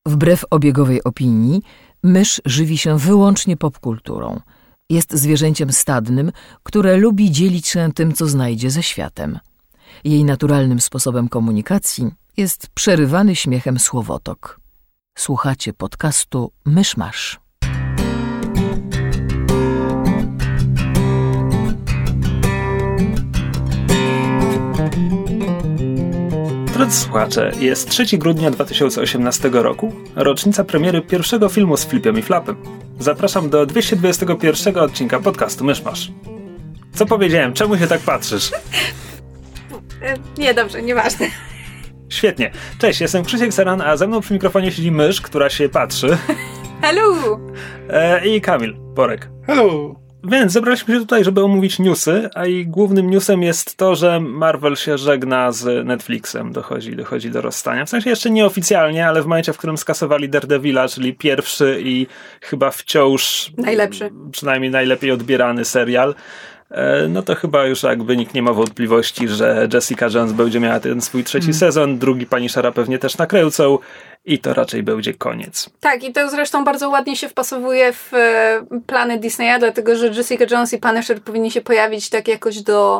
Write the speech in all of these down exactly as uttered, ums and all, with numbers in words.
Wbrew obiegowej opinii, mysz żywi się wyłącznie popkulturą. Jest zwierzęciem stadnym, które lubi dzielić się tym, co znajdzie ze światem. Jej naturalnym sposobem komunikacji jest przerywany śmiechem słowotok. Słuchacie podcastu Myszmasz. Drodzy słuchacze, jest trzeciego grudnia dwa tysiące osiemnastego roku, rocznica premiery pierwszego filmu z Flipem i Flapem. Zapraszam do dwieście dwudziestego pierwszego odcinka podcastu Myszmasz. Co powiedziałem? Czemu się tak patrzysz? Nie, dobrze, nieważne. Świetnie. Cześć, jestem Krzysiek Seran, a ze mną przy mikrofonie siedzi mysz, która się patrzy. Hello! E, I Kamil Borek. Hello! Więc zebraliśmy się tutaj, żeby omówić newsy, a i głównym newsem jest to, że Marvel się żegna z Netflixem. Dochodzi, dochodzi do rozstania. W sensie jeszcze nieoficjalnie, ale w momencie, w którym skasowali Daredevila, czyli pierwszy i chyba wciąż najlepszy, przynajmniej najlepiej odbierany serial, no to chyba już jakby nikt nie ma wątpliwości, że Jessica Jones będzie miała ten swój trzeci hmm. sezon, drugi Punishera pewnie też nakręcą i to raczej będzie koniec. Tak, i to zresztą bardzo ładnie się wpasowuje w plany Disneya, dlatego że Jessica Jones i Punisher powinni się pojawić tak jakoś do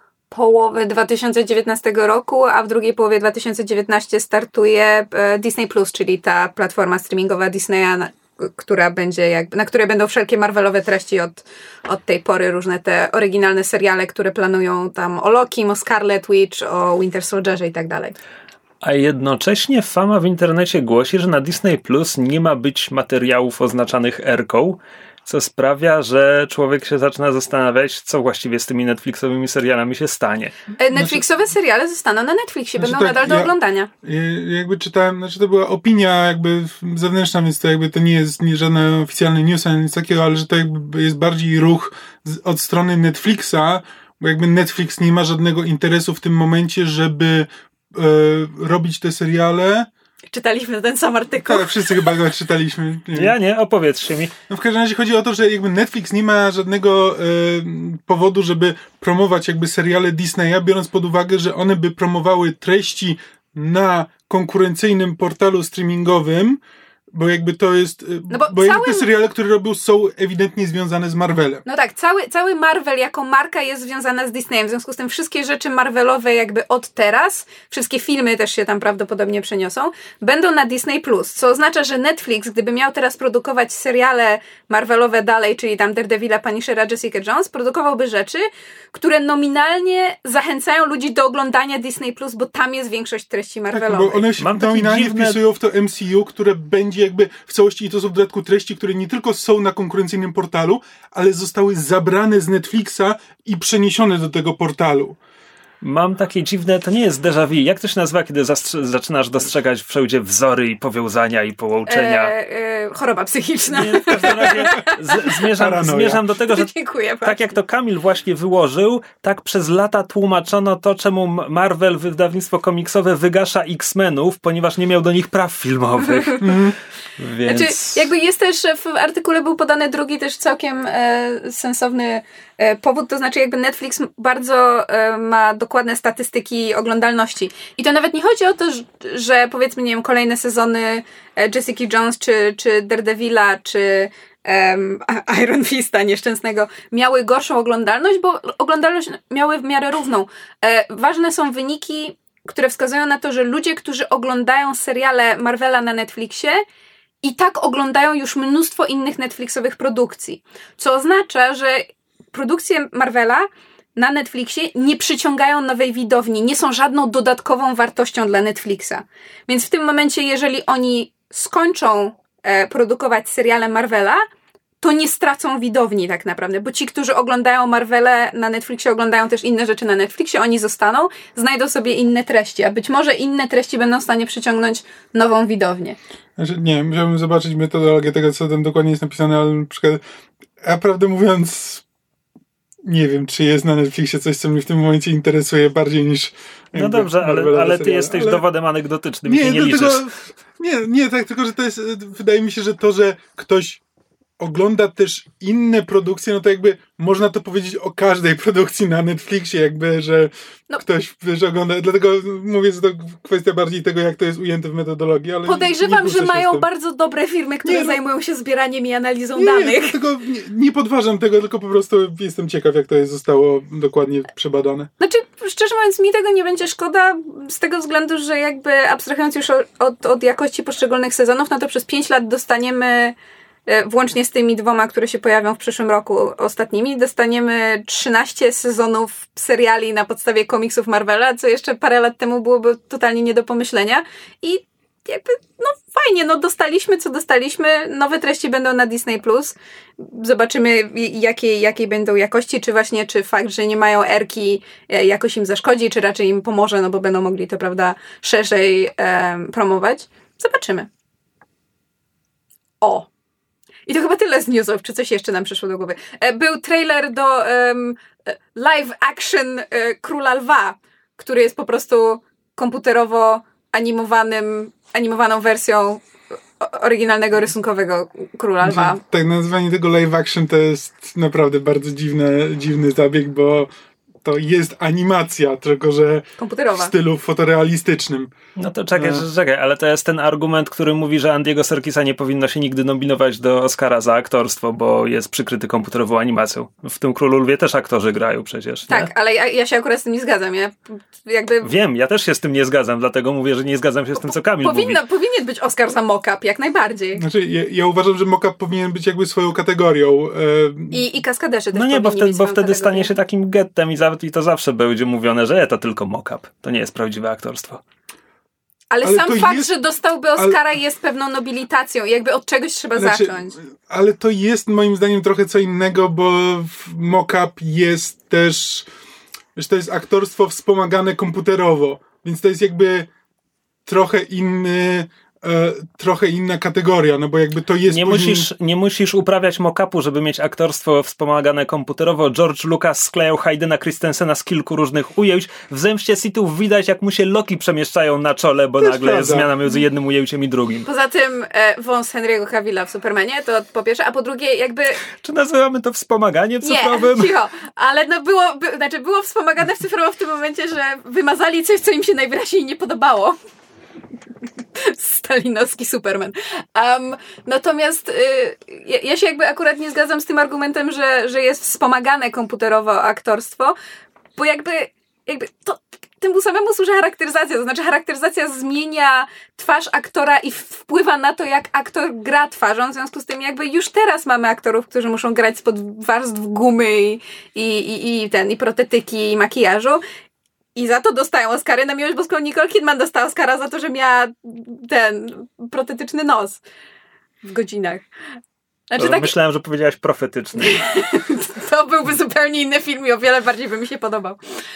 połowy dwa tysiące dziewiętnastego roku, a w drugiej połowie dwa tysiące dziewiętnastego startuje Disney Plus, czyli ta platforma streamingowa Disneya, która będzie jakby, na której będą wszelkie Marvelowe treści od, od tej pory, różne te oryginalne seriale, które planują tam o Loki, o Scarlet Witch, o Winter Soldierze i tak dalej. A jednocześnie fama w internecie głosi, że na Disney Plus nie ma być materiałów oznaczanych R-ką, co sprawia, że człowiek się zaczyna zastanawiać, co właściwie z tymi Netflixowymi serialami się stanie. Netflixowe znaczy, seriale zostaną na Netflixie, znaczy będą tak, nadal do ja, oglądania. Jakby czytałem, znaczy to była opinia jakby zewnętrzna, więc to jakby to nie jest nie żadne oficjalne news ani nic takiego, ale że to jakby jest bardziej ruch z, od strony Netflixa, bo jakby Netflix nie ma żadnego interesu w tym momencie, żeby e, robić te seriale. Czytaliśmy ten sam artykuł. Tak, wszyscy chyba go czytaliśmy. Nie ja nie, opowiedzcie mi. No w każdym razie chodzi o to, że jakby Netflix nie ma żadnego e, powodu, żeby promować jakby seriale Disneya, biorąc pod uwagę, że one by promowały treści na konkurencyjnym portalu streamingowym, bo jakby to jest, no bo, bo całym... jakby te seriale, które robią, są ewidentnie związane z Marvelem. No tak, cały, cały Marvel jako marka jest związana z Disneyem, w związku z tym wszystkie rzeczy Marvelowe jakby od teraz, wszystkie filmy też się tam prawdopodobnie przeniosą, będą na Disney Plus, co oznacza, że Netflix, gdyby miał teraz produkować seriale Marvelowe dalej, czyli tam Daredevila, Punishera, Jessica Jones, produkowałby rzeczy, które nominalnie zachęcają ludzi do oglądania Disney Plus, bo tam jest większość treści Marvelowych. Tak, bo one się Mam nominalnie dziwne... wpisują w to M C U, które będzie jakby w całości, i to są w dodatku treści, które nie tylko są na konkurencyjnym portalu, ale zostały zabrane z Netflixa i przeniesione do tego portalu. Mam takie dziwne, to nie jest déjà vu. Jak to się nazywa, kiedy zastrze- zaczynasz dostrzegać wszędzie wzory i powiązania i połączenia? E, e, choroba psychiczna. Nie, w każdym razie z- zmierzam, zmierzam do tego, że Dziękuję tak jak to Kamil właśnie wyłożył, tak przez lata tłumaczono to, czemu Marvel, wydawnictwo komiksowe, wygasza X-Menów, ponieważ nie miał do nich praw filmowych. Więc... Znaczy, jakby jest też, w artykule był podany drugi też całkiem e, sensowny e, powód, to znaczy jakby Netflix bardzo e, ma dokładne statystyki oglądalności. I to nawet nie chodzi o to, że, że powiedzmy, nie wiem, kolejne sezony e, Jessica Jones, czy, czy Daredevila, czy um, Iron Fista nieszczęsnego miały gorszą oglądalność, bo oglądalność miały w miarę równą. E, ważne są wyniki, które wskazują na to, że ludzie, którzy oglądają seriale Marvela na Netflixie, i tak oglądają już mnóstwo innych Netflixowych produkcji. Co oznacza, że produkcje Marvela na Netflixie nie przyciągają nowej widowni, nie są żadną dodatkową wartością dla Netflixa. Więc w tym momencie, jeżeli oni skończą e, produkować seriale Marvela, to nie stracą widowni tak naprawdę, bo ci, którzy oglądają Marvele na Netflixie, oglądają też inne rzeczy na Netflixie, oni zostaną, znajdą sobie inne treści, a być może inne treści będą w stanie przyciągnąć nową widownię. Znaczy, nie, musiałbym zobaczyć metodologię tego, co tam dokładnie jest napisane, ale na przykład, ja prawdę mówiąc, nie wiem, czy jest na Netflixie coś, co mnie w tym momencie interesuje bardziej niż... No dobrze, ale, ale ty jesteś ale... dowodem anegdotycznym, nie, nie liczysz. Tego, nie, nie, tak, tylko że to jest, wydaje mi się, że to, że ktoś ogląda też inne produkcje, no to jakby można to powiedzieć o każdej produkcji na Netflixie, jakby, że no, ktoś wiesz, ogląda, dlatego mówię, że to kwestia bardziej tego, jak to jest ujęte w metodologii, ale podejrzewam, nie, nie że mają bardzo dobre firmy, które nie, no, zajmują się zbieraniem i analizą nie, danych. Nie, dlatego nie, nie podważam tego, tylko po prostu jestem ciekaw, jak to jest zostało dokładnie przebadane. Znaczy, szczerze mówiąc, mi tego nie będzie szkoda, z tego względu, że jakby abstrahując już od, od jakości poszczególnych sezonów, no to przez pięć lat dostaniemy, włącznie z tymi dwoma, które się pojawią w przyszłym roku ostatnimi, dostaniemy trzynaście sezonów seriali na podstawie komiksów Marvela, co jeszcze parę lat temu byłoby totalnie nie do pomyślenia. I jakby, no fajnie, no dostaliśmy co dostaliśmy, nowe treści będą na Disney plus. Zobaczymy jakiej, jakiej będą jakości, czy właśnie, czy fakt, że nie mają erki jakoś im zaszkodzi, czy raczej im pomoże, no bo będą mogli to, prawda, szerzej um, promować. Zobaczymy. O! I to chyba tyle z newsów, czy coś jeszcze nam przyszło do głowy. Był trailer do um, live action e, Króla Lwa, który jest po prostu komputerowo animowanym, animowaną wersją oryginalnego rysunkowego Króla Lwa. Tak, nazwanie tego live action to jest naprawdę bardzo dziwny, dziwny zabieg, bo to jest animacja, tylko że komputerowa. W stylu fotorealistycznym. No to czekaj, no. czekaj, ale to jest ten argument, który mówi, że Andiego Serkisa nie powinno się nigdy nominować do Oscara za aktorstwo, bo jest przykryty komputerową animacją. W tym Królu Lwie też aktorzy grają przecież. Tak, nie? ale ja, ja się akurat z tym nie zgadzam. Ja jakby... Wiem, ja też się z tym nie zgadzam, dlatego mówię, że nie zgadzam się z tym, co Kamil Powinno, mówi. Powinien być Oscar za mock-up, jak najbardziej. Znaczy, ja, ja uważam, że mock-up powinien być jakby swoją kategorią. E... I, I kaskaderzy też No nie, bo wtedy, bo wtedy kategorię. stanie się takim gettem i, za, i to zawsze będzie mówione, że to tylko mock-up. To nie jest prawdziwe aktorstwo. Ale, ale sam fakt, jest, że dostałby Oscara ale, jest pewną nobilitacją. Jakby od czegoś trzeba znaczy, zacząć. Ale to jest moim zdaniem trochę co innego, bo mock-up jest też, wiesz, to jest aktorstwo wspomagane komputerowo. Więc to jest jakby trochę inny... E, trochę inna kategoria, no bo jakby to jest nie później... musisz, nie musisz uprawiać mock-upu, żeby mieć aktorstwo wspomagane komputerowo. George Lucas sklejał Haydena Christensena z kilku różnych ujęć. W Zemście Sithów widać, jak mu się loki przemieszczają na czole, bo nagle prawda. Jest zmiana między jednym ujęciem i drugim. Poza tym e, wąs Henry'ego Cavilla w Supermanie, to po pierwsze, a po drugie jakby... Czy nazywamy to wspomaganiem cyfrowym? Nie, cicho, ale no było, by, znaczy było wspomagane w cyfrowo w tym momencie, że wymazali coś, co im się najwyraźniej nie podobało. Stalinowski Superman. Um, natomiast y, ja, ja się jakby akurat nie zgadzam z tym argumentem, że, że jest wspomagane komputerowo aktorstwo, bo jakby, jakby to, temu samemu służy charakteryzacja, to znaczy charakteryzacja zmienia twarz aktora i wpływa na to, jak aktor gra twarzą, w związku z tym jakby już teraz mamy aktorów, którzy muszą grać spod warstw gumy i, i, i, i, ten, i protetyki i makijażu. I za to dostają Oscary. Na miłość boską Nicole Kidman dostała Oscara za to, że miała ten protetyczny nos w godzinach. Znaczy, tak... Myślałem, że powiedziałaś profetyczny. To byłby zupełnie inny film i o wiele bardziej by mi się podobał.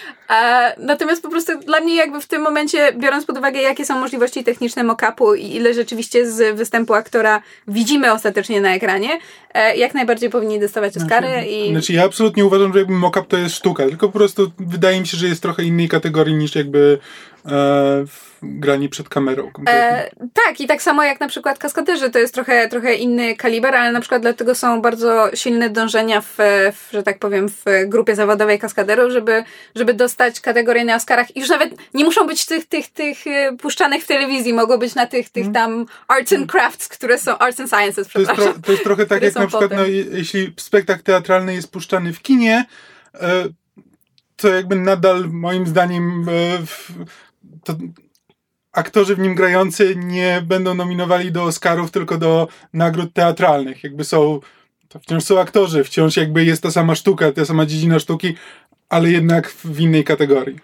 E, natomiast po prostu dla mnie jakby w tym momencie, biorąc pod uwagę, jakie są możliwości techniczne mock-upu i ile rzeczywiście z występu aktora widzimy ostatecznie na ekranie, e, jak najbardziej powinni dostawać Oscary. Znaczy, i... znaczy ja absolutnie uważam, że jakby mock-up to jest sztuka, tylko po prostu wydaje mi się, że jest trochę innej kategorii niż jakby e, granie przed kamerą. E, tak, i tak samo jak na przykład kaskaderzy, to jest trochę, trochę inny kaliber, ale na przykład dlatego są bardzo silne dążenia w, w, że tak powiem, w grupie zawodowej kaskaderów, żeby, żeby dostać kategorię na Oscarach. I już nawet nie muszą być tych, tych, tych puszczanych w telewizji, mogą być na tych, tych tam arts and crafts, które są, arts and sciences, przepraszam. To jest, tro, to jest trochę tak, jak na przykład, no, jeśli spektakl teatralny jest puszczany w kinie, e, to jakby nadal moim zdaniem e, w, to aktorzy w nim grający nie będą nominowali do Oscarów, tylko do nagród teatralnych. Jakby są, to wciąż są aktorzy, wciąż jakby jest ta sama sztuka, ta sama dziedzina sztuki, ale jednak w innej kategorii.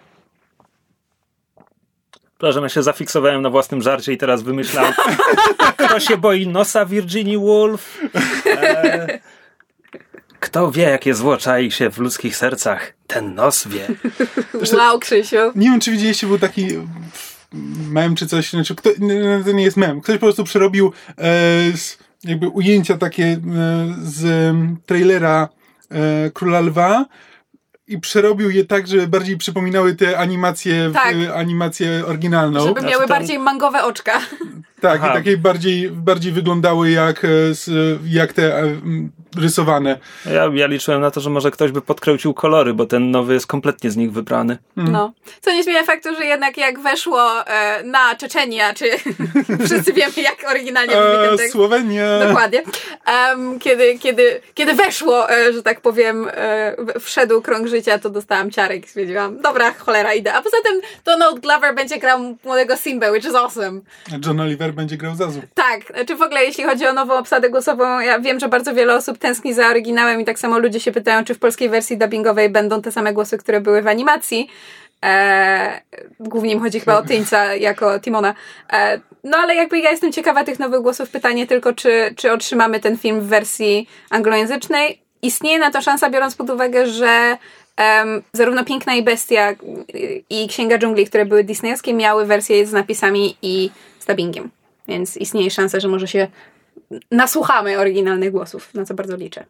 Przepraszam, ja się zafiksowałem na własnym żarcie i teraz wymyślam, kto się boi nosa Virginia Woolf? E, kto wie, jakie zło czai się w ludzkich sercach? Ten nos wie. Zresztą, wow, Krzysiu. Nie wiem, czy widzieliście, był taki mem czy coś, znaczy kto, to nie jest mem. Ktoś po prostu przerobił e, z, jakby ujęcia takie e, z trailera e, Króla Lwa i przerobił je tak, żeby bardziej przypominały te animacje, tak. w, animację oryginalną. Żeby miały ten... bardziej mangowe oczka. Tak, Aha. i takie bardziej, bardziej wyglądały jak, jak te rysowane. Ja, ja liczyłem na to, że może ktoś by podkręcił kolory, bo ten nowy jest kompletnie z nich wybrany. Mm. No. Co nie zmienia faktu, że jednak jak weszło e, na Czeczenia, czy wszyscy wiemy, jak oryginalnie brzmi ten tekst. Słowenia. Dokładnie. Um, kiedy, kiedy, kiedy weszło, e, że tak powiem, e, wszedł krąg życia, to dostałam ciarek i stwierdziłam, dobra, cholera, idę. A poza tym Donald Glover będzie grał młodego Simbę, which is awesome. John Oliver będzie grał Zazu. Tak, czy w ogóle jeśli chodzi o nową obsadę głosową, ja wiem, że bardzo wiele osób tęskni za oryginałem i tak samo ludzie się pytają, czy w polskiej wersji dubbingowej będą te same głosy, które były w animacji. Eee, głównie im chodzi chyba o Tyńca jako Timona. Eee, no ale jakby ja jestem ciekawa tych nowych głosów. Pytanie tylko, czy, czy otrzymamy ten film w wersji anglojęzycznej. Istnieje na to szansa, biorąc pod uwagę, że um, zarówno Piękna i Bestia i Księga Dżungli, które były disneyowskie, miały wersje z napisami i z dubbingiem. Więc istnieje szansa, że może się nasłuchamy oryginalnych głosów, na co bardzo liczę.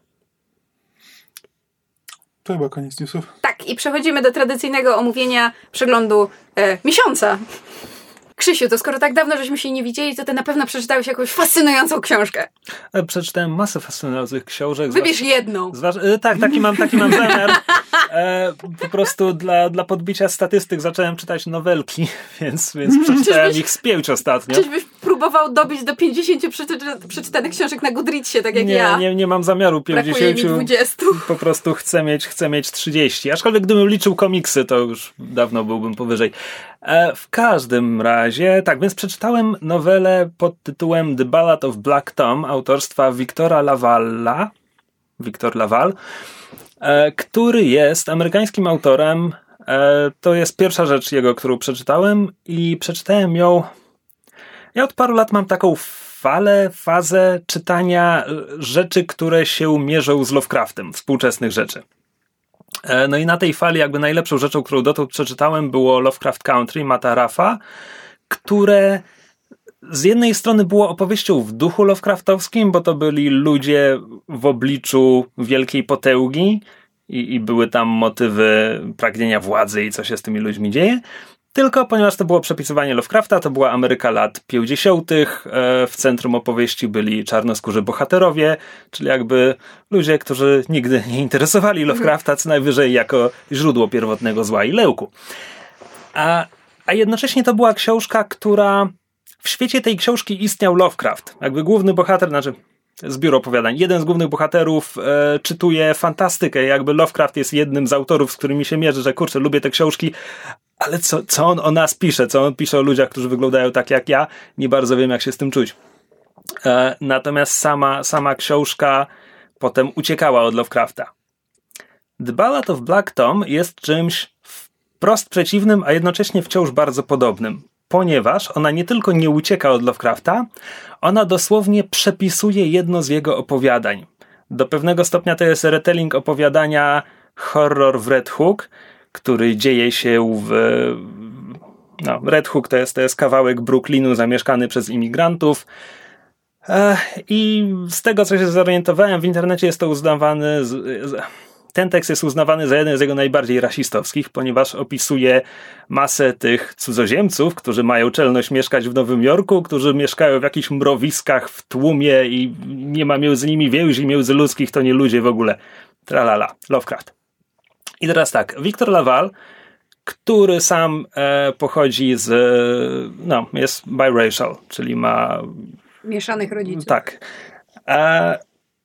To chyba koniec newsów. Tak, i przechodzimy do tradycyjnego omówienia przeglądu e, miesiąca. Krzysiu, to skoro tak dawno żeśmy się nie widzieli, to ty na pewno przeczytałeś jakąś fascynującą książkę. E, Przeczytałem masę fascynujących książek. Wybierz jedną. Zważ... E, tak, taki mam, taki mam zamiar. E, po prostu dla, dla podbicia statystyk zacząłem czytać nowelki, więc, więc przeczytałem Czyżbyś- ich z pięć ostatnio. Czyżbyś próbował dobić do pięćdziesięciu przeczy- przeczytanych książek na Goodreadsie, tak jak nie, ja? nie, nie mam zamiaru Brakuje mi pięćdziesięciu. dwudziestu. Po prostu chcę mieć, chcę mieć trzydzieści. Aczkolwiek gdybym liczył komiksy, to już dawno byłbym powyżej. E, w każdym razie, tak, więc przeczytałem nowelę pod tytułem The Ballad of Black Tom autorstwa Victora Lavalla. Victor Laval, e, który jest amerykańskim autorem. E, to jest pierwsza rzecz jego, którą przeczytałem i przeczytałem ją. Ja od paru lat mam taką falę, fazę czytania rzeczy, które się mierzą z Lovecraftem, współczesnych rzeczy. No i na tej fali jakby najlepszą rzeczą, którą dotąd przeczytałem, było Lovecraft Country Matta Ruffa, które z jednej strony było opowieścią w duchu Lovecraftowskim, bo to byli ludzie w obliczu wielkiej potęgi i, i były tam motywy pragnienia władzy i co się z tymi ludźmi dzieje. Tylko ponieważ to było przepisywanie Lovecrafta, to była Ameryka lat pięćdziesiątych. W centrum opowieści byli czarnoskórzy bohaterowie, czyli jakby ludzie, którzy nigdy nie interesowali Lovecrafta, co najwyżej jako źródło pierwotnego zła i lęku. A, a jednocześnie to była książka, która w świecie tej książki istniał Lovecraft. Jakby główny bohater, znaczy zbiór opowiadań. Jeden z głównych bohaterów e, czytuje fantastykę. Jakby Lovecraft jest jednym z autorów, z którymi się mierzy, że kurczę, lubię te książki, ale co, co on o nas pisze? Co on pisze o ludziach, którzy wyglądają tak jak ja? Nie bardzo wiem, jak się z tym czuć. E, natomiast sama, sama książka potem uciekała od Lovecrafta. The Ballad of Black Tom jest czymś wprost przeciwnym, a jednocześnie wciąż bardzo podobnym. Ponieważ ona nie tylko nie ucieka od Lovecrafta, ona dosłownie przepisuje jedno z jego opowiadań. Do pewnego stopnia to jest retelling opowiadania Horror w Red Hook, który dzieje się w... No, Red Hook to jest, to jest kawałek Brooklynu zamieszkany przez imigrantów. I z tego, co się zorientowałem, w internecie jest to uznawany... Z, ten tekst jest uznawany za jeden z jego najbardziej rasistowskich, ponieważ opisuje masę tych cudzoziemców, którzy mają czelność mieszkać w Nowym Jorku, którzy mieszkają w jakichś mrowiskach w tłumie i nie ma między nimi więzi międzyludzkich, to nie ludzie w ogóle. Tralala. Lovecraft. I teraz tak, Victor Laval, który sam e, pochodzi z, no, jest biracial, czyli ma... Mieszanych rodziców. Tak. E,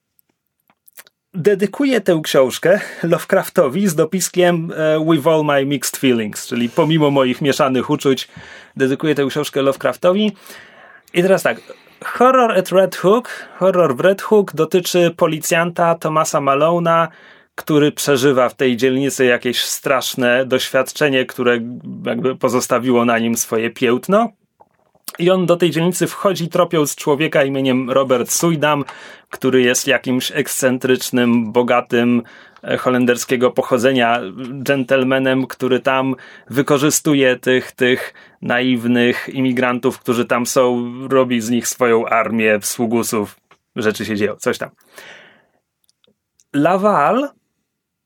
dedykuje tę książkę Lovecraftowi z dopiskiem With all my mixed feelings, czyli pomimo moich mieszanych uczuć dedykuję tę książkę Lovecraftowi. I teraz tak, Horror at Red Hook, Horror w Red Hook dotyczy policjanta Thomasa Malona, który przeżywa w tej dzielnicy jakieś straszne doświadczenie, które jakby pozostawiło na nim swoje piętno. I on do tej dzielnicy wchodzi tropiąc człowieka imieniem Robert Suydam, który jest jakimś ekscentrycznym, bogatym, holenderskiego pochodzenia dżentelmenem, który tam wykorzystuje tych, tych naiwnych imigrantów, którzy tam są, robi z nich swoją armię sługusów, rzeczy się dzieją, coś tam. Laval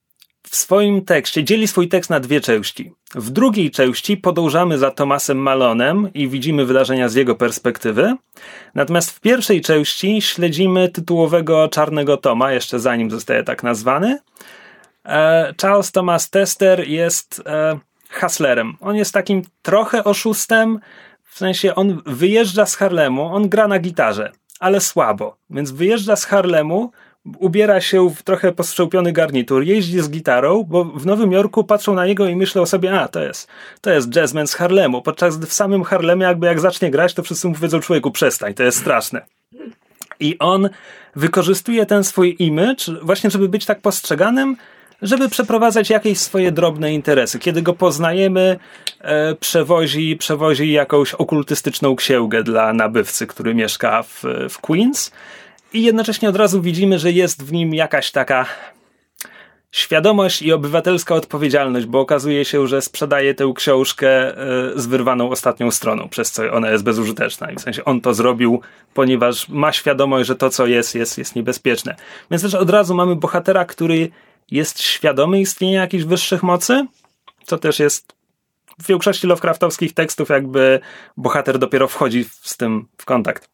w swoim tekście dzieli swój tekst na dwie części. W drugiej części podążamy za Thomasem Malonem i widzimy wydarzenia z jego perspektywy. Natomiast w pierwszej części śledzimy tytułowego Czarnego Toma, jeszcze zanim zostaje tak nazwany. Charles Thomas Tester jest hustlerem. On jest takim trochę oszustem, w sensie on wyjeżdża z Harlemu, on gra na gitarze, ale słabo. Więc wyjeżdża z Harlemu, ubiera się w trochę postrzępiony garnitur, jeździ z gitarą, bo w Nowym Jorku patrzą na niego i myślą sobie, a to jest, to jest jazzman z Harlemu, podczas gdy w samym Harlemie jakby jak zacznie grać, to wszyscy mu powiedzą, człowieku, przestań, to jest straszne. I on wykorzystuje ten swój image właśnie, żeby być tak postrzeganym, żeby przeprowadzać jakieś swoje drobne interesy. Kiedy go poznajemy, e, przewozi, przewozi jakąś okultystyczną księgę dla nabywcy, który mieszka w, w Queens. I jednocześnie od razu widzimy, że jest w nim jakaś taka świadomość i obywatelska odpowiedzialność, bo okazuje się, że sprzedaje tę książkę z wyrwaną ostatnią stroną, przez co ona jest bezużyteczna. I w sensie on to zrobił, ponieważ ma świadomość, że to, co jest, jest, jest niebezpieczne. Więc też od razu mamy bohatera, który jest świadomy istnienia jakichś wyższych mocy, co też jest w większości Lovecraftowskich tekstów, jakby bohater dopiero wchodzi z tym w kontakt.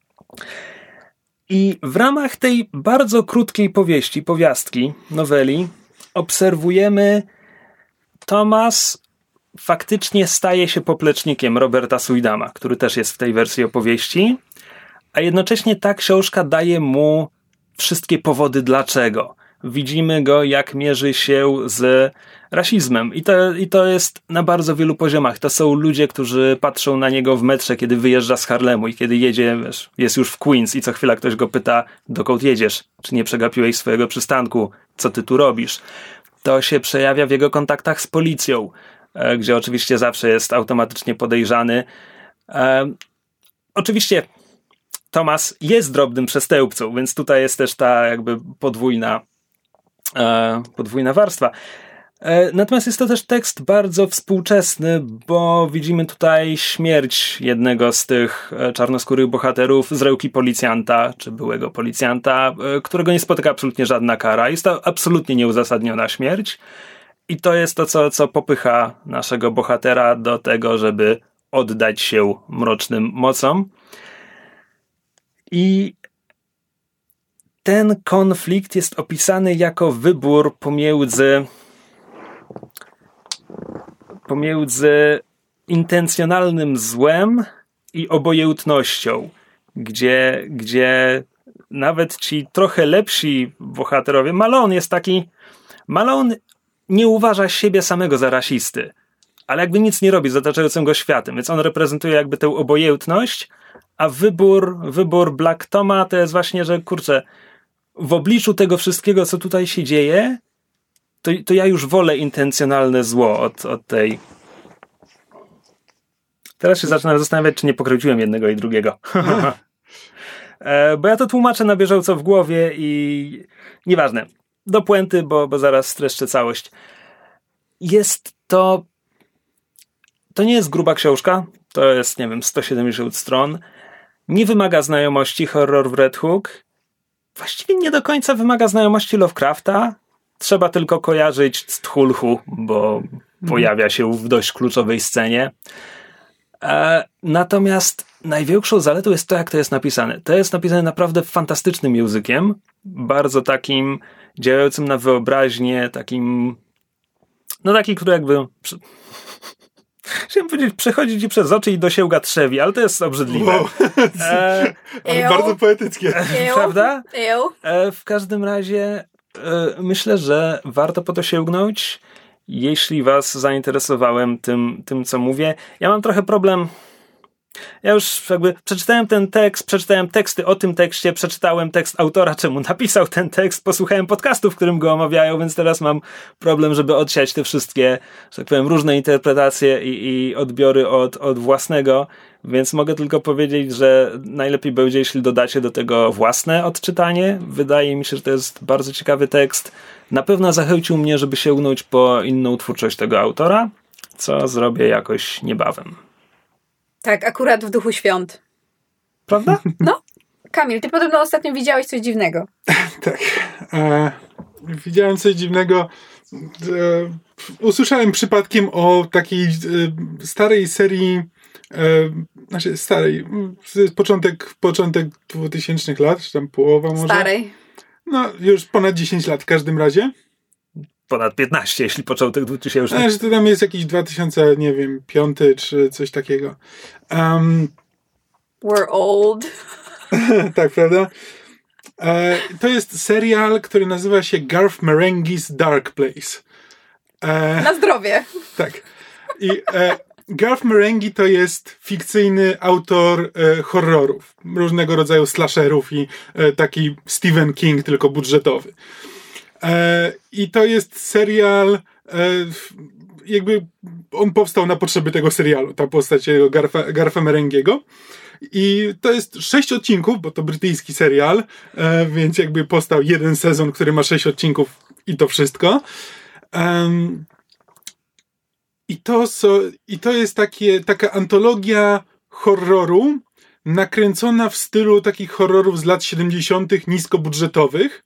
I w ramach tej bardzo krótkiej powieści, powiastki, noweli, obserwujemy Thomas faktycznie staje się poplecznikiem Roberta Suydama, który też jest w tej wersji opowieści, a jednocześnie ta książka daje mu wszystkie powody dlaczego. Widzimy go, jak mierzy się z rasizmem. I to, i to jest na bardzo wielu poziomach. To są ludzie, którzy patrzą na niego w metrze, kiedy wyjeżdża z Harlemu i kiedy jedzie, wiesz, jest już w Queens i co chwila ktoś go pyta, dokąd jedziesz? Czy nie przegapiłeś swojego przystanku? Co ty tu robisz? To się przejawia w jego kontaktach z policją, gdzie oczywiście zawsze jest automatycznie podejrzany. E, oczywiście Thomas jest drobnym przestępcą, więc tutaj jest też ta jakby podwójna E, podwójna warstwa. E, natomiast jest to też tekst bardzo współczesny, bo widzimy tutaj śmierć jednego z tych e, czarnoskórych bohaterów z ręki policjanta, czy byłego policjanta, e, którego nie spotyka absolutnie żadna kara. Jest to absolutnie nieuzasadniona śmierć i to jest to, co, co popycha naszego bohatera do tego, żeby oddać się mrocznym mocom. I ten konflikt jest opisany jako wybór pomiędzy pomiędzy intencjonalnym złem i obojętnością, gdzie, gdzie nawet ci trochę lepsi bohaterowie, Malone jest taki, Malone nie uważa siebie samego za rasisty, ale jakby nic nie robi z otaczającym go światem, więc on reprezentuje jakby tę obojętność, a wybór, wybór Black Toma to jest właśnie, że kurczę, w obliczu tego wszystkiego, co tutaj się dzieje, to, to ja już wolę intencjonalne zło od, od tej... Teraz się zaczynam zastanawiać, czy nie pokręciłem jednego i drugiego. e, bo ja to tłumaczę na bieżąco w głowie i nieważne. Do puenty, bo, bo zaraz streszczę całość. Jest to... To nie jest gruba książka. To jest, nie wiem, sto siedemdziesiąt stron. Nie wymaga znajomości horror w Red Hook. Właściwie nie do końca wymaga znajomości Lovecrafta. Trzeba tylko kojarzyć Cthulhu, bo mm. pojawia się w dość kluczowej scenie. E, natomiast największą zaletą jest to, jak to jest napisane. To jest napisane naprawdę fantastycznym językiem. Bardzo takim działającym na wyobraźnię, takim... No taki, który jakby... Chciałem powiedzieć, przechodzi ci przez oczy i dosięga trzewi, ale to jest obrzydliwe. Wow. E, ale bardzo poetyckie. Prawda? E, w każdym razie e, myślę, że warto po to sięgnąć, jeśli was zainteresowałem tym, tym, co mówię. Ja mam trochę problem... Ja już jakby przeczytałem ten tekst, przeczytałem teksty o tym tekście, przeczytałem tekst autora, czemu napisał ten tekst, posłuchałem podcastu, w którym go omawiają, więc teraz mam problem, żeby odsiać te wszystkie, że tak powiem, różne interpretacje i, i odbiory od, od własnego, więc mogę tylko powiedzieć, że najlepiej będzie, jeśli dodacie do tego własne odczytanie. Wydaje mi się, że to jest bardzo ciekawy tekst. Na pewno zachęcił mnie, żeby sięgnąć po inną twórczość tego autora, co zrobię jakoś niebawem. Tak, akurat w duchu świąt. Prawda? No. Kamil, ty podobno ostatnio widziałeś coś dziwnego. Tak. E, widziałem coś dziwnego e, usłyszałem przypadkiem o takiej e, starej serii, e, znaczy starej, początek, początek dwutysięcznych lat, czy tam połowa może. Starej. No, już ponad dziesięć lat w każdym razie. Ponad piętnaście, jeśli początek dwutysięcznych. No, że to tam jest jakiś dwa tysiące, nie wiem, piąty czy coś takiego. Um, We're old. tak, prawda? E, to jest serial, który nazywa się Garth Marenghi's Dark Place. E, Na zdrowie. tak. I e, Garth Marenghi to jest fikcyjny autor e, horrorów, różnego rodzaju slasherów i e, taki Stephen King, tylko budżetowy. E, I to jest serial, e, jakby on powstał na potrzeby tego serialu, ta postać Garfa, Garfa Marenghiego. I to jest sześć odcinków, bo to brytyjski serial, e, więc jakby powstał jeden sezon, który ma sześć odcinków i to wszystko. Um, i, to so, I to jest takie, taka antologia horroru nakręcona w stylu takich horrorów z lat siedemdziesiątych niskobudżetowych.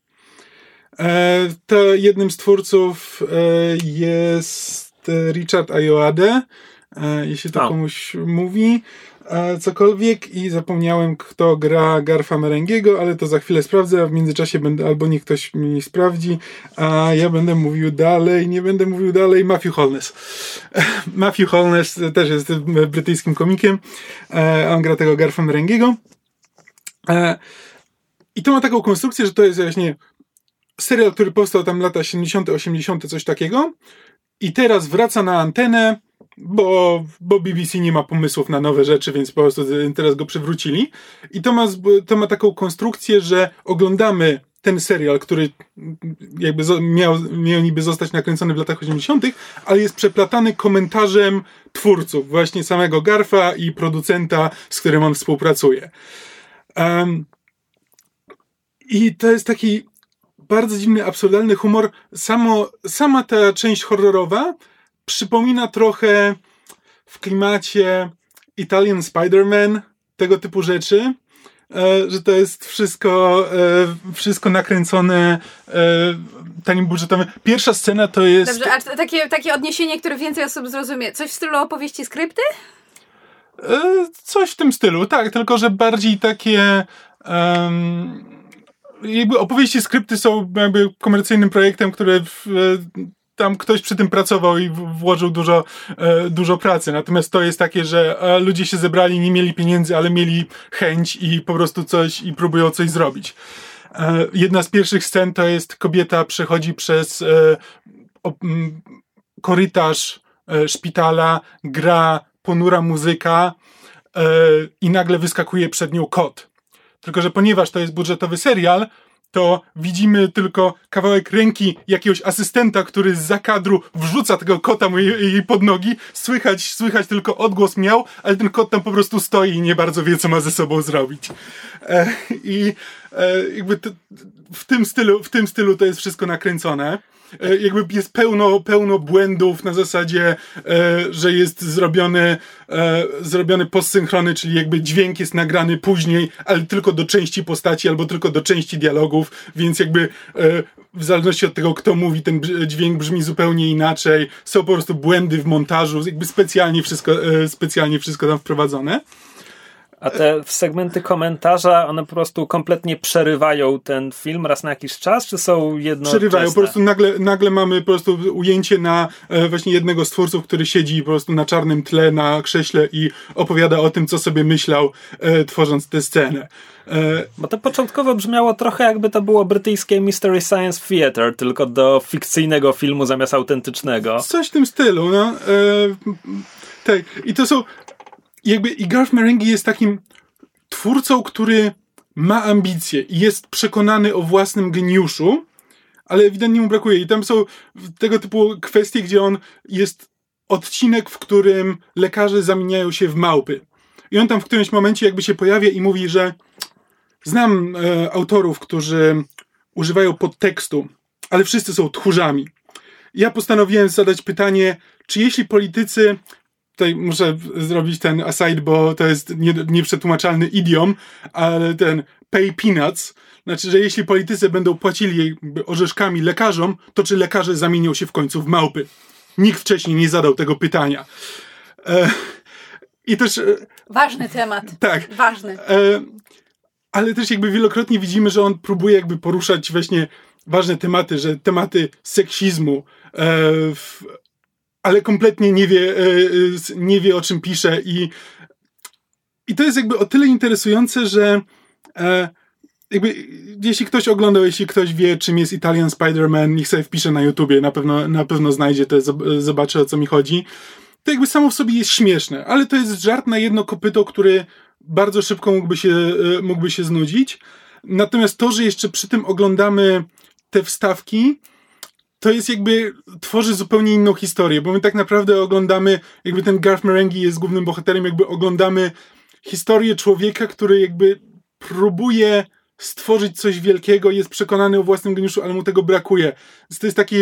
E, to jednym z twórców e, jest Richard Ayoade, e, jeśli to no. komuś mówi e, cokolwiek, i zapomniałem, kto gra Garfa Marenghiego, ale to za chwilę sprawdzę, a w międzyczasie będę, albo niech ktoś mi sprawdzi, a ja będę mówił dalej, nie będę mówił dalej. Matthew Holness. Matthew Holness też jest brytyjskim komikiem, e, on gra tego Garfa Marenghiego. E, I to ma taką konstrukcję, że to jest właśnie serial, który powstał tam lata siedemdziesiąte, osiemdziesiąte, coś takiego, i teraz wraca na antenę, bo, bo B B C nie ma pomysłów na nowe rzeczy, więc po prostu teraz go przywrócili. I to ma, to ma taką konstrukcję, że oglądamy ten serial, który jakby miał, miał niby zostać nakręcony w latach osiemdziesiątych, ale jest przeplatany komentarzem twórców, właśnie samego Garfa i producenta, z którym on współpracuje. Um, I to jest taki bardzo dziwny, absurdalny humor. Samo, sama ta część horrorowa przypomina trochę w klimacie Italian Spider-Man, tego typu rzeczy, e, że to jest wszystko, e, wszystko nakręcone e, tanim budżetowym. Pierwsza scena to jest... Dobrze, a takie, takie odniesienie, które więcej osób zrozumie. Coś w stylu opowieści skrypty? E, coś w tym stylu, tak, tylko że bardziej takie... Um, jakby opowieści skrypty są jakby komercyjnym projektem, który w, tam ktoś przy tym pracował i włożył dużo, dużo pracy. Natomiast to jest takie, że ludzie się zebrali, nie mieli pieniędzy, ale mieli chęć i po prostu coś i próbują coś zrobić. Jedna z pierwszych scen to jest kobieta przechodzi przez korytarz szpitala, gra ponura muzyka i nagle wyskakuje przed nią kot. Tylko że ponieważ to jest budżetowy serial, to widzimy tylko kawałek ręki jakiegoś asystenta, który zza kadru wrzuca tego kota mu jej pod nogi. Słychać, słychać tylko odgłos miał, ale ten kot tam po prostu stoi i nie bardzo wie, co ma ze sobą zrobić. E, I e, jakby to, w tym stylu, w tym stylu to jest wszystko nakręcone. E, jakby jest pełno, pełno błędów na zasadzie, e, że jest zrobiony, e, zrobiony postsynchrony, czyli jakby dźwięk jest nagrany później, ale tylko do części postaci albo tylko do części dialogów, więc jakby e, w zależności od tego, kto mówi, ten dźwięk brzmi zupełnie inaczej. Są po prostu błędy w montażu, jakby specjalnie wszystko, e, specjalnie wszystko tam wprowadzone. A te segmenty komentarza, one po prostu kompletnie przerywają ten film raz na jakiś czas, czy są jednoczesne? Przerywają, po prostu nagle, nagle mamy po prostu ujęcie na e, właśnie jednego z twórców, który siedzi po prostu na czarnym tle, na krześle i opowiada o tym, co sobie myślał, e, tworząc tę scenę. E, Bo to początkowo brzmiało trochę, jakby to było brytyjskie Mystery Science Theater, tylko do fikcyjnego filmu zamiast autentycznego. Coś w tym stylu, no. E, tak, i to są jakby i Garth Marenghi jest takim twórcą, który ma ambicje i jest przekonany o własnym geniuszu, ale ewidentnie mu brakuje. I tam są tego typu kwestie, gdzie on jest odcinek, w którym lekarze zamieniają się w małpy. I on tam w którymś momencie jakby się pojawia i mówi, że znam e, autorów, którzy używają podtekstu, ale wszyscy są tchórzami. I ja postanowiłem zadać pytanie, czy jeśli politycy tutaj muszę zrobić ten aside, bo to jest nie, nieprzetłumaczalny idiom, ale ten pay peanuts, znaczy, że jeśli politycy będą płacili orzeszkami lekarzom, to czy lekarze zamienią się w końcu w małpy? Nikt wcześniej nie zadał tego pytania. E, I też... E, Ważny temat. Tak. Ważny. E, ale też jakby wielokrotnie widzimy, że on próbuje jakby poruszać właśnie ważne tematy, że tematy seksizmu, e, w, ale kompletnie nie wie, e, nie wie o czym pisze i, i to jest jakby o tyle interesujące, że e, jakby jeśli ktoś oglądał, jeśli ktoś wie, czym jest Italian Spider-Man, niech sobie wpisze na YouTubie, na pewno, na pewno znajdzie to, zobaczy, o co mi chodzi. To jakby samo w sobie jest śmieszne, ale to jest żart na jedno kopyto, który bardzo szybko mógłby się, mógłby się znudzić. Natomiast to, że jeszcze przy tym oglądamy te wstawki, to jest jakby, tworzy zupełnie inną historię, bo my tak naprawdę oglądamy, jakby ten Garth Marenghi jest głównym bohaterem, jakby oglądamy historię człowieka, który jakby próbuje stworzyć coś wielkiego, jest przekonany o własnym geniuszu, ale mu tego brakuje. Więc to jest taki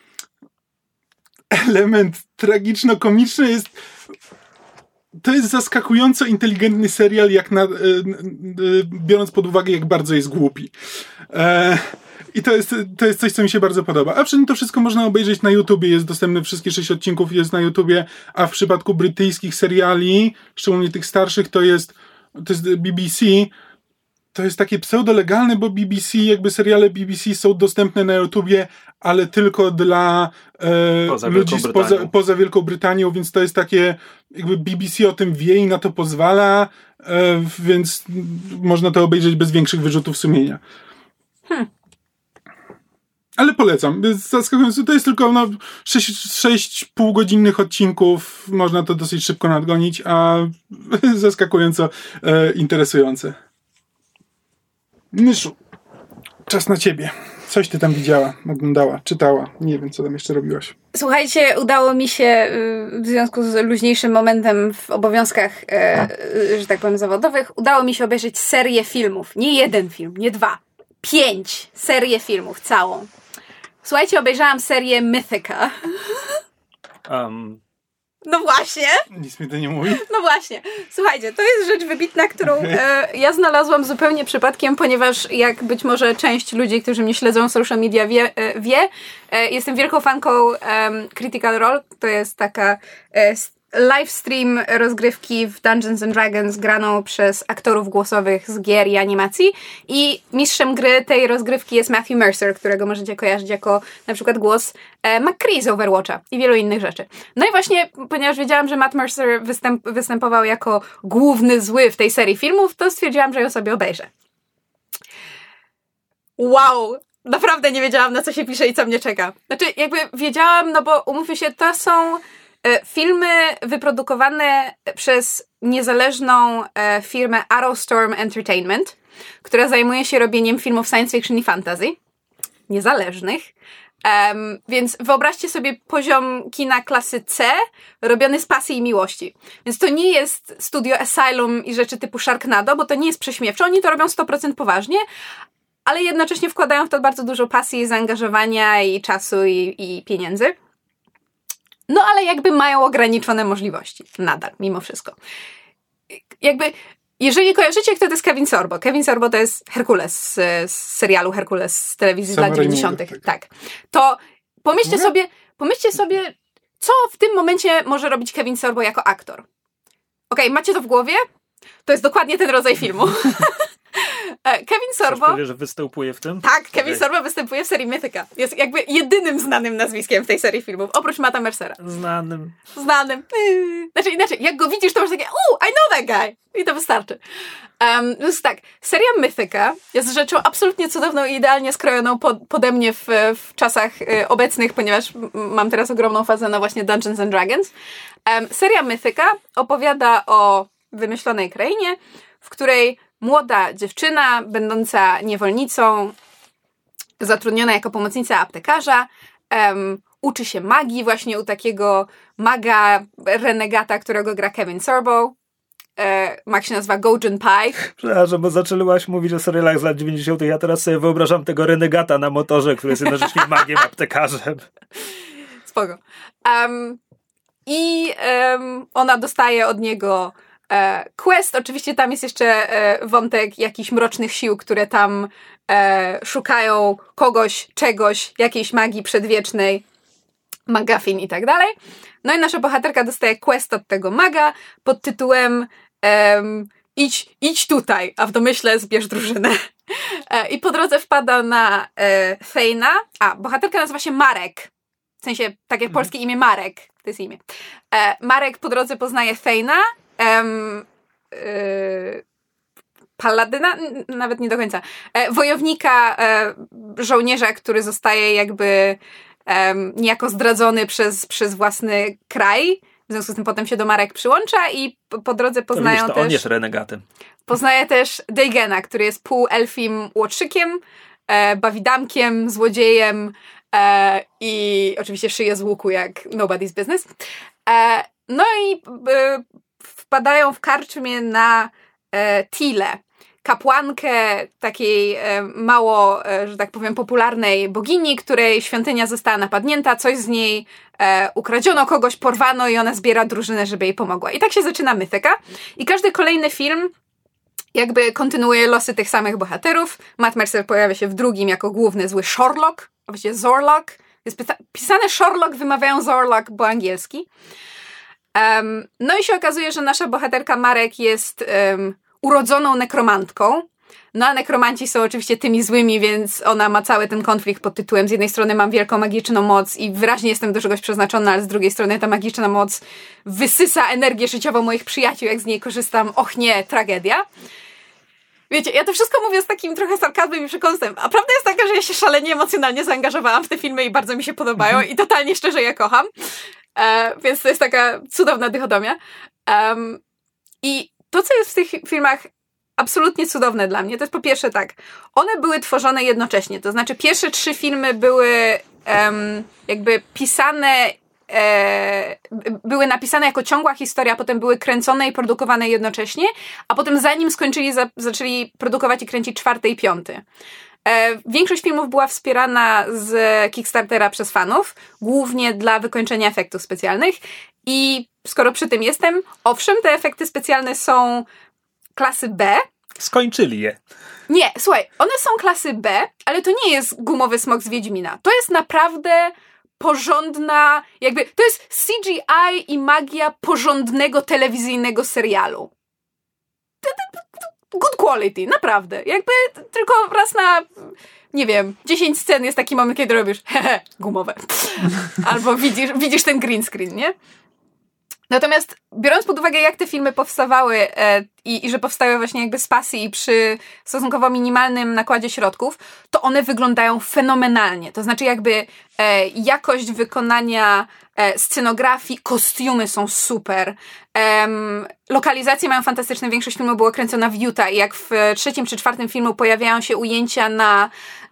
element tragiczno-komiczny, jest to jest zaskakująco inteligentny serial, jak na, e, e, biorąc pod uwagę, jak bardzo jest głupi. E, I to jest, to jest coś, co mi się bardzo podoba. A przy tym to wszystko można obejrzeć na YouTubie, jest dostępne, wszystkie sześć odcinków jest na YouTubie, a w przypadku brytyjskich seriali, szczególnie tych starszych, to jest, to jest B B C, to jest takie pseudolegalne, bo B B C, jakby seriale B B C są dostępne na YouTubie, ale tylko dla e, poza ludzi spoza, poza Wielką Brytanią, więc to jest takie, jakby B B C o tym wie i na to pozwala, e, więc można to obejrzeć bez większych wyrzutów sumienia. Hmm. Ale polecam. Zaskakujące. To jest tylko no, sześć półgodzinnych odcinków. Można to dosyć szybko nadgonić, a zaskakująco e, interesujące. Myszu, czas na ciebie. Coś ty tam widziała, oglądała, czytała. Nie wiem, co tam jeszcze robiłaś. Słuchajcie, udało mi się w związku z luźniejszym momentem w obowiązkach, e, że tak powiem, zawodowych, udało mi się obejrzeć serię filmów. Nie jeden film, nie dwa. Pięć serię filmów, całą. Słuchajcie, obejrzałam serię Mythica. Um. No właśnie. Nic mi to nie mówi. No właśnie. Słuchajcie, to jest rzecz wybitna, którą e, ja znalazłam zupełnie przypadkiem, ponieważ jak być może część ludzi, którzy mnie śledzą w social media wie, e, wie e, jestem wielką fanką e, Critical Role. To jest taka e, live stream rozgrywki w Dungeons and Dragons graną przez aktorów głosowych z gier i animacji. I mistrzem gry tej rozgrywki jest Matthew Mercer, którego możecie kojarzyć jako na przykład głos e, McCree z Overwatcha i wielu innych rzeczy. No i właśnie, ponieważ wiedziałam, że Matt Mercer występ, występował jako główny zły w tej serii filmów, to stwierdziłam, że ją sobie obejrzę. Wow! Naprawdę nie wiedziałam, na co się pisze i co mnie czeka. Znaczy, jakby wiedziałam, no bo umówmy się, to są filmy wyprodukowane przez niezależną e, firmę Arrowstorm Entertainment, która zajmuje się robieniem filmów science fiction i fantasy. Niezależnych. Um, więc wyobraźcie sobie poziom kina klasy C robiony z pasji i miłości. Więc to nie jest studio Asylum i rzeczy typu Sharknado, bo to nie jest prześmiewcze. Oni to robią sto procent poważnie, ale jednocześnie wkładają w to bardzo dużo pasji, zaangażowania i czasu i, i pieniędzy. No ale jakby mają ograniczone możliwości. Nadal, mimo wszystko. Jakby, jeżeli kojarzycie, kto to jest Kevin Sorbo. Kevin Sorbo to jest Herkules z, z serialu Herkules z telewizji z lat dziewięćdziesiątych. Tak. tak. To pomyślcie no. sobie, pomyślcie sobie, co w tym momencie może robić Kevin Sorbo jako aktor. Okej, okay, macie to w głowie? To jest dokładnie ten rodzaj filmu. Kevin Sorbo... Chcesz powiedzieć, że występuje w tym? Tak, Kevin okay. Sorbo występuje w serii Mythica. Jest jakby jedynym znanym nazwiskiem w tej serii filmów, oprócz Matta Mercera. Znanym. Znanym. Znaczy inaczej, jak go widzisz, to masz takie uuu, I know that guy! I to wystarczy. Um, więc tak, seria Mythica jest rzeczą absolutnie cudowną i idealnie skrojoną pod, pode mnie w, w czasach y, obecnych, ponieważ m- mam teraz ogromną fazę na właśnie Dungeons and Dragons. Um, seria Mythica opowiada o wymyślonej krainie, w której młoda dziewczyna, będąca niewolnicą, zatrudniona jako pomocnica aptekarza, um, uczy się magii właśnie u takiego maga, renegata, którego gra Kevin Sorbo. E, mag się nazywa Gojen Pike. Przepraszam, bo zaczęłaś mówić o serialach z lat dziewięćdziesiątych. Ja teraz sobie wyobrażam tego renegata na motorze, który jest jednocześnie magiem, aptekarzem. Spoko. Um, i um, ona dostaje od niego e, quest. Oczywiście tam jest jeszcze e, wątek jakichś mrocznych sił, które tam e, szukają kogoś, czegoś, jakiejś magii przedwiecznej, McGuffin i tak dalej. No i nasza bohaterka dostaje quest od tego maga pod tytułem um, idź, idź tutaj, a w domyśle zbierz drużynę. E, I po drodze wpada na e, Thejna. A, bohaterka nazywa się Marek. W sensie, tak jak polskie imię Marek. To jest imię. E, Marek po drodze poznaje Thejna. Em, e, Paladyna? Nawet nie do końca. E, wojownika, e, żołnierza, który zostaje jakby um, niejako zdradzony przez, przez własny kraj. W związku z tym potem się do Marek przyłącza i po, po drodze poznają to widzisz, to też... on jest renegatem. Poznaje też Deigena, który jest półelfim łotrzykiem, e, bawidamkiem, złodziejem e, i oczywiście szyje z łuku jak nobody's business. E, no i e, wpadają w karczmie na e, Tile, kapłankę takiej e, mało, e, że tak powiem, popularnej bogini, której świątynia została napadnięta, coś z niej e, ukradziono, kogoś porwano i ona zbiera drużynę, żeby jej pomogła. I tak się zaczyna Mythica. I każdy kolejny film jakby kontynuuje losy tych samych bohaterów. Matt Mercer pojawia się w drugim jako główny zły Shorlock, a właściwie Zorlok. Jest pisa- pisane Shorlock, wymawiają Zorlok, bo angielski. Um, no i się okazuje, że nasza bohaterka Marek jest um, urodzoną nekromantką. No a nekromanci są oczywiście tymi złymi, więc ona ma cały ten konflikt pod tytułem z jednej strony mam wielką magiczną moc i wyraźnie jestem do czegoś przeznaczona, ale z drugiej strony ta magiczna moc wysysa energię życiową moich przyjaciół, jak z niej korzystam, och nie, tragedia. Wiecie, ja to wszystko mówię z takim trochę sarkazmem i przekąsem, a prawda jest taka, że ja się szalenie emocjonalnie zaangażowałam w te filmy i bardzo mi się podobają mm-hmm. i totalnie szczerze je kocham. E, więc to jest taka cudowna dychotomia. Um, I to, co jest w tych filmach absolutnie cudowne dla mnie, to jest po pierwsze tak, one były tworzone jednocześnie, to znaczy pierwsze trzy filmy były um, jakby pisane, e, były napisane jako ciągła historia, potem były kręcone i produkowane jednocześnie, a potem zanim skończyli, za, zaczęli produkować i kręcić czwarty i piąty. E, większość filmów była wspierana z Kickstartera przez fanów, głównie dla wykończenia efektów specjalnych i skoro przy tym jestem, owszem, te efekty specjalne są klasy B. Skończyli je. Nie, słuchaj, one są klasy B, ale to nie jest gumowy smok z Wiedźmina. To jest naprawdę porządna, jakby, to jest C G I i magia porządnego telewizyjnego serialu. Good quality, naprawdę. Jakby tylko raz na, nie wiem, dziesięć scen jest taki moment, kiedy robisz hehe, gumowe. Albo widzisz, widzisz ten green screen, nie? Natomiast biorąc pod uwagę, jak te filmy powstawały e, i, i że powstały właśnie jakby z pasji i przy stosunkowo minimalnym nakładzie środków, to one wyglądają fenomenalnie. To znaczy jakby e, jakość wykonania e, scenografii, kostiumy są super. E, lokalizacje mają fantastyczne. Większość filmu było kręcona w Utah i jak w trzecim czy czwartym filmu pojawiają się ujęcia na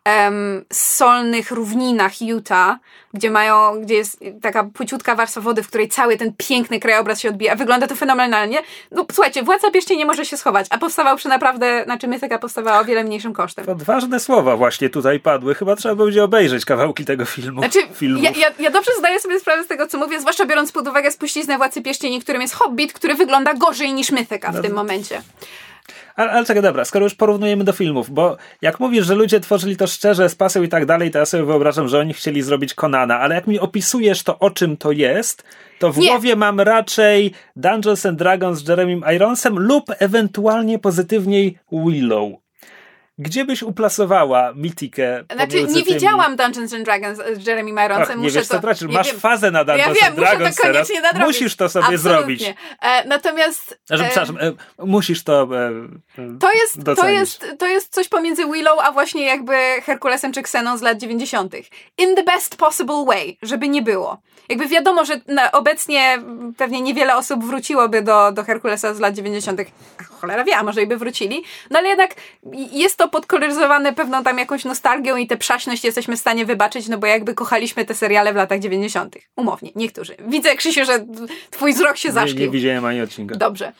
Um, solnych równinach Utah, gdzie mają, gdzie jest taka płyciutka warstwa wody, w której cały ten piękny krajobraz się odbija. Wygląda to fenomenalnie. No słuchajcie, Władca Pierścieni nie może się schować, a powstawał przy naprawdę, znaczy Mythica powstawała o wiele mniejszym kosztem. Odważne słowa właśnie tutaj padły. Chyba trzeba będzie obejrzeć kawałki tego filmu. Znaczy, ja, ja, ja dobrze zdaję sobie sprawę z tego, co mówię, zwłaszcza biorąc pod uwagę spuściznę Władcy Pierścieni, którym jest Hobbit, który wygląda gorzej niż Mythica w no. tym momencie. Ale, ale czekaj, dobra, skoro już porównujemy do filmów, bo jak mówisz, że ludzie tworzyli to szczerze, z pasją i tak dalej, to ja sobie wyobrażam, że oni chcieli zrobić Conana, ale jak mi opisujesz to, o czym to jest, to w Nie. głowie mam raczej Dungeons and Dragons z Jeremym Ironsem lub ewentualnie pozytywniej Willow. Gdzie byś uplasowała Mythicę? Znaczy, nie tymi... widziałam Dungeons and Dragons z Jeremy Ironsem. Ach, nie muszę wiesz, to... co tracisz. Ja Masz wiem. fazę na Dungeons ja and wiem, Dragons muszę to teraz. nadrobić. Musisz to sobie Absolutnie. zrobić. E, natomiast... Znaczy, e, przepraszam, e, musisz to e, to jest, docenić. to, jest, to jest coś pomiędzy Willow, a właśnie jakby Herkulesem czy Xeną z lat dziewięćdziesiątych. In the best possible way, żeby nie było. Jakby wiadomo, że na, obecnie pewnie niewiele osób wróciłoby do, do Herkulesa z lat dziewięćdziesiątych. Cholera wie, a może i by wrócili. No ale jednak jest to podkoloryzowane pewną tam jakąś nostalgią i tę przaśność jesteśmy w stanie wybaczyć, no bo jakby kochaliśmy te seriale w latach dziewięćdziesiątych. Umownie, niektórzy. Widzę, Krzysiu, że twój wzrok się zaszklił. Nie, nie widziałem ani odcinka. Dobrze.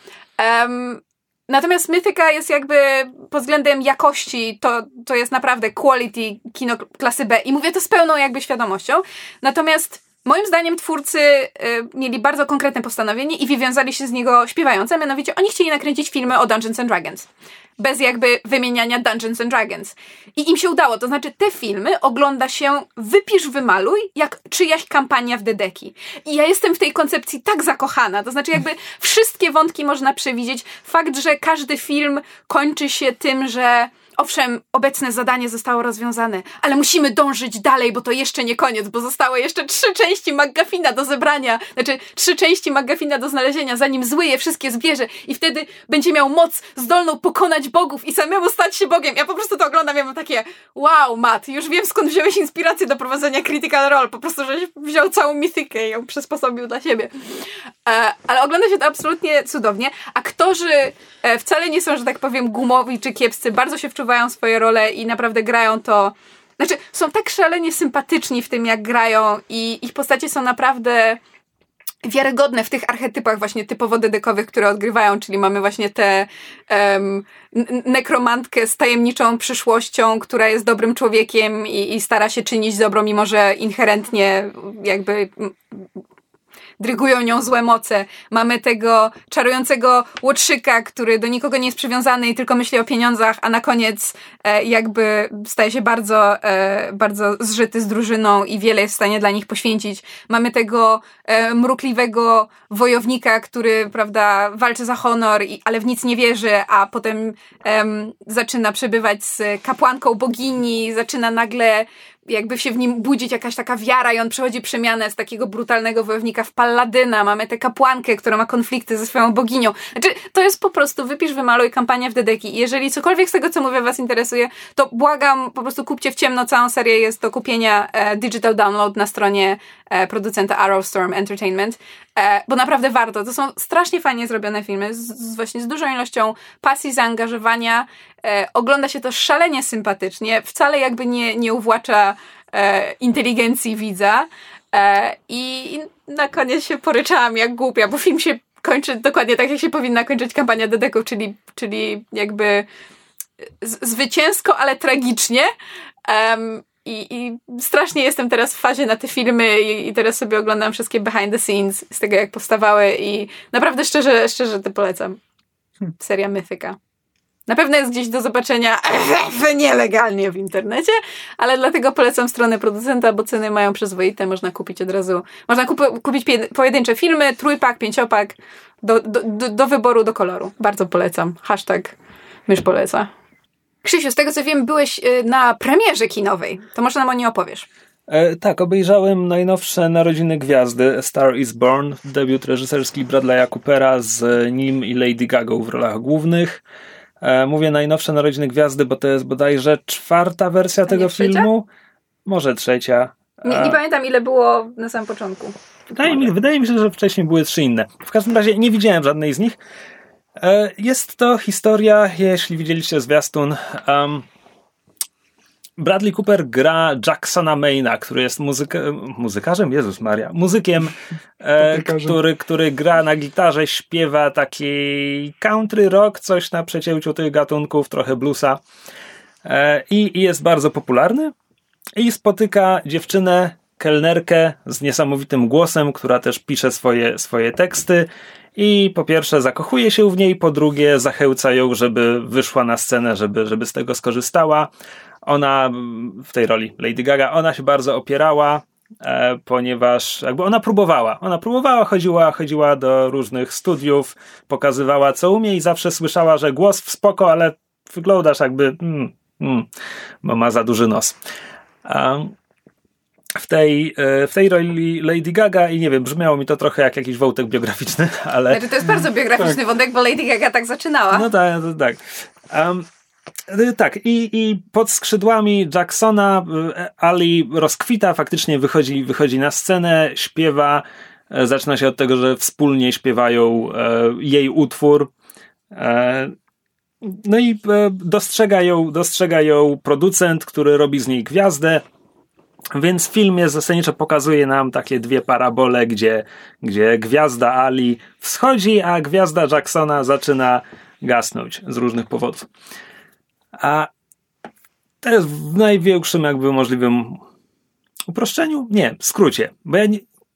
Um, natomiast Mythica jest jakby pod względem jakości, to, to jest naprawdę quality kino klasy B i mówię to z pełną jakby świadomością. Natomiast moim zdaniem twórcy y, mieli bardzo konkretne postanowienie i wywiązali się z niego śpiewając, a mianowicie oni chcieli nakręcić filmy o Dungeons and Dragons. Bez jakby wymieniania Dungeons and Dragons. I im się udało. To znaczy te filmy ogląda się wypisz, wymaluj, jak czyjaś kampania w Dedeki. I ja jestem w tej koncepcji tak zakochana. To znaczy jakby wszystkie wątki można przewidzieć. Fakt, że każdy film kończy się tym, że owszem, obecne zadanie zostało rozwiązane, ale musimy dążyć dalej, bo to jeszcze nie koniec, bo zostały jeszcze trzy części McGuffina do zebrania, znaczy trzy części McGuffina do znalezienia, zanim zły je wszystkie zbierze i wtedy będzie miał moc zdolną pokonać bogów i samemu stać się Bogiem. Ja po prostu to oglądam, ja mam takie wow, Matt, już wiem skąd wziąłeś inspirację do prowadzenia Critical Role, po prostu, żeś wziął całą mitykę i ją przysposobił dla siebie. E, ale ogląda się to absolutnie cudownie. Aktorzy e, wcale nie są, że tak powiem, gumowi czy kiepscy, bardzo się wczuwają swoje role i naprawdę grają to. Znaczy, są tak szalenie sympatyczni w tym, jak grają i ich postacie są naprawdę wiarygodne w tych archetypach właśnie typowo dedekowych, które odgrywają, czyli mamy właśnie tę um, nekromantkę z tajemniczą przyszłością, która jest dobrym człowiekiem i, i stara się czynić dobro, mimo że inherentnie jakby drygują nią złe moce. Mamy tego czarującego łotrzyka, który do nikogo nie jest przywiązany i tylko myśli o pieniądzach, a na koniec e, jakby staje się bardzo, e, bardzo zżyty z drużyną i wiele jest w stanie dla nich poświęcić. Mamy tego e, mrukliwego wojownika, który, prawda, walczy za honor, i, ale w nic nie wierzy, a potem em, zaczyna przebywać z kapłanką bogini, zaczyna nagle jakby się w nim budzić jakaś taka wiara i on przechodzi przemianę z takiego brutalnego wojownika w palladyna. Mamy tę kapłankę, która ma konflikty ze swoją boginią. Znaczy, to jest po prostu wypisz, wymaluj kampania w Dedeki. I jeżeli cokolwiek z tego, co mówię, was interesuje, to błagam, po prostu kupcie w ciemno całą serię. Jest do kupienia e, digital download na stronie e, producenta Arrowstorm Entertainment. E, bo naprawdę warto. To są strasznie fajnie zrobione filmy, z, z właśnie z dużą ilością pasji, zaangażowania. E, ogląda się to szalenie sympatycznie. Wcale jakby nie, nie uwłacza e, inteligencji widza. E, I na koniec się poryczałam jak głupia, bo film się kończy dokładnie tak, jak się powinna kończyć kampania Dedeków, czyli, czyli jakby z, zwycięsko, ale tragicznie. Um, I, I strasznie jestem teraz w fazie na te filmy i, i teraz sobie oglądam wszystkie behind the scenes z tego, jak powstawały i naprawdę szczerze, szczerze to polecam. Seria Mythica. Na pewno jest gdzieś do zobaczenia nielegalnie w internecie, ale dlatego polecam stronę producenta, bo ceny mają przyzwoite, można kupić od razu, można kup- kupić pojedyncze filmy, trójpak, pięciopak, do, do, do, do wyboru, do koloru. Bardzo polecam. Hashtag mysz poleca. Krzysiu, z tego co wiem, byłeś na premierze kinowej. To może nam o niej opowiesz. E, tak, obejrzałem najnowsze Narodziny Gwiazdy, A Star is Born, debiut reżyserski Bradley'a Coopera z nim i Lady Gagą w rolach głównych. E, mówię najnowsze Narodziny Gwiazdy, bo to jest bodajże czwarta wersja tego filmu. Może trzecia. Nie, nie pamiętam, ile było na samym początku. Wydaje mi, wydaje mi się, że wcześniej były trzy inne. W każdym razie nie widziałem żadnej z nich. E, jest to historia, jeśli widzieliście zwiastun, um, Bradley Cooper gra Jacksona Maina, który jest muzyka, muzykarzem? Jezus Maria. Muzykiem, e, który, który gra na gitarze, śpiewa taki country rock, coś na przecięciu tych gatunków, trochę bluesa. E, i, I jest bardzo popularny. I spotyka dziewczynę, kelnerkę z niesamowitym głosem, która też pisze swoje, swoje teksty. I po pierwsze zakochuje się w niej, po drugie zachęca ją, żeby wyszła na scenę, żeby, żeby z tego skorzystała. Ona w tej roli Lady Gaga, ona się bardzo opierała, e, ponieważ jakby ona próbowała. Ona próbowała, chodziła, chodziła do różnych studiów, pokazywała co umie i zawsze słyszała, że głos w spoko, ale wyglądasz jakby mm, mm, bo ma za duży nos. Um, w tej, w tej roli Lady Gaga i nie wiem, brzmiało mi to trochę jak jakiś wątek biograficzny, ale... Znaczy to jest bardzo biograficzny tak. wątek, bo Lady Gaga tak zaczynała. No tak, to, tak. Um, tak, i, i pod skrzydłami Jacksona Ali rozkwita, faktycznie wychodzi, wychodzi na scenę, śpiewa, zaczyna się od tego, że wspólnie śpiewają e, jej utwór. E, no i e, dostrzega ją, dostrzega ją producent, który robi z niej gwiazdę. Więc w filmie zasadniczo pokazuje nam takie dwie parabole, gdzie, gdzie gwiazda Ali wschodzi, a gwiazda Jacksona zaczyna gasnąć z różnych powodów. A to jest w największym jakby możliwym uproszczeniu? Nie, w skrócie. Bo ja nie,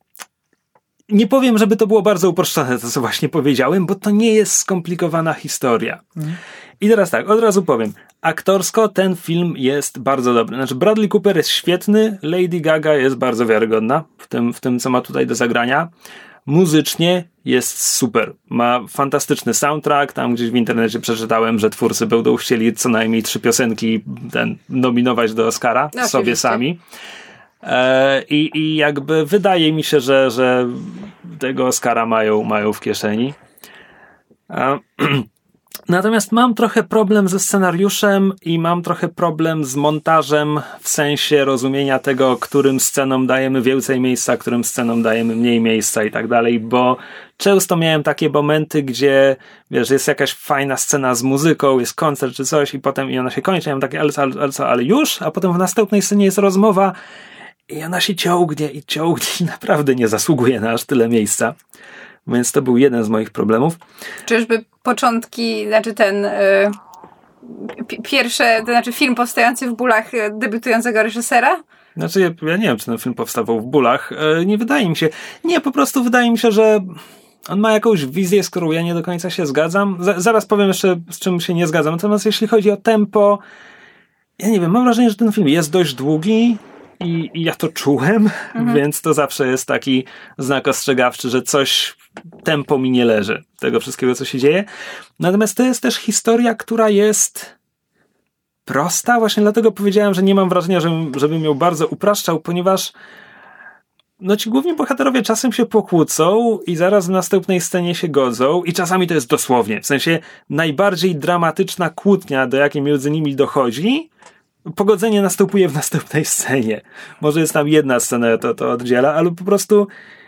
nie powiem, żeby to było bardzo uproszczone, to co właśnie powiedziałem, bo to nie jest skomplikowana historia. Mhm. I teraz tak, od razu powiem. Aktorsko ten film jest bardzo dobry. Znaczy Bradley Cooper jest świetny, Lady Gaga jest bardzo wiarygodna w tym, w tym co ma tutaj do zagrania. Muzycznie jest super. Ma fantastyczny soundtrack. Tam gdzieś w internecie przeczytałem, że twórcy będą chcieli co najmniej trzy piosenki ten, nominować do Oscara no, sobie oczywiście. Sami. E, i, I jakby wydaje mi się, że, że tego Oscara mają, mają w kieszeni. E, Natomiast mam trochę problem ze scenariuszem i mam trochę problem z montażem w sensie rozumienia tego, którym scenom dajemy więcej miejsca, którym scenom dajemy mniej miejsca i tak dalej, bo często miałem takie momenty, gdzie wiesz, jest jakaś fajna scena z muzyką, jest koncert czy coś i potem i ona się kończy, ja mam takie, ale, ale, ale co, ale już? A potem w następnej scenie jest rozmowa i ona się ciągnie i ciągnie i naprawdę nie zasługuje na aż tyle miejsca. Więc to był jeden z moich problemów. Czyżby początki, znaczy ten y, p- pierwsze, to znaczy film powstający w bólach y, debiutującego reżysera? Znaczy ja, ja nie wiem, czy ten film powstawał w bólach. Y, nie wydaje mi się. Nie, po prostu wydaje mi się, że on ma jakąś wizję, z którą ja nie do końca się zgadzam. Z- zaraz powiem jeszcze, z czym się nie zgadzam. Natomiast jeśli chodzi o tempo, ja nie wiem, mam wrażenie, że ten film jest dość długi. I, I ja to czułem, mhm. więc to zawsze jest taki znak ostrzegawczy, że coś, tempo mi nie leży, tego wszystkiego, co się dzieje. Natomiast to jest też historia, która jest prosta. Właśnie dlatego powiedziałem, że nie mam wrażenia, żebym, żebym ją bardzo upraszczał, ponieważ no ci główni bohaterowie czasem się pokłócą i zaraz w następnej scenie się godzą i czasami to jest dosłownie. W sensie najbardziej dramatyczna kłótnia, do jakiej między nimi dochodzi, pogodzenie następuje w następnej scenie. Może jest tam jedna scena, to, to oddziela, ale po prostu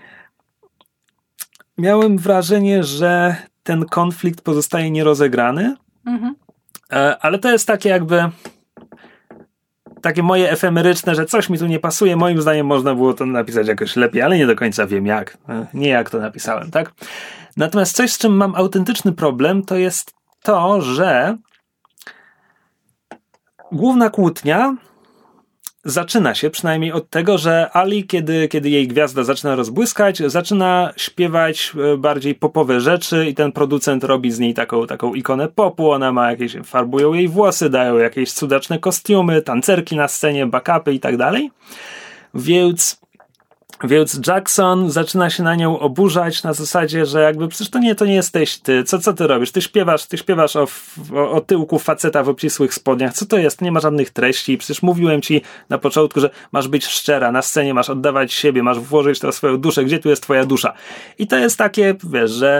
miałem wrażenie, że ten konflikt pozostaje nierozegrany, mhm. ale to jest takie jakby takie moje efemeryczne, że coś mi tu nie pasuje. Moim zdaniem można było to napisać jakoś lepiej, ale nie do końca wiem jak. Nie jak to napisałem, tak? Natomiast coś, z czym mam autentyczny problem, to jest to, że główna kłótnia zaczyna się przynajmniej od tego, że Ali, kiedy, kiedy jej gwiazda zaczyna rozbłyskać, zaczyna śpiewać bardziej popowe rzeczy i ten producent robi z niej taką, taką ikonę popu, ona ma jakieś, farbują jej włosy, dają jakieś cudaczne kostiumy, tancerki na scenie, backupy i tak dalej. Więc Więc Jackson zaczyna się na nią oburzać na zasadzie, że jakby przecież to nie, to nie jesteś ty. Co, co ty robisz? Ty śpiewasz, ty śpiewasz o, o, o tyłku faceta w obcisłych spodniach. Co to jest? Nie ma żadnych treści. Przecież mówiłem ci na początku, że masz być szczera. Na scenie masz oddawać siebie, masz włożyć tę swoją duszę. Gdzie tu jest twoja dusza? I to jest takie, wiesz, że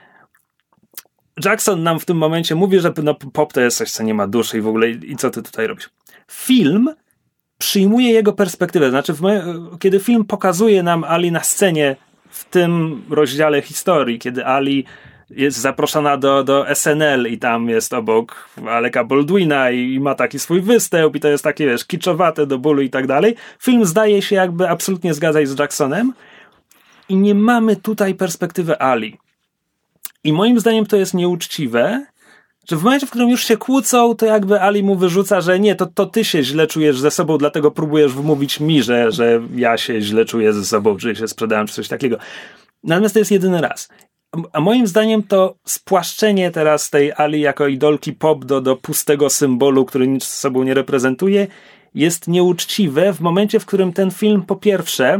Jackson nam w tym momencie mówi, że no, pop to jest coś, co nie ma duszy i w ogóle i co ty tutaj robisz? Film przyjmuje jego perspektywę. Znaczy, w moje, kiedy film pokazuje nam Ali na scenie w tym rozdziale historii, kiedy Ali jest zaproszona do, do S N L i tam jest obok Aleka Baldwina i, i ma taki swój występ i to jest takie, wiesz, kiczowate do bólu i tak dalej. Film zdaje się jakby absolutnie zgadzać z Jacksonem i nie mamy tutaj perspektywy Ali. I moim zdaniem to jest nieuczciwe, że w momencie, w którym już się kłócą, to jakby Ali mu wyrzuca, że nie, to, to ty się źle czujesz ze sobą, dlatego próbujesz wmówić mi, że, że ja się źle czuję ze sobą, czy się sprzedałem, czy coś takiego. Natomiast to jest jedyny raz. A moim zdaniem to spłaszczenie teraz tej Ali jako idolki pop do, do pustego symbolu, który nic z sobą nie reprezentuje, jest nieuczciwe w momencie, w którym ten film po pierwsze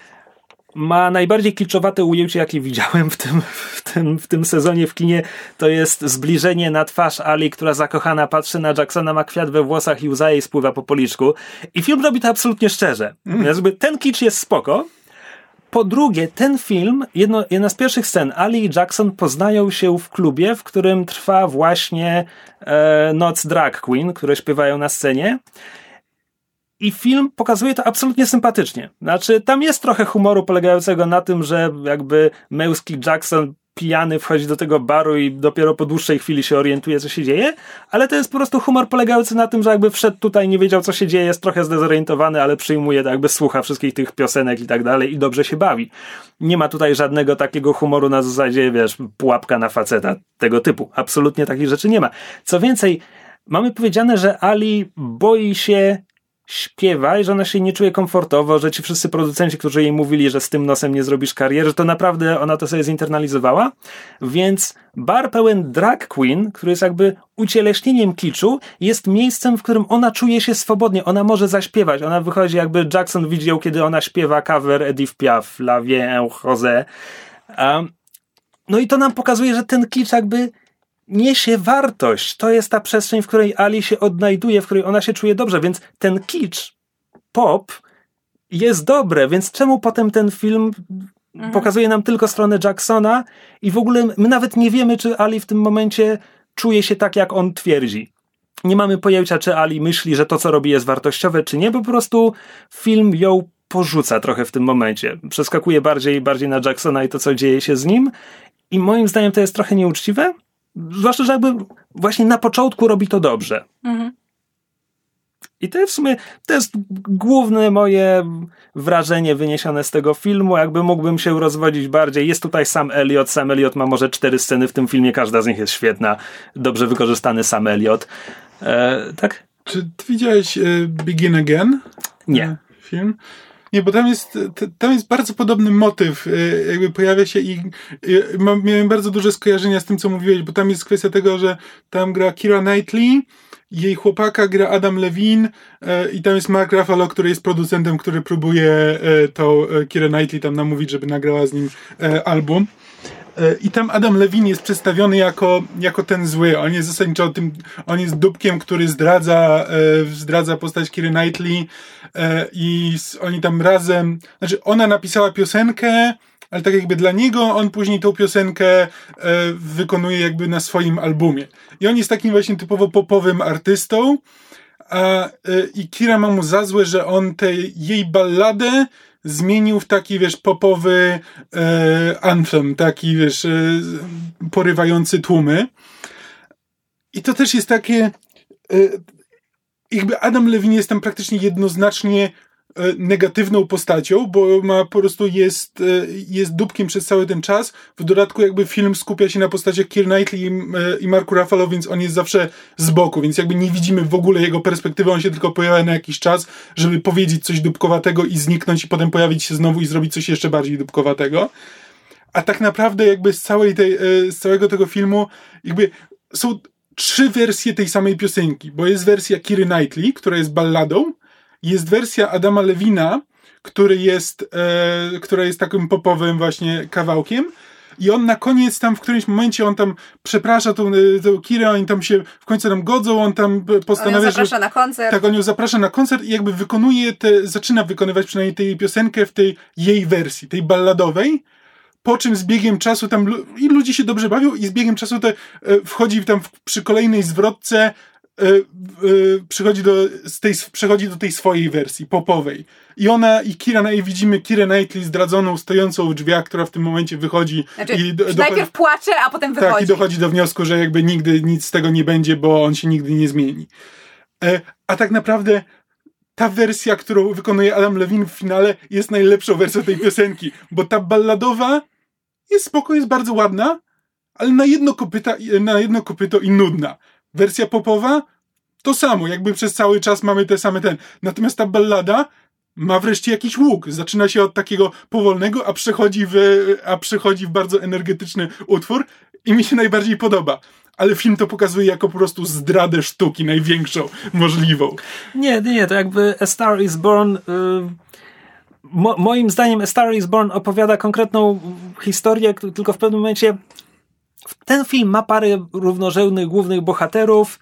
ma najbardziej kiczowate ujęcie, jakie widziałem w tym, w tym, w tym sezonie w kinie. To jest zbliżenie na twarz Ali, która zakochana patrzy na Jacksona, ma kwiat we włosach i łza jej spływa po policzku. I film robi to absolutnie szczerze. Mm. Ten kicz jest spoko. Po drugie, ten film, jedno, jedna z pierwszych scen, Ali i Jackson poznają się w klubie, w którym trwa właśnie e, noc drag queen, które śpiewają na scenie. I film pokazuje to absolutnie sympatycznie. Znaczy, tam jest trochę humoru polegającego na tym, że jakby męski Jackson pijany wchodzi do tego baru i dopiero po dłuższej chwili się orientuje, co się dzieje, ale to jest po prostu humor polegający na tym, że jakby wszedł tutaj, nie wiedział, co się dzieje, jest trochę zdezorientowany, ale przyjmuje, jakby słucha wszystkich tych piosenek i tak dalej i dobrze się bawi. Nie ma tutaj żadnego takiego humoru na zasadzie, wiesz, pułapka na faceta, tego typu. Absolutnie takich rzeczy nie ma. Co więcej, mamy powiedziane, że Ali boi się śpiewa i że ona się nie czuje komfortowo, że ci wszyscy producenci, którzy jej mówili, że z tym nosem nie zrobisz kariery, że to naprawdę ona to sobie zinternalizowała. Więc bar pełen drag queen, który jest jakby ucieleśnieniem kiczu, jest miejscem, w którym ona czuje się swobodnie. Ona może zaśpiewać. Ona wychodzi, jakby Jackson widział, kiedy ona śpiewa cover Edith Piaf, La Vie en Rose. Um, no i to nam pokazuje, że ten kicz jakby niesie wartość. To jest ta przestrzeń, w której Ali się odnajduje, w której ona się czuje dobrze, więc ten kicz, pop jest dobre, więc czemu potem ten film mhm. pokazuje nam tylko stronę Jacksona i w ogóle my nawet nie wiemy, czy Ali w tym momencie czuje się tak, jak on twierdzi. Nie mamy pojęcia, czy Ali myśli, że to, co robi, jest wartościowe, czy nie, bo po prostu film ją porzuca trochę w tym momencie. Przeskakuje bardziej bardziej na Jacksona i to, co dzieje się z nim i moim zdaniem to jest trochę nieuczciwe. Zwłaszcza, że jakby właśnie na początku robi to dobrze. Mhm. I to jest w sumie, to jest główne moje wrażenie wyniesione z tego filmu. Jakby mógłbym się rozwodzić bardziej. Jest tutaj Sam Elliott. Sam Elliott ma może cztery sceny w tym filmie. Każda z nich jest świetna. Dobrze wykorzystany Sam Elliott. E, tak? Czy ty widziałeś e, Begin Again? Nie. E, film? Nie, bo tam jest, tam jest bardzo podobny motyw, jakby pojawia się i mam, miałem bardzo duże skojarzenia z tym, co mówiłeś, bo tam jest kwestia tego, że tam gra Keira Knightley, jej chłopaka gra Adam Levine i tam jest Mark Ruffalo, który jest producentem, który próbuje tą Keira Knightley tam namówić, żeby nagrała z nim album. I tam Adam Levine jest przedstawiony jako, jako ten zły. On jest zasadniczo tym, on jest dupkiem, który zdradza, e, zdradza postać Keira Knightley e, i s, oni tam razem, znaczy ona napisała piosenkę, ale tak jakby dla niego, on później tą piosenkę e, wykonuje jakby na swoim albumie. I on jest takim właśnie typowo popowym artystą, a e, i Keira ma mu za złe, że on tę jej balladę zmienił w taki, wiesz, popowy e, anthem, taki, wiesz, e, porywający tłumy. I to też jest takie e, jakby Adam Levine jest tam praktycznie jednoznacznie e, negatywną postacią, bo ma po prostu jest, e, jest dupkiem przez cały ten czas. W dodatku jakby film skupia się na postaciach Keira Knightley i, e, i Marku Ruffalo, więc on jest zawsze z boku, więc jakby nie widzimy w ogóle jego perspektywy, on się tylko pojawia na jakiś czas, żeby powiedzieć coś dupkowatego i zniknąć i potem pojawić się znowu i zrobić coś jeszcze bardziej dupkowatego. A tak naprawdę jakby z całej tej, z całego tego filmu jakby są trzy wersje tej samej piosenki, bo jest wersja Keiry Knightley, która jest balladą, jest wersja Adama Levina, który jest, e, która jest takim popowym właśnie kawałkiem i on na koniec tam w którymś momencie on tam przeprasza tą, tą Keirę, oni tam się w końcu tam godzą, on tam postanawia, on ją zaprasza że, na koncert. Tak, on ją zaprasza na koncert i jakby wykonuje te, zaczyna wykonywać przynajmniej tę piosenkę w tej jej wersji, tej balladowej, po czym z biegiem czasu tam i ludzie się dobrze bawią i z biegiem czasu te, wchodzi tam w, przy kolejnej zwrotce e, e, przychodzi do, z tej, przechodzi do tej swojej wersji popowej. I ona, i Keira, i widzimy Keirę Knightley zdradzoną, stojącą w drzwiach, która w tym momencie wychodzi. Znaczy, i do, najpierw dochodzi, płacze, a potem wychodzi. Tak, i dochodzi do wniosku, że jakby nigdy nic z tego nie będzie, bo on się nigdy nie zmieni. E, a tak naprawdę ta wersja, którą wykonuje Adam Levine w finale, jest najlepszą wersją tej piosenki, bo ta balladowa jest spoko, jest bardzo ładna, ale na jedno kopyta, na jedno kopyto i nudna. Wersja popowa to samo, jakby przez cały czas mamy te same ten. Natomiast ta ballada ma wreszcie jakiś łuk. Zaczyna się od takiego powolnego, a przechodzi w, a przechodzi w bardzo energetyczny utwór i mi się najbardziej podoba. Ale film to pokazuje jako po prostu zdradę sztuki największą możliwą. Nie, nie, to jakby A Star is Born... Yy... Mo- moim zdaniem A Star is Born opowiada konkretną historię, tylko w pewnym momencie ten film ma parę równorzędnych głównych bohaterów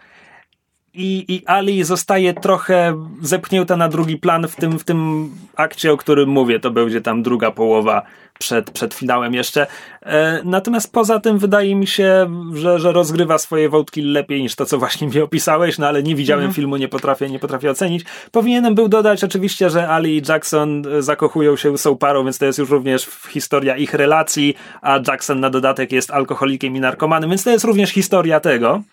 i, i Ali zostaje trochę zepchnięta na drugi plan w tym, w tym akcie, o którym mówię. To będzie tam druga połowa przed, przed finałem jeszcze. E, natomiast poza tym wydaje mi się, że, że rozgrywa swoje wątki lepiej niż to, co właśnie mi opisałeś, no ale nie widziałem mhm. filmu, nie potrafię, nie potrafię ocenić. Powinienem był dodać oczywiście, że Ali i Jackson zakochują się, są parą, więc to jest już również historia ich relacji, a Jackson na dodatek jest alkoholikiem i narkomanem, więc to jest również historia tego.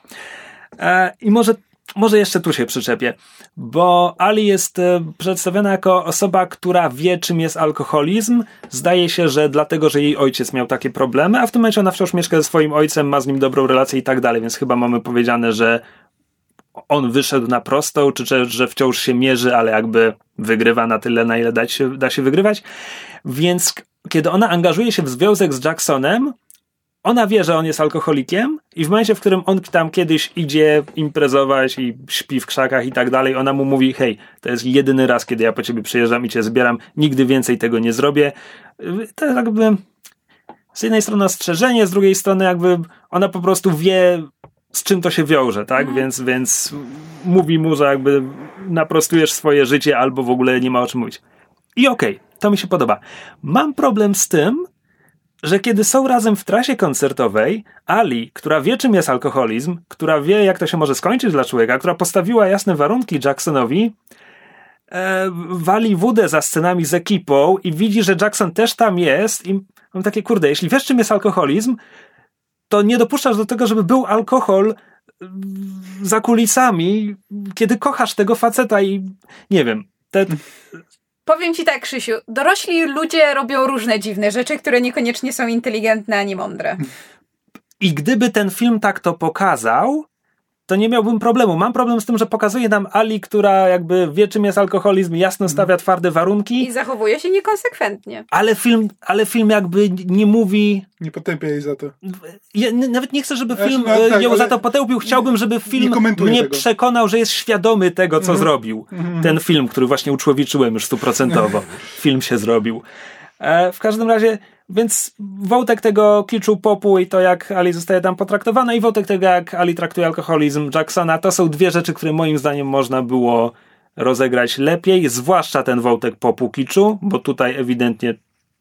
E, I może Może jeszcze tu się przyczepię, bo Ali jest przedstawiona jako osoba, która wie, czym jest alkoholizm. Zdaje się, że dlatego, że jej ojciec miał takie problemy, a w tym momencie ona wciąż mieszka ze swoim ojcem, ma z nim dobrą relację i tak dalej, więc chyba mamy powiedziane, że on wyszedł na prostą, czy, czy że wciąż się mierzy, ale jakby wygrywa na tyle, na ile da się, da się wygrywać. Więc kiedy ona angażuje się w związek z Jacksonem, ona wie, że on jest alkoholikiem i w momencie, w którym on tam kiedyś idzie imprezować i śpi w krzakach i tak dalej, ona mu mówi, hej, to jest jedyny raz, kiedy ja po ciebie przyjeżdżam i cię zbieram, nigdy więcej tego nie zrobię. To jest jakby z jednej strony ostrzeżenie, z drugiej strony jakby ona po prostu wie, z czym to się wiąże, tak? Mhm. Więc, więc mówi mu, że jakby naprostujesz swoje życie albo w ogóle nie ma o czym mówić. I okej, okay, to mi się podoba. Mam problem z tym, że kiedy są razem w trasie koncertowej, Ali, która wie, czym jest alkoholizm, która wie, jak to się może skończyć dla człowieka, która postawiła jasne warunki Jacksonowi, e, wali wódę za scenami z ekipą i widzi, że Jackson też tam jest i mam takie, kurde, jeśli wiesz, czym jest alkoholizm, to nie dopuszczasz do tego, żeby był alkohol za kulisami, kiedy kochasz tego faceta i nie wiem, te... Powiem ci tak, Krzysiu, dorośli ludzie robią różne dziwne rzeczy, które niekoniecznie są inteligentne ani mądre. I gdyby ten film tak to pokazał, to nie miałbym problemu. Mam problem z tym, że pokazuje nam Ali, która jakby wie, czym jest alkoholizm, jasno stawia twarde warunki. I zachowuje się niekonsekwentnie. Ale film, ale film jakby nie mówi... Nie potępia jej za to. Ja nawet nie chcę, żeby Znaczy, film no, tak, ją za to potępił. Chciałbym, żeby film mnie tego. przekonał, że jest świadomy tego, co mm-hmm. zrobił. Mm-hmm. Ten film, który właśnie uczłowiczyłem już stuprocentowo. Film się zrobił. E, w każdym razie, więc wątek tego kiczu popu i to, jak Ali zostaje tam potraktowana i wątek tego, jak Ali traktuje alkoholizm Jacksona, to są dwie rzeczy, które moim zdaniem można było rozegrać lepiej, zwłaszcza ten wątek popu kiczu, bo tutaj ewidentnie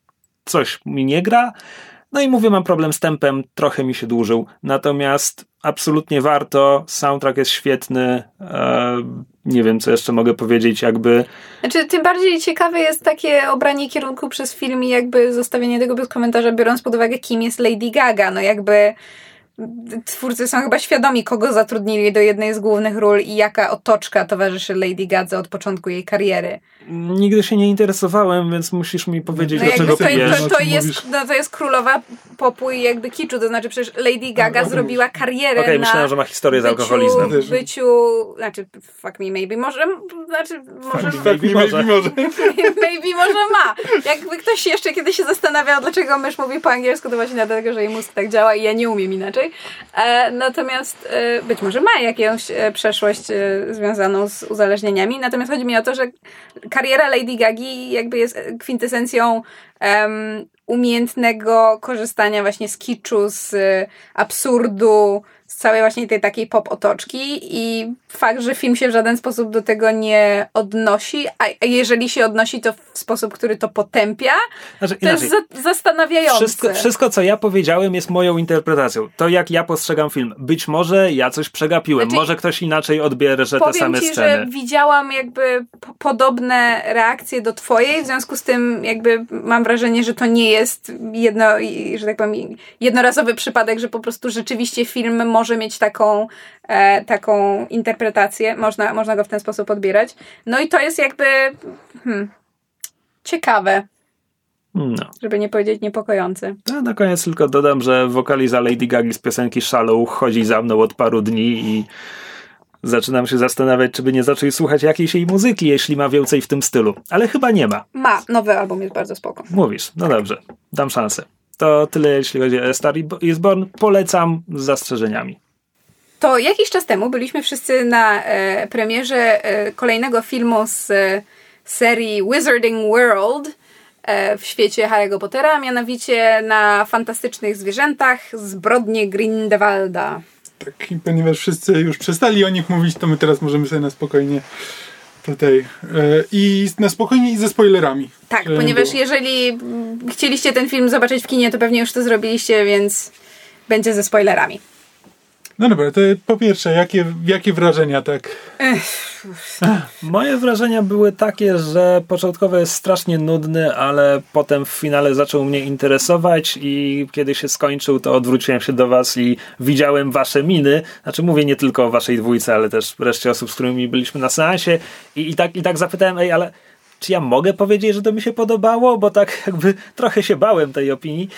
coś mi nie gra. No i mówię, mam problem z tempem, trochę mi się dłużył. Natomiast absolutnie warto, soundtrack jest świetny, e, nie wiem, co jeszcze mogę powiedzieć, jakby... Znaczy, tym bardziej ciekawe jest takie obranie kierunku przez film i jakby zostawienie tego bez komentarza, biorąc pod uwagę, kim jest Lady Gaga. No jakby twórcy są chyba świadomi, kogo zatrudnili do jednej z głównych ról i jaka otoczka towarzyszy Lady Gadze od początku jej kariery. Nigdy się nie interesowałem, więc musisz mi powiedzieć, no dlaczego to, ty wiesz. To, to, jest, no to jest królowa popu i jakby kiczu, to znaczy przecież Lady Gaga no, zrobiła karierę okay, na myślałem, że ma historię z byciu, alkoholizmem. byciu, znaczy fuck me maybe, może, znaczy może, fuck maybe, może. może. Maybe może ma. Jakby ktoś jeszcze kiedyś się zastanawiał, dlaczego mysz mówi po angielsku, to właśnie dlatego, że jej mózg tak działa i ja nie umiem inaczej. E, natomiast e, być może ma jakąś e, przeszłość e, związaną z uzależnieniami, natomiast chodzi mi o to, że kariera Lady Gagi jakby jest kwintesencją um, umiejętnego korzystania właśnie z kiczu, z y, absurdu, z całej właśnie tej takiej pop otoczki i fakt, że film się w żaden sposób do tego nie odnosi, a jeżeli się odnosi, to w sposób, który to potępia, znaczy, to inaczej. jest za- zastanawiające. Wszystko, wszystko, co ja powiedziałem, jest moją interpretacją. To, jak ja postrzegam film. Być może ja coś przegapiłem, znaczy, może ktoś inaczej odbierze te same ci, sceny. Że widziałam jakby p- podobne reakcje do twojej, w związku z tym jakby mam wrażenie, że to nie jest jedno, że tak powiem, jednorazowy przypadek, że po prostu rzeczywiście film może mieć taką, e, taką interpretację, można, można go w ten sposób odbierać. No i to jest jakby hmm, ciekawe. No. Żeby nie powiedzieć niepokojące. No, na koniec tylko dodam, że wokaliza Lady Gagi z piosenki Shallow chodzi za mną od paru dni i zaczynam się zastanawiać, czy by nie zacząć słuchać jakiejś jej muzyki, jeśli ma więcej w tym stylu. Ale chyba nie ma. Ma. Nowy album jest bardzo spoko. Mówisz. No dobrze. Dam szansę. To tyle, jeśli chodzi o Star is Born. Polecam z zastrzeżeniami. To jakiś czas temu byliśmy wszyscy na e, premierze e, kolejnego filmu z e, serii Wizarding World e, w świecie Harry'ego Pottera, mianowicie na fantastycznych zwierzętach Zbrodnie Grindelwalda. Tak, i ponieważ wszyscy już przestali o nich mówić, to my teraz możemy sobie na spokojnie tutaj e, i na spokojnie i ze spoilerami. Tak, ponieważ było. Jeżeli chcieliście ten film zobaczyć w kinie, to pewnie już to zrobiliście, więc będzie ze spoilerami. No dobra, to po pierwsze, jakie, jakie wrażenia tak? Ech. Moje wrażenia były takie, że początkowo jest strasznie nudny, ale potem w finale zaczął mnie interesować i kiedy się skończył, to odwróciłem się do was i widziałem wasze miny. Znaczy mówię nie tylko o waszej dwójce, ale też reszcie osób, z którymi byliśmy na seansie i, i, tak, i tak zapytałem, ej, ale czy ja mogę powiedzieć, że to mi się podobało? Bo tak jakby trochę się bałem tej opinii.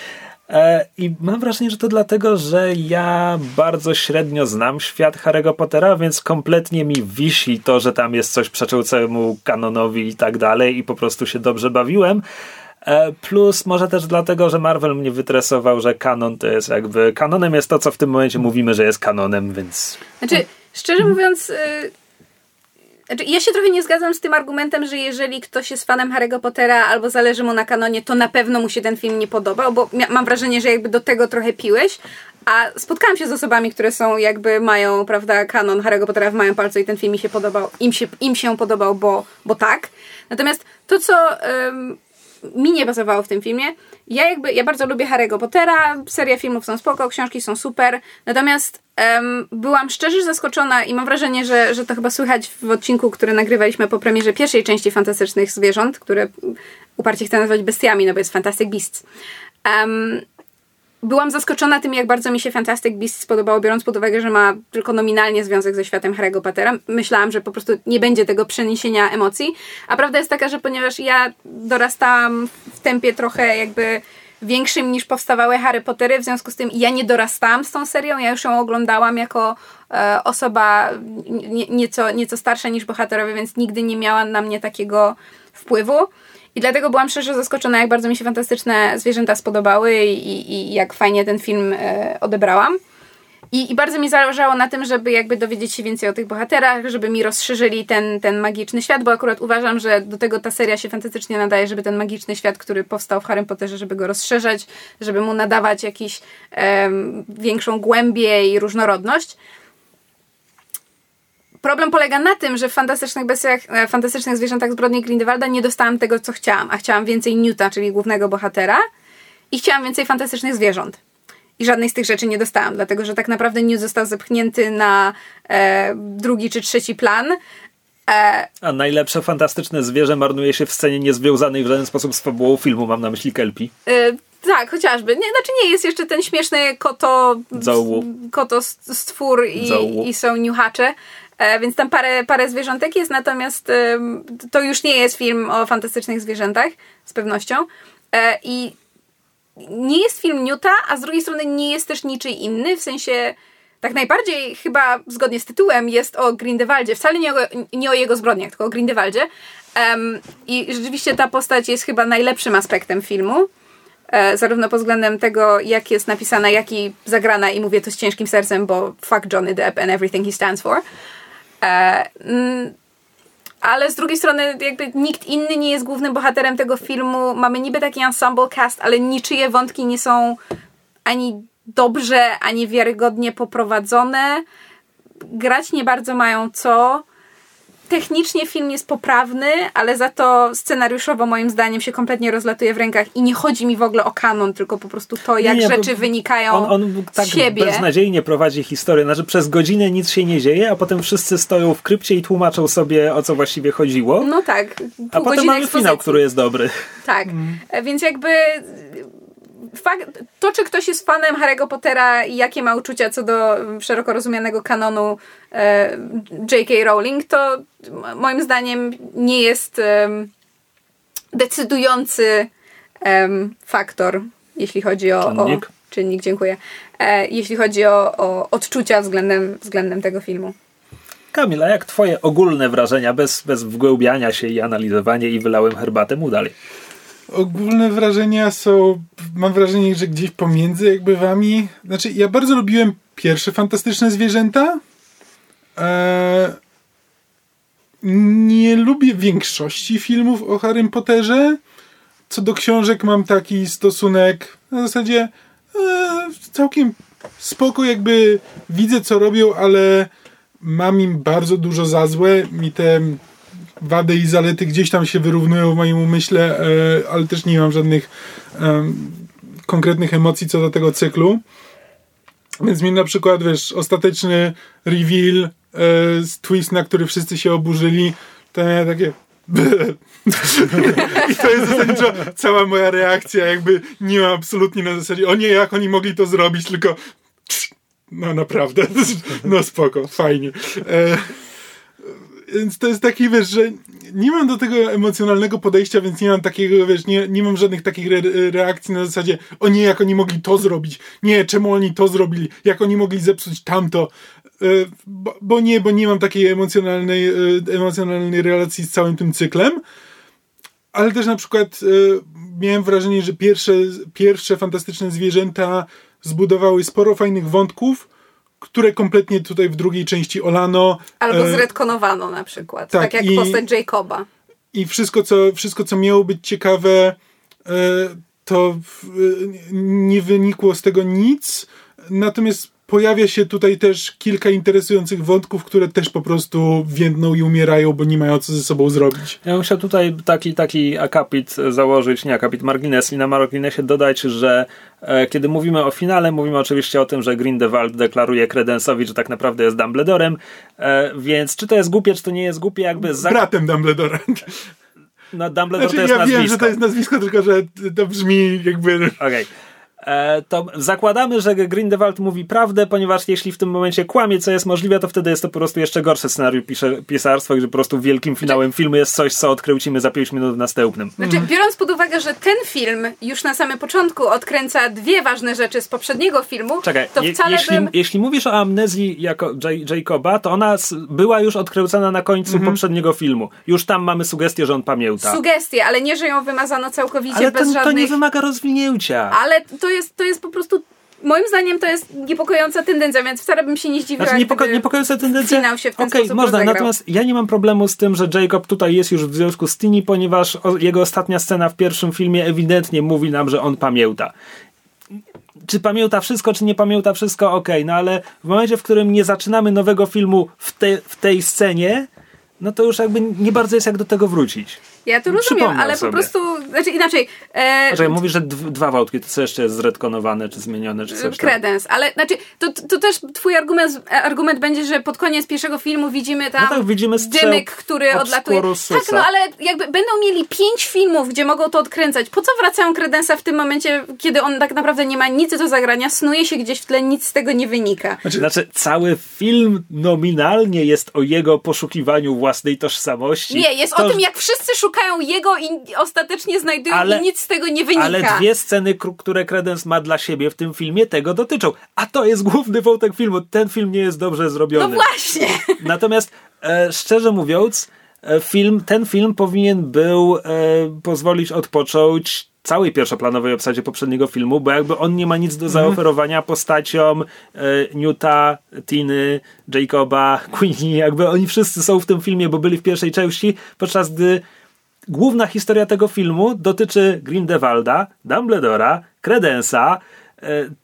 E, I mam wrażenie, że to dlatego, że ja bardzo średnio znam świat Harry'ego Pottera, więc kompletnie mi wisi to, że tam jest coś przeczącemu kanonowi i tak dalej i po prostu się dobrze bawiłem. E, plus może też dlatego, że Marvel mnie wytresował, że kanon to jest jakby... Kanonem jest to, co w tym momencie mówimy, że jest kanonem, więc... Znaczy, szczerze mówiąc... Y- Znaczy, ja się trochę nie zgadzam z tym argumentem, że jeżeli ktoś jest fanem Harry'ego Pottera albo zależy mu na kanonie, to na pewno mu się ten film nie podobał, bo mia- mam wrażenie, że jakby do tego trochę piłeś, a spotkałam się z osobami, które są jakby mają, prawda, kanon Harry'ego Pottera w małym palcu i ten film mi się podobał, im się, im się podobał, bo, bo tak. Natomiast to, co ym, mi nie pasowało w tym filmie, ja jakby, ja bardzo lubię Harry'ego Pottera, seria filmów są spoko, książki są super, natomiast um, byłam szczerze zaskoczona i mam wrażenie, że, że to chyba słychać w odcinku, który nagrywaliśmy po premierze pierwszej części Fantastycznych Zwierząt, które uparcie chcę nazwać bestiami, no bo jest Fantastic Beasts. Um, byłam zaskoczona tym, jak bardzo mi się Fantastic Beasts spodobało, biorąc pod uwagę, że ma tylko nominalnie związek ze światem Harry'ego Pottera. Myślałam, że po prostu nie będzie tego przeniesienia emocji. A prawda jest taka, że ponieważ ja dorastałam w tempie trochę jakby większym niż powstawały Harry Pottery, w związku z tym ja nie dorastałam z tą serią, ja już ją oglądałam jako e, osoba nie, nieco, nieco starsza niż bohaterowie, więc nigdy nie miała na mnie takiego wpływu. I dlatego byłam szczerze zaskoczona, jak bardzo mi się Fantastyczne Zwierzęta spodobały i, i jak fajnie ten film e, odebrałam. I, I bardzo mi zależało na tym, żeby jakby dowiedzieć się więcej o tych bohaterach, żeby mi rozszerzyli ten, ten magiczny świat, bo akurat uważam, że do tego ta seria się fantastycznie nadaje, żeby ten magiczny świat, który powstał w Harrym Potterze, żeby go rozszerzać, żeby mu nadawać jakiś um, większą głębię i różnorodność. Problem polega na tym, że w Fantastycznych Bestiach, Fantastycznych Zwierzętach Zbrodni Grindelwalda nie dostałam tego, co chciałam, a chciałam więcej Newta, czyli głównego bohatera, i chciałam więcej fantastycznych zwierząt. I żadnej z tych rzeczy nie dostałam, dlatego że tak naprawdę Newt został zepchnięty na e, drugi czy trzeci plan. E, a najlepsze fantastyczne zwierzę marnuje się w scenie niezwiązanej w żaden sposób z fabułą filmu, mam na myśli Kelpie. E, tak, chociażby. Nie, znaczy nie, jest jeszcze ten śmieszny koto, koto stwór i, i są niuchacze. E, więc tam parę, parę zwierzątek jest, natomiast e, to już nie jest film o fantastycznych zwierzętach, z pewnością. E, I nie jest film Newta, a z drugiej strony nie jest też niczyj inny, w sensie tak najbardziej chyba zgodnie z tytułem jest o Grindelwaldzie, wcale nie o, nie o jego zbrodniach, tylko o Grindelwaldzie. Um, I rzeczywiście ta postać jest chyba najlepszym aspektem filmu, e, zarówno pod względem tego, jak jest napisana, jak i zagrana, i mówię to z ciężkim sercem, bo fuck Johnny Depp and everything he stands for. E, mm, ale z drugiej strony jakby nikt inny nie jest głównym bohaterem tego filmu. Mamy niby taki ensemble cast, ale niczyje wątki nie są ani dobrze, ani wiarygodnie poprowadzone. Grać nie bardzo mają co. Technicznie film jest poprawny, ale za to scenariuszowo moim zdaniem się kompletnie rozlatuje w rękach i nie chodzi mi w ogóle o kanon, tylko po prostu to, jak nie, nie, rzeczy wynikają on, on tak z siebie. Beznadziejnie prowadzi historię. Znaczy przez godzinę nic się nie dzieje, a potem wszyscy stoją w krypcie i tłumaczą sobie, o co właściwie chodziło. No tak. A potem mamy ekspozycji. Finał, który jest dobry. Tak. Mm. Więc jakby fakt, to, czy ktoś jest fanem Harry'ego Pottera i jakie ma uczucia co do szeroko rozumianego kanonu e, J K. Rowling, to moim zdaniem nie jest e, decydujący e, faktor, jeśli chodzi o... Czynnik. O, czynnik, dziękuję. E, jeśli chodzi o, o odczucia względem, względem tego filmu. Kamila, jak twoje ogólne wrażenia, bez, bez wgłębiania się i analizowania i wylałem herbatę, mu dalej? Ogólne wrażenia są, mam wrażenie, że gdzieś pomiędzy jakby wami. Znaczy, ja bardzo lubiłem pierwsze Fantastyczne Zwierzęta. Eee, nie lubię większości filmów o Harrym Potterze. Co do książek mam taki stosunek na zasadzie eee, całkiem spoko, jakby widzę co robią, ale mam im bardzo dużo za złe. Mi te wady i zalety gdzieś tam się wyrównują w moim umyśle, e, ale też nie mam żadnych e, konkretnych emocji co do tego cyklu. Więc mi na przykład, wiesz, ostateczny reveal, e, twist, na który wszyscy się oburzyli, to ja takie i to jest zasadniczo cała moja reakcja, jakby nie ma absolutnie na zasadzie, o nie, jak oni mogli to zrobić, tylko no naprawdę, no spoko, fajnie. E, Więc to jest taki, wiesz, że nie mam do tego emocjonalnego podejścia, więc nie mam takiego, wiesz, nie, nie mam żadnych takich re- reakcji na zasadzie, o nie, jak oni mogli to zrobić, nie, czemu oni to zrobili, jak oni mogli zepsuć tamto, yy, bo, bo nie, bo nie mam takiej emocjonalnej, yy, emocjonalnej relacji z całym tym cyklem, ale też na przykład yy, miałem wrażenie, że pierwsze, pierwsze Fantastyczne Zwierzęta zbudowały sporo fajnych wątków, które kompletnie tutaj w drugiej części olano. Albo e, zretkonowano na przykład. tak, Tak jak i, postać Jacoba. I wszystko co, wszystko, co miało być ciekawe, e, to w, nie wynikło z tego nic. Natomiast pojawia się tutaj też kilka interesujących wątków, które też po prostu więdną i umierają, bo nie mają co ze sobą zrobić. Ja bym chciał tutaj taki, taki akapit założyć, nie akapit, margines i na marginesie dodać, że e, kiedy mówimy o finale, mówimy oczywiście o tym, że Grindelwald deklaruje Credence'owi, że tak naprawdę jest Dumbledorem, e, więc czy to jest głupie, czy to nie jest głupie, jakby... Za... Bratem Dumbledora. No Dumbledore znaczy, to jest ja nazwisko. wiem, że to jest nazwisko, tylko że to brzmi jakby... Okej. Okay. To zakładamy, że Grindelwald mówi prawdę, ponieważ jeśli w tym momencie kłamie, co jest możliwe, to wtedy jest to po prostu jeszcze gorsze scenariusz pisze, pisarstwo, gdzie po prostu wielkim finałem filmu jest coś, co odkręcimy za pięć minut w następnym. Znaczy, Mhm. biorąc pod uwagę, że ten film już na samym początku odkręca dwie ważne rzeczy z poprzedniego filmu, Czekaj, to je, wcale jeśli, bym... jeśli mówisz o amnezji jako J- Jacoba, to ona s- była już odkręcana na końcu Mhm. poprzedniego filmu. Już tam mamy sugestię, że on pamięta. Sugestie, ale nie, że ją wymazano całkowicie Ale bez to, żadnych... to nie wymaga rozwinięcia. Ale to jest, to jest po prostu... Moim zdaniem to jest niepokojąca tendencja, więc wcale bym się nie zdziwiła, Znaczy, niepoko- gdyby niepokojąca tendencja. finał się w ten Okej, sposób można, rozegrał. natomiast ja nie mam problemu z tym, że Jacob tutaj jest już w związku z Tini, ponieważ o, jego ostatnia scena w pierwszym filmie ewidentnie mówi nam, że on pamięta. Czy pamięta wszystko, czy nie pamięta wszystko, okej, okay, no ale w momencie, w którym nie zaczynamy nowego filmu w, te, w tej scenie, no to już jakby nie bardzo jest jak do tego wrócić. Ja to rozumiem, Przypomniał ale sobie. po prostu, znaczy inaczej. E, Czekaj, mówisz, że d- dwa wątki, to co jeszcze jest zretkonowane, czy zmienione, czy coś tam? Credence, ale znaczy, to, to też twój argument, argument będzie, że pod koniec pierwszego filmu widzimy tam No tak, widzimy strzał dymyk, który odlatuje. Obscurususa. Tak, no ale jakby będą mieli pięć filmów, gdzie mogą to odkręcać. Po co wracają Credence'a w tym momencie, kiedy on tak naprawdę nie ma nic do zagrania, snuje się gdzieś w tle, nic z tego nie wynika. Znaczy, cały film nominalnie jest o jego poszukiwaniu własnej tożsamości. Nie, jest to, o tym, jak wszyscy szukają jego i ostatecznie znajdują ale, i nic z tego nie wynika. Ale dwie sceny, które Credence ma dla siebie w tym filmie, tego dotyczą. A to jest główny wątek filmu. Ten film nie jest dobrze zrobiony. No właśnie. Natomiast e, szczerze mówiąc, e, film, ten film powinien był e, pozwolić odpocząć całej pierwszoplanowej obsadzie poprzedniego filmu, bo jakby on nie ma nic do zaoferowania postaciom e, Newta, Tiny, Jacoba, Queenie, jakby oni wszyscy są w tym filmie, bo byli w pierwszej części, podczas gdy główna historia tego filmu dotyczy Grindelwalda, Dumbledora, Credence'a, e,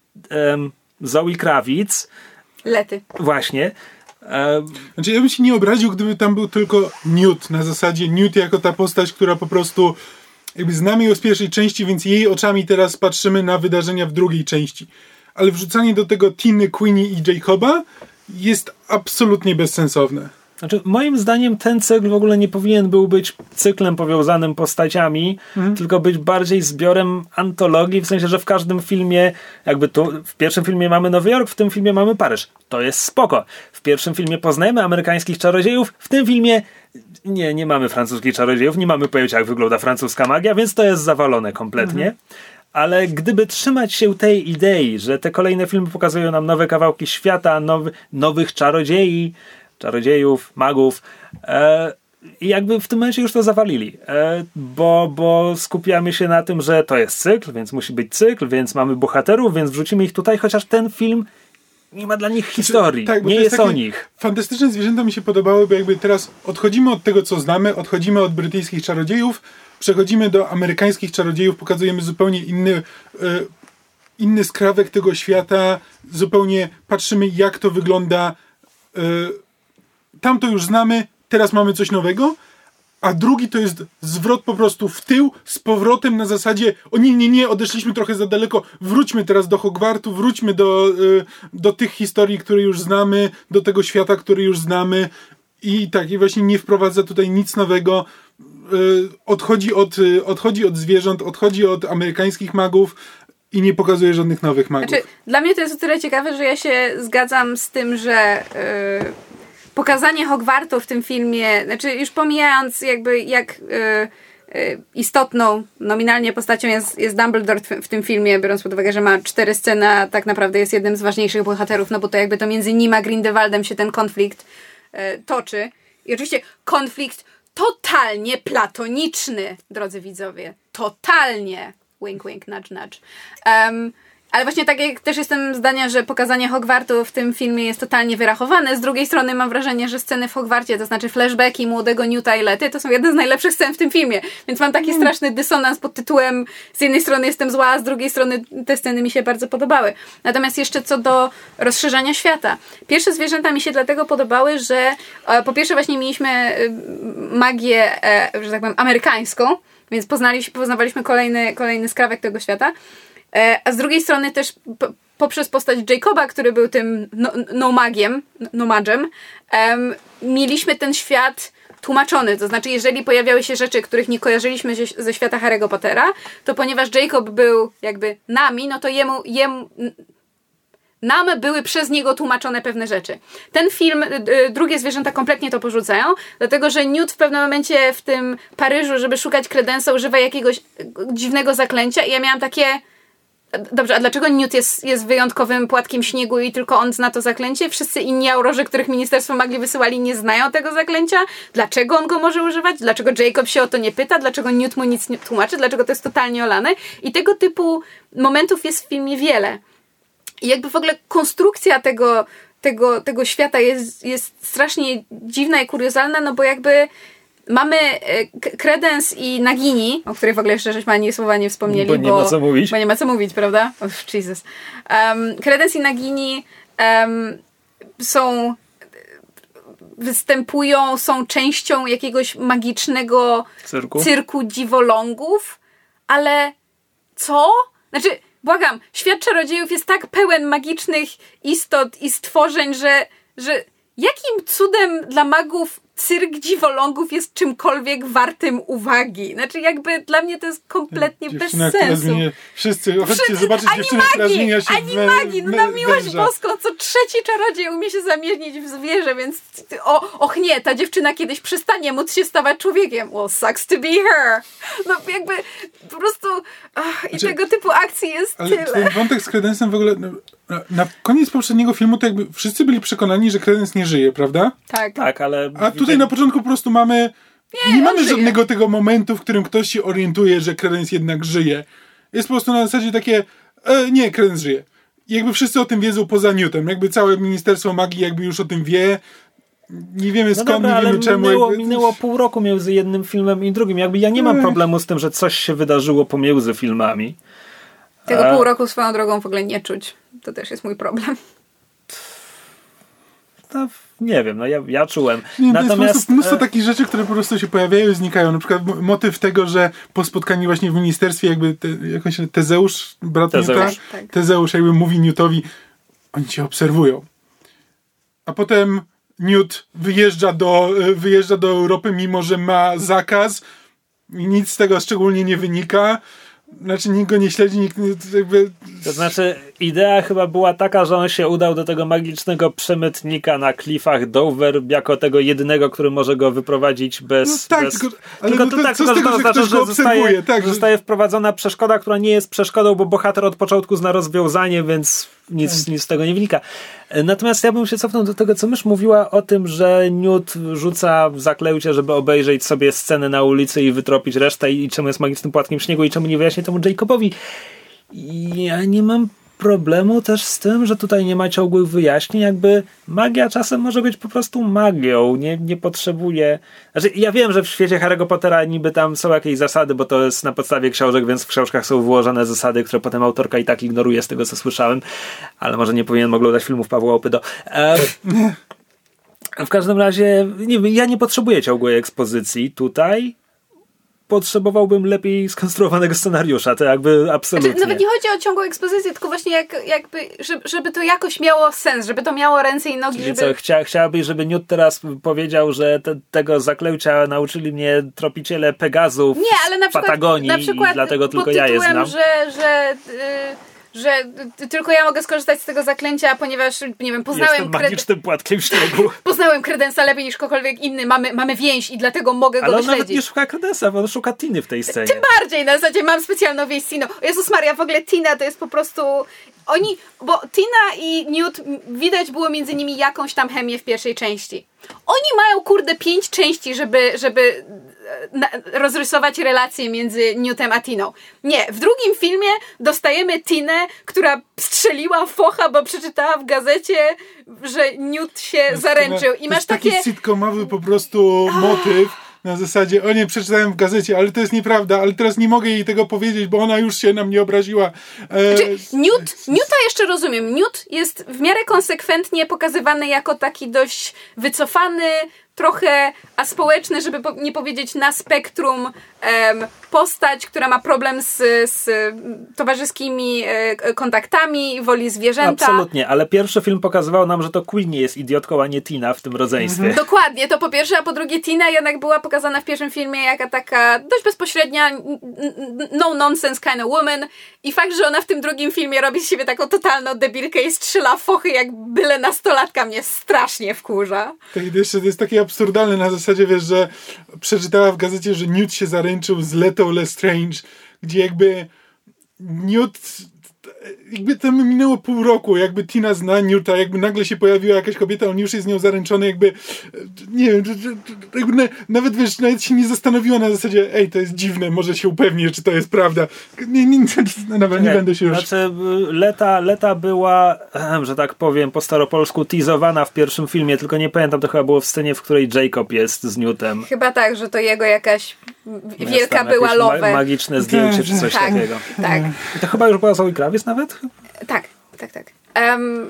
e, Zoe Kravitz. Lety. Właśnie. E, Znaczy ja bym się nie obraził, gdyby tam był tylko Newt, na zasadzie Newt jako ta postać, która po prostu jakby znamy ją z pierwszej części, więc jej oczami teraz patrzymy na wydarzenia w drugiej części. Ale wrzucanie do tego Tiny, Queenie i Jacoba jest absolutnie bezsensowne. Znaczy, moim zdaniem ten cykl w ogóle nie powinien był być cyklem powiązanym postaciami, mhm. tylko być bardziej zbiorem antologii, w sensie, że w każdym filmie, jakby tu w pierwszym filmie mamy Nowy Jork, w tym filmie mamy Paryż. To jest spoko. W pierwszym filmie poznajemy amerykańskich czarodziejów, w tym filmie nie, nie mamy francuskich czarodziejów, nie mamy pojęcia, jak wygląda francuska magia, więc to jest zawalone kompletnie. Mhm. Ale gdyby trzymać się tej idei, że te kolejne filmy pokazują nam nowe kawałki świata, nowy, nowych czarodziei, czarodziejów, magów e, i jakby w tym momencie już to zawalili, e, bo, bo skupiamy się na tym, że to jest cykl, więc musi być cykl, więc mamy bohaterów, więc wrzucimy ich tutaj, chociaż ten film nie ma dla nich historii, tak, nie jest, jest takie, o nich. Fantastyczne Zwierzęta mi się podobały, bo jakby teraz odchodzimy od tego, co znamy, odchodzimy od brytyjskich czarodziejów, przechodzimy do amerykańskich czarodziejów, pokazujemy zupełnie inny y, inny skrawek tego świata, zupełnie patrzymy, jak to wygląda. y, Tam to już znamy, teraz mamy coś nowego, a drugi to jest zwrot po prostu w tył, z powrotem na zasadzie o nie, nie, nie, odeszliśmy trochę za daleko, wróćmy teraz do Hogwartu, wróćmy do, y, do tych historii, które już znamy, do tego świata, który już znamy i tak, i właśnie nie wprowadza tutaj nic nowego, y, odchodzi, od, y, odchodzi od zwierząt, odchodzi od amerykańskich magów i nie pokazuje żadnych nowych magów. Znaczy, dla mnie to jest o tyle ciekawe, że ja się zgadzam z tym, że... Yy... pokazanie Hogwartu w tym filmie, znaczy już pomijając jakby jak y, y, istotną nominalnie postacią jest, jest Dumbledore w, w tym filmie, biorąc pod uwagę, że ma cztery sceny, a tak naprawdę jest jednym z ważniejszych bohaterów, no bo to jakby to między nim a Grindelwaldem się ten konflikt y, toczy. I oczywiście konflikt totalnie platoniczny, drodzy widzowie. Totalnie. Wink, wink, nudge, nudge. Um, ale właśnie tak jak też jestem zdania, że pokazanie Hogwartu w tym filmie jest totalnie wyrachowane. Z drugiej strony mam wrażenie, że sceny w Hogwarcie, to znaczy flashbacki młodego Newta i Letty, to są jedne z najlepszych scen w tym filmie. Więc mam taki mm. straszny dysonans pod tytułem z jednej strony jestem zła, a z drugiej strony te sceny mi się bardzo podobały. Natomiast jeszcze co do rozszerzania świata. Pierwsze zwierzęta mi się dlatego podobały, że e, po pierwsze właśnie mieliśmy e, magię, e, że tak powiem, amerykańską, więc poznaliśmy, poznawaliśmy kolejny, kolejny skrawek tego świata. A z drugiej strony też p- poprzez postać Jacoba, który był tym no, nomagiem, nomadżem, um, mieliśmy ten świat tłumaczony. To znaczy, jeżeli pojawiały się rzeczy, których nie kojarzyliśmy ze, ze świata Harry'ego Pottera, to ponieważ Jacob był jakby nami, no to jemu, jemu nam były przez niego tłumaczone pewne rzeczy. Ten film, y, drugie zwierzęta kompletnie to porzucają, dlatego że Newt w pewnym momencie w tym Paryżu, żeby szukać kredensa, używa jakiegoś dziwnego zaklęcia i ja miałam takie... Dobrze, a dlaczego Newt jest, jest wyjątkowym płatkiem śniegu i tylko on zna to zaklęcie? Wszyscy inni aurorzy, których Ministerstwo Magii wysyłali, nie znają tego zaklęcia? Dlaczego on go może używać? Dlaczego Jacob się o to nie pyta? Dlaczego Newt mu nic nie tłumaczy? Dlaczego to jest totalnie olane? I tego typu momentów jest w filmie wiele. I jakby w ogóle konstrukcja tego, tego, tego świata jest, jest strasznie dziwna i kuriozalna, no bo jakby mamy Credence i Nagini, o której w ogóle jeszcze żeśmy ani słowa nie wspomnieli, bo nie bo, ma co mówić. Bo nie ma co mówić, prawda? Oh, Jesus. Um, Credence i Nagini um, są występują, są częścią jakiegoś magicznego cyrku, cyrku dziwolągów, ale co? Znaczy, błagam, świat czarodziejów jest tak pełen magicznych istot i stworzeń, że, że jakim cudem dla magów cyrk dziwolągów jest czymkolwiek wartym uwagi. Znaczy jakby dla mnie to jest kompletnie dziewczyna, bez sensu. Zmienia, wszyscy, chodźcie Wszyscy, zobaczyć ani dziewczynę, która magii, zmienia się ani w magii, no na miłość węża. boską, co trzeci czarodziej umie się zamienić w zwierzę, więc o, och nie, ta dziewczyna kiedyś przestanie móc się stawać człowiekiem. Well, sucks to be her. No jakby po prostu ach, i znaczy, tego typu akcji jest ale tyle. ten wątek z Credensem w ogóle na, na koniec poprzedniego filmu to jakby wszyscy byli przekonani, że Credence nie żyje, prawda? Tak. Tak, ale... A tutaj na początku po prostu mamy nie, nie mamy żyje. żadnego tego momentu, w którym ktoś się orientuje, że Credence jednak żyje. Jest po prostu na zasadzie takie e, nie, Credence żyje. I jakby wszyscy o tym wiedzą poza Newtem. Jakby całe Ministerstwo Magii jakby już o tym wie. Nie wiemy no skąd, dobra, nie wiemy ale czemu. Minęło, jakby... minęło pół roku między jednym filmem i drugim. Jakby ja nie mam problemu z tym, że coś się wydarzyło pomiędzy filmami. Tego A... pół roku swoją drogą w ogóle nie czuć. To też jest mój problem. No, nie wiem, no ja, ja czułem. Nie, Natomiast to jest mnóstwo e... takich rzeczy, które po prostu się pojawiają i znikają. Na przykład motyw tego, że po spotkaniu właśnie w ministerstwie jakby te, jakoś Tezeusz, brat Tezeusz. Newta, Tak. Tezeusz jakby mówi Newtowi, oni cię obserwują. A potem Newt wyjeżdża do, wyjeżdża do Europy, mimo że ma zakaz i nic z tego szczególnie nie wynika. Znaczy nikt go nie śledzi, nikt jakby... To znaczy idea chyba była taka, że on się udał do tego magicznego przemytnika na klifach Dover jako tego jedynego, który może go wyprowadzić bez... No tak, bez... tylko, ale tylko no tu to, tak, co z tylko, tego, że że znaczy, ktoś go że obserwuje, zostaje, tak, że... zostaje wprowadzona przeszkoda, która nie jest przeszkodą, bo bohater od początku zna rozwiązanie, więc nic, tak. nic z tego nie wynika. Natomiast ja bym się cofnął do tego, co mysz mówiła o tym, że Newt rzuca zaklęcie, żeby obejrzeć sobie scenę na ulicy i wytropić resztę i czemu jest magicznym płatkiem śniegu i czemu nie wyjaśni temu Jacobowi. Ja nie mam problemu też z tym, że tutaj nie ma ciągłych wyjaśnień, jakby magia czasem może być po prostu magią, nie, nie potrzebuje... Znaczy, ja wiem, że w świecie Harry'ego Pottera niby tam są jakieś zasady, bo to jest na podstawie książek, więc w książkach są wyłożone zasady, które potem autorka i tak ignoruje z tego, co słyszałem, ale może nie powinienem oglądać filmów Pawła Opydo. E, w każdym razie, nie wiem, ja nie potrzebuję ciągłej ekspozycji tutaj. Potrzebowałbym lepiej skonstruowanego scenariusza, to jakby absolutnie. Znaczy, nawet nie chodzi o ciągłą ekspozycję, tylko właśnie jak, jakby, żeby, żeby to jakoś miało sens, żeby to miało ręce i nogi. Czyli żeby... co, chcia, chciałabyś, żeby Newt teraz powiedział, że te, tego zaklęcia nauczyli mnie tropiciele Pegazów nie, ale na z Patagonii na przykład i dlatego tylko pod ja je tytułem, znam. że, że, yy, że t- tylko ja mogę skorzystać z tego zaklęcia, ponieważ, nie wiem, poznałem... Jestem magicznym płatkiem śniegu. Poznałem Credensa lepiej niż kogokolwiek inny, mamy, mamy więź i dlatego mogę go Ale on dośledzić. nawet nie szuka Credensa, bo on szuka Tiny w tej scenie. Tym bardziej, na zasadzie mam specjalną więź z Tiną. O Jezus Maria, w ogóle Tina to jest po prostu... Oni, bo Tina i Newt, widać było między nimi jakąś tam chemię w pierwszej części. Oni mają, kurde, pięć części, żeby, żeby na, rozrysować relacje między Newtem a Tiną. Nie, w drugim filmie dostajemy Tinę, która strzeliła focha, bo przeczytała w gazecie, że Newt się zaręczył. I to masz jest takie... taki sitcomowy po prostu motyw. Na zasadzie, o nie, przeczytałem w gazecie, ale to jest nieprawda, ale teraz nie mogę jej tego powiedzieć, bo ona już się na mnie obraziła. E... Znaczy, Newt, Newta jeszcze rozumiem. Newt jest w miarę konsekwentnie pokazywany jako taki dość wycofany, trochę aspołeczny, żeby po, nie powiedzieć na spektrum, um, postać, która ma problem z, z towarzyskimi e, kontaktami, woli zwierzęta. Absolutnie, ale pierwszy film pokazywał nam, że to Queenie jest idiotką, a nie Tina w tym rodzeństwie. Mhm. Dokładnie, to po pierwsze, a po drugie Tina jednak była pokazana w pierwszym filmie jako taka dość bezpośrednia, no-nonsense kind of woman i fakt, że ona w tym drugim filmie robi z siebie taką totalną debilkę i strzela fochy jak byle nastolatka, mnie strasznie wkurza. Tak, jeszcze to jest takie absurdalne na zasadzie, wiesz, że przeczytała w gazecie, że Newt się zaręczył z Letą Lestrange, gdzie jakby Newt, jakby tam minęło pół roku, jakby Tina zna Newta, jakby nagle się pojawiła jakaś kobieta, on już jest z nią zaręczony, jakby nie wiem, jakby na, nawet wiesz, nawet się nie zastanowiła na zasadzie, ej, to jest dziwne, może się upewnię, czy to jest prawda. Nie, nie, nie, nie, nie będę się już... Znaczy, Leta, Leta była, że tak powiem, po staropolsku teasowana w pierwszym filmie, tylko nie pamiętam, to chyba było w scenie, w której Jacob jest z Newtem. Chyba tak, że to jego jakaś wielka tam była love. Ma- magiczne zdjęcie, czy coś tak, takiego. Tak. I to chyba już była Zoe Kravitz nawet? Tak, tak, tak. Um,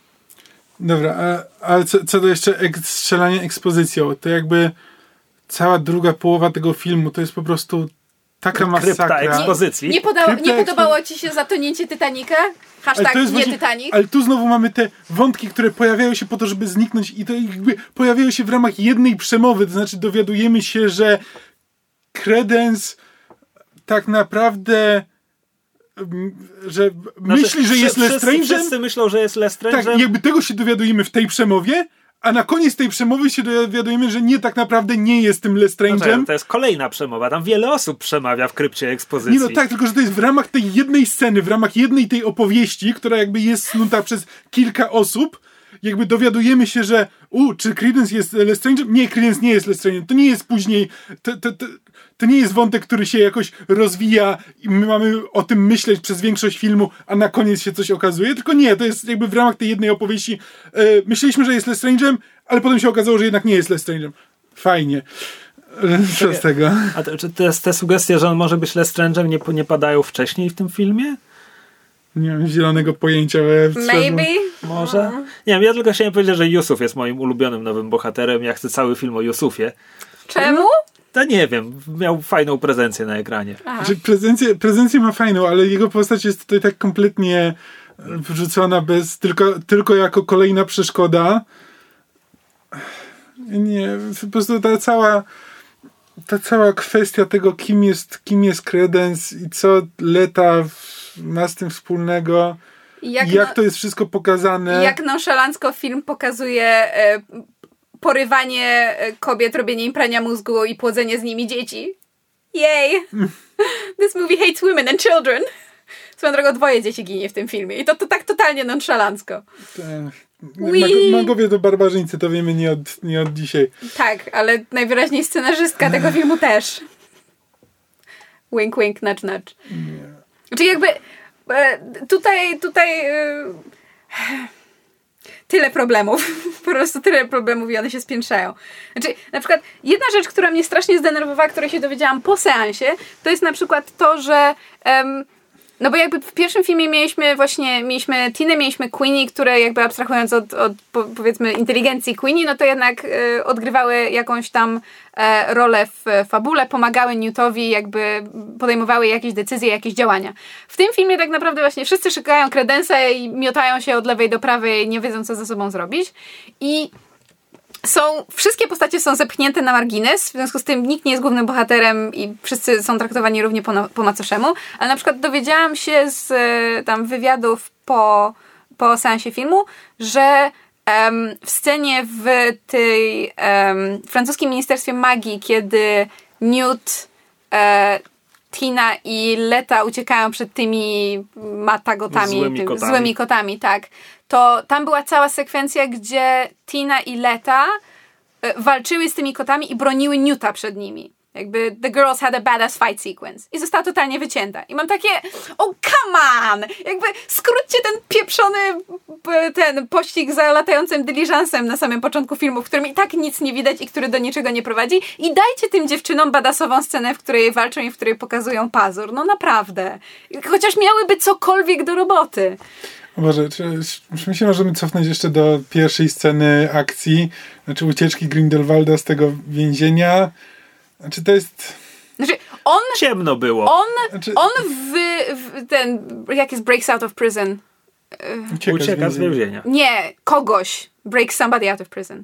Dobra, a, a co, co do jeszcze ek- strzelania ekspozycją, to jakby cała druga połowa tego filmu to jest po prostu taka Krypta masakra. ekspozycji. nie, poda- Krypta nie ekspo- podobało ci się zatonięcie Titanica? Hashtag nie właśnie, Titanic. ale tu znowu mamy te wątki, które pojawiają się po to, żeby zniknąć i to jakby pojawiają się w ramach jednej przemowy, to znaczy dowiadujemy się, że Credence tak naprawdę że Znaczy, myśli, że jest wszyscy, Lestrange'em. Wszyscy myślą, że jest Lestrange'em. Tak, jakby tego się dowiadujemy w tej przemowie, a na koniec tej przemowy się dowiadujemy, że nie, tak naprawdę nie jest tym Lestrange'em. No to jest kolejna przemowa. Tam wiele osób przemawia w krypcie ekspozycji. Nie no tak, tylko że to jest w ramach tej jednej sceny, w ramach jednej tej opowieści, która jakby jest snuta przez kilka osób, jakby dowiadujemy się, że u, czy Credence jest Lestrange'em? Nie, Credence nie jest Lestrange'em. To nie jest później... To, to, to, to nie jest wątek, który się jakoś rozwija i my mamy o tym myśleć przez większość filmu, a na koniec się coś okazuje, tylko nie, to jest jakby w ramach tej jednej opowieści. E, myśleliśmy, że jest Lestrange'em, ale potem się okazało, że jednak nie jest Lestrange'em. Fajnie. Co z tego? A to, czy te, te sugestie, że on może być Lestrange'em nie, nie padają wcześniej w tym filmie? Nie mam zielonego pojęcia. Ale Maybe. Może? Nie wiem, ja tylko chciałem powiedzieć, że Yusuf jest moim ulubionym nowym bohaterem. Ja chcę cały film o Yusufie. Czemu? To nie wiem, miał fajną prezencję na ekranie. Że prezencję, prezencję ma fajną, ale jego postać jest tutaj tak kompletnie wrzucona bez, tylko, tylko jako kolejna przeszkoda. Nie, po prostu ta cała ta cała kwestia tego, kim jest, kim jest Credence i co Leta ma z tym wspólnego, jak, jak no, to jest wszystko pokazane. Jak nonszalancko film pokazuje e, porywanie kobiet, robienie im prania mózgu i płodzenie z nimi dzieci. Yay! This movie hates women and children. Swoją drogą dwoje dzieci ginie w tym filmie. I to, to tak totalnie nonszalancko. Mag- magowie to barbarzyńcy, to wiemy nie od, nie od dzisiaj. Tak, ale najwyraźniej scenarzystka tego filmu też. Wink, wink, nudge, nudge. Nie. Znaczy jakby e, tutaj, tutaj e, tyle problemów. Po prostu tyle problemów i one się spiętrzają. Znaczy, na przykład jedna rzecz, która mnie strasznie zdenerwowała, której się dowiedziałam po seansie, to jest na przykład to, że um, no bo jakby w pierwszym filmie mieliśmy właśnie, mieliśmy Tinę, mieliśmy Queenie, które jakby abstrahując od, od powiedzmy inteligencji Queenie, no to jednak y, odgrywały jakąś tam e, rolę w fabule, pomagały Newtowi, jakby podejmowały jakieś decyzje, jakieś działania. W tym filmie tak naprawdę właśnie wszyscy szukają Credence'a i miotają się od lewej do prawej, nie wiedzą co ze sobą zrobić. I są, wszystkie postacie są zepchnięte na margines, w związku z tym nikt nie jest głównym bohaterem i wszyscy są traktowani równie po, po macoszemu, ale na przykład dowiedziałam się z tam wywiadów po, po seansie filmu, że um, w scenie w tej um, francuskim Ministerstwie Magii, kiedy Newt, e, Tina i Leta uciekają przed tymi matagotami, złymi, tymi, kotami. złymi kotami, tak, to tam była cała sekwencja, gdzie Tina i Leta e, walczyły z tymi kotami i broniły Newta przed nimi. Jakby the girls had a badass fight sequence. I została totalnie wycięta. I mam takie, oh come on! Jakby skróćcie ten pieprzony ten pościg za latającym dyliżansem na samym początku filmu, w którym i tak nic nie widać i który do niczego nie prowadzi. I dajcie tym dziewczynom badassową scenę, w której walczą i w której pokazują pazur. No naprawdę. Chociaż miałyby cokolwiek do roboty. Może, czy, czy my się możemy cofnąć jeszcze do pierwszej sceny akcji, znaczy ucieczki Grindelwalda z tego więzienia. Znaczy to jest... Znaczy on... Ciemno było. On, znaczy... on w, w ten... Jak jest breaks out of prison? Ucieka, Ucieka z więzienia. Nie, kogoś. Breaks somebody out of prison.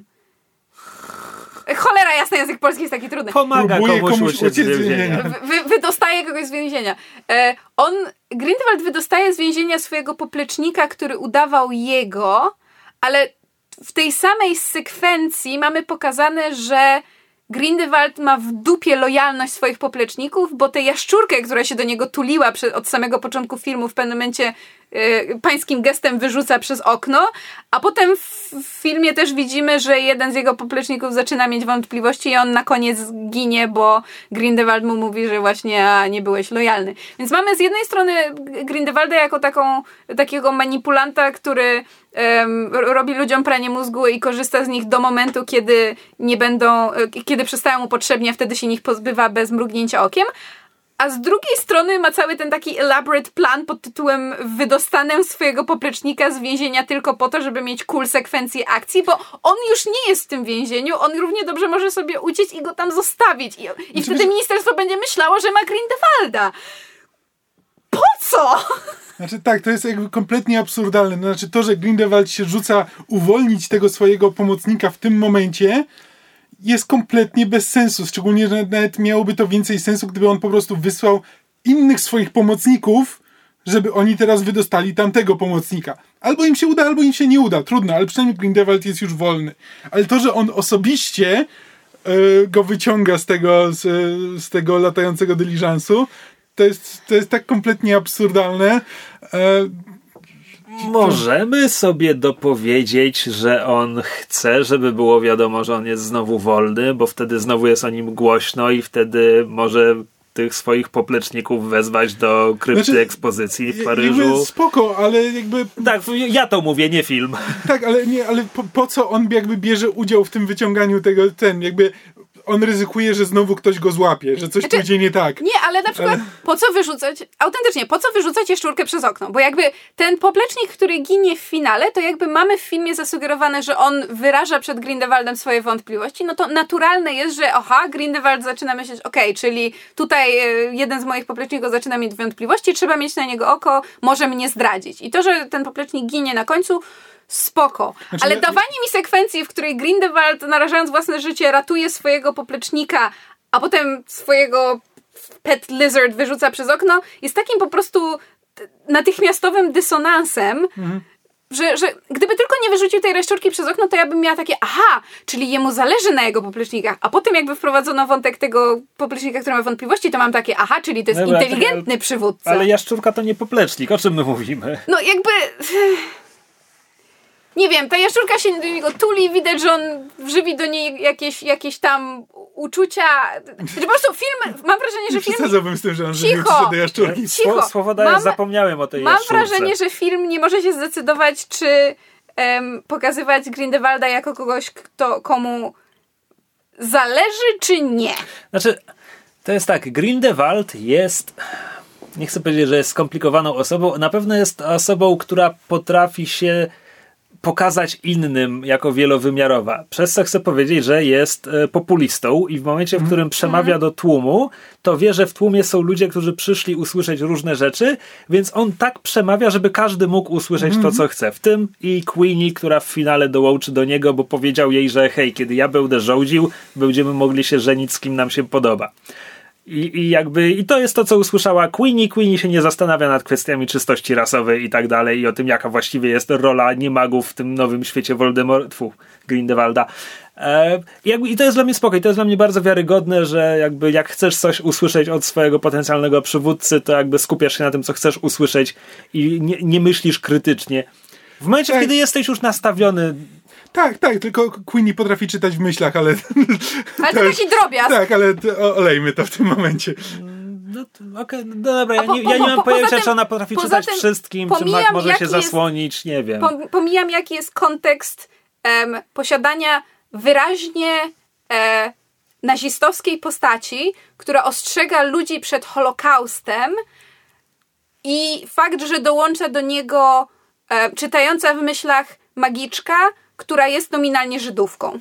Cholera jasna, język polski jest taki trudny. Pomaga Próbuje komuś, komuś uciec z więzienia. Wy, wydostaje kogoś z więzienia. E, on, Grindelwald wydostaje z więzienia swojego poplecznika, który udawał jego, ale w tej samej sekwencji mamy pokazane, że Grindelwald ma w dupie lojalność swoich popleczników, bo tę jaszczurkę, która się do niego tuliła przy, od samego początku filmu, w pewnym momencie yy, pańskim gestem wyrzuca przez okno, a potem w, w filmie też widzimy, że jeden z jego popleczników zaczyna mieć wątpliwości i on na koniec ginie, bo Grindelwald mu mówi, że właśnie a, nie byłeś lojalny. Więc mamy z jednej strony Grindelwalda jako taką, takiego manipulanta, który Um, robi ludziom pranie mózgu i korzysta z nich do momentu, kiedy nie będą, kiedy przestają mu potrzebni, a wtedy się nich pozbywa bez mrugnięcia okiem. A z drugiej strony ma cały ten taki elaborate plan pod tytułem wydostanę swojego poplecznika z więzienia tylko po to, żeby mieć cool sekwencję akcji, bo on już nie jest w tym więzieniu, on równie dobrze może sobie uciec i go tam zostawić. I, i znaczy, wtedy ministerstwo będzie myślało, że ma Grindelwalda. Po co? Znaczy tak, to jest jakby kompletnie absurdalne. No, znaczy to, że Grindelwald się rzuca uwolnić tego swojego pomocnika w tym momencie, jest kompletnie bez sensu. Szczególnie, że nawet miałoby to więcej sensu, gdyby on po prostu wysłał innych swoich pomocników, żeby oni teraz wydostali tamtego pomocnika. Albo im się uda, albo im się nie uda. Trudno, ale przynajmniej Grindelwald jest już wolny. Ale to, że on osobiście yy, go wyciąga z tego, z, z tego latającego dyliżansu, To jest, to jest tak kompletnie absurdalne. E, Możemy sobie dopowiedzieć, że on chce, żeby było wiadomo, że on jest znowu wolny, bo wtedy znowu jest o nim głośno i wtedy może tych swoich popleczników wezwać do krypty znaczy, ekspozycji w Paryżu. Spoko, ale jakby... Tak, ja to mówię, nie film. Tak, ale nie, ale po, po co on jakby bierze udział w tym wyciąganiu tego, ten jakby... On ryzykuje, że znowu ktoś go złapie, że coś znaczy, pójdzie nie tak. Nie, ale na przykład ale... po co wyrzucać, autentycznie, po co wyrzucać jaszczurkę przez okno? Bo jakby ten poplecznik, który ginie w finale, to jakby mamy w filmie zasugerowane, że on wyraża przed Grindelwaldem swoje wątpliwości, no to naturalne jest, że aha, Grindelwald zaczyna myśleć, okej, okay, czyli tutaj jeden z moich popleczników zaczyna mieć wątpliwości, trzeba mieć na niego oko, może mnie zdradzić. I to, że ten poplecznik ginie na końcu, spoko. Znaczy, ale ja... dawanie mi sekwencji, w której Grindelwald, narażając własne życie, ratuje swojego poplecznika, a potem swojego pet lizard wyrzuca przez okno, jest takim po prostu natychmiastowym dysonansem, mhm. że, że gdyby tylko nie wyrzucił tej reszczurki przez okno, to ja bym miała takie, aha, czyli jemu zależy na jego poplecznikach, a potem jakby wprowadzono wątek tego poplecznika, który ma wątpliwości, to mam takie, aha, czyli to jest Dobra, inteligentny ale, przywódca. Ale jaszczurka to nie poplecznik, o czym my mówimy? No jakby... Nie wiem, ta jaszczurka się do niego tuli, widać, że on żywi do niej jakieś, jakieś tam uczucia. Znaczy, po prostu film, mam wrażenie, że nie film... przesadzałbym z tym, że on żywi uczucia do jaszczurki. Cicho. Słowo daję, zapomniałem o tej mam jaszczurce. Mam wrażenie, że film nie może się zdecydować, czy um, pokazywać Grindelwalda jako kogoś, kto, komu zależy, czy nie. Znaczy, to jest tak, Grindelwald jest... Nie chcę powiedzieć, że jest skomplikowaną osobą. Na pewno jest osobą, która potrafi się pokazać innym jako wielowymiarowa. Przez co chcę powiedzieć, że jest e, populistą i w momencie, w którym przemawia do tłumu, to wie, że w tłumie są ludzie, którzy przyszli usłyszeć różne rzeczy, więc on tak przemawia, żeby każdy mógł usłyszeć to, co chce. W tym i Queenie, która w finale dołączy do niego, bo powiedział jej, że hej, kiedy ja będę rządził, będziemy mogli się żenić z kim nam się podoba. I, I jakby, i to jest to, co usłyszała Queenie. Queenie się nie zastanawia nad kwestiami czystości rasowej i tak dalej i o tym, jaka właściwie jest rola niemagów w tym nowym świecie Voldemort, Grindelwalda. E, i, jakby, I to jest dla mnie spokój, to jest dla mnie bardzo wiarygodne, że jakby jak chcesz coś usłyszeć od swojego potencjalnego przywódcy, to jakby skupiasz się na tym, co chcesz usłyszeć i nie, nie myślisz krytycznie. W momencie, tak. kiedy jesteś już nastawiony... Tak, tak, tylko Queenie potrafi czytać w myślach, ale... Ale to, to taki drobiazg. Tak, ale to, olejmy to w tym momencie. No okej, okay, no dobra, ja nie, ja nie mam po, pojęcia, tym, czy ona potrafi czytać tym, wszystkim, czy ma, może się zasłonić, jest, nie wiem. Pomijam, jaki jest kontekst um, posiadania wyraźnie e, nazistowskiej postaci, która ostrzega ludzi przed Holokaustem i fakt, że dołącza do niego e, czytająca w myślach magiczka, która jest nominalnie Żydówką.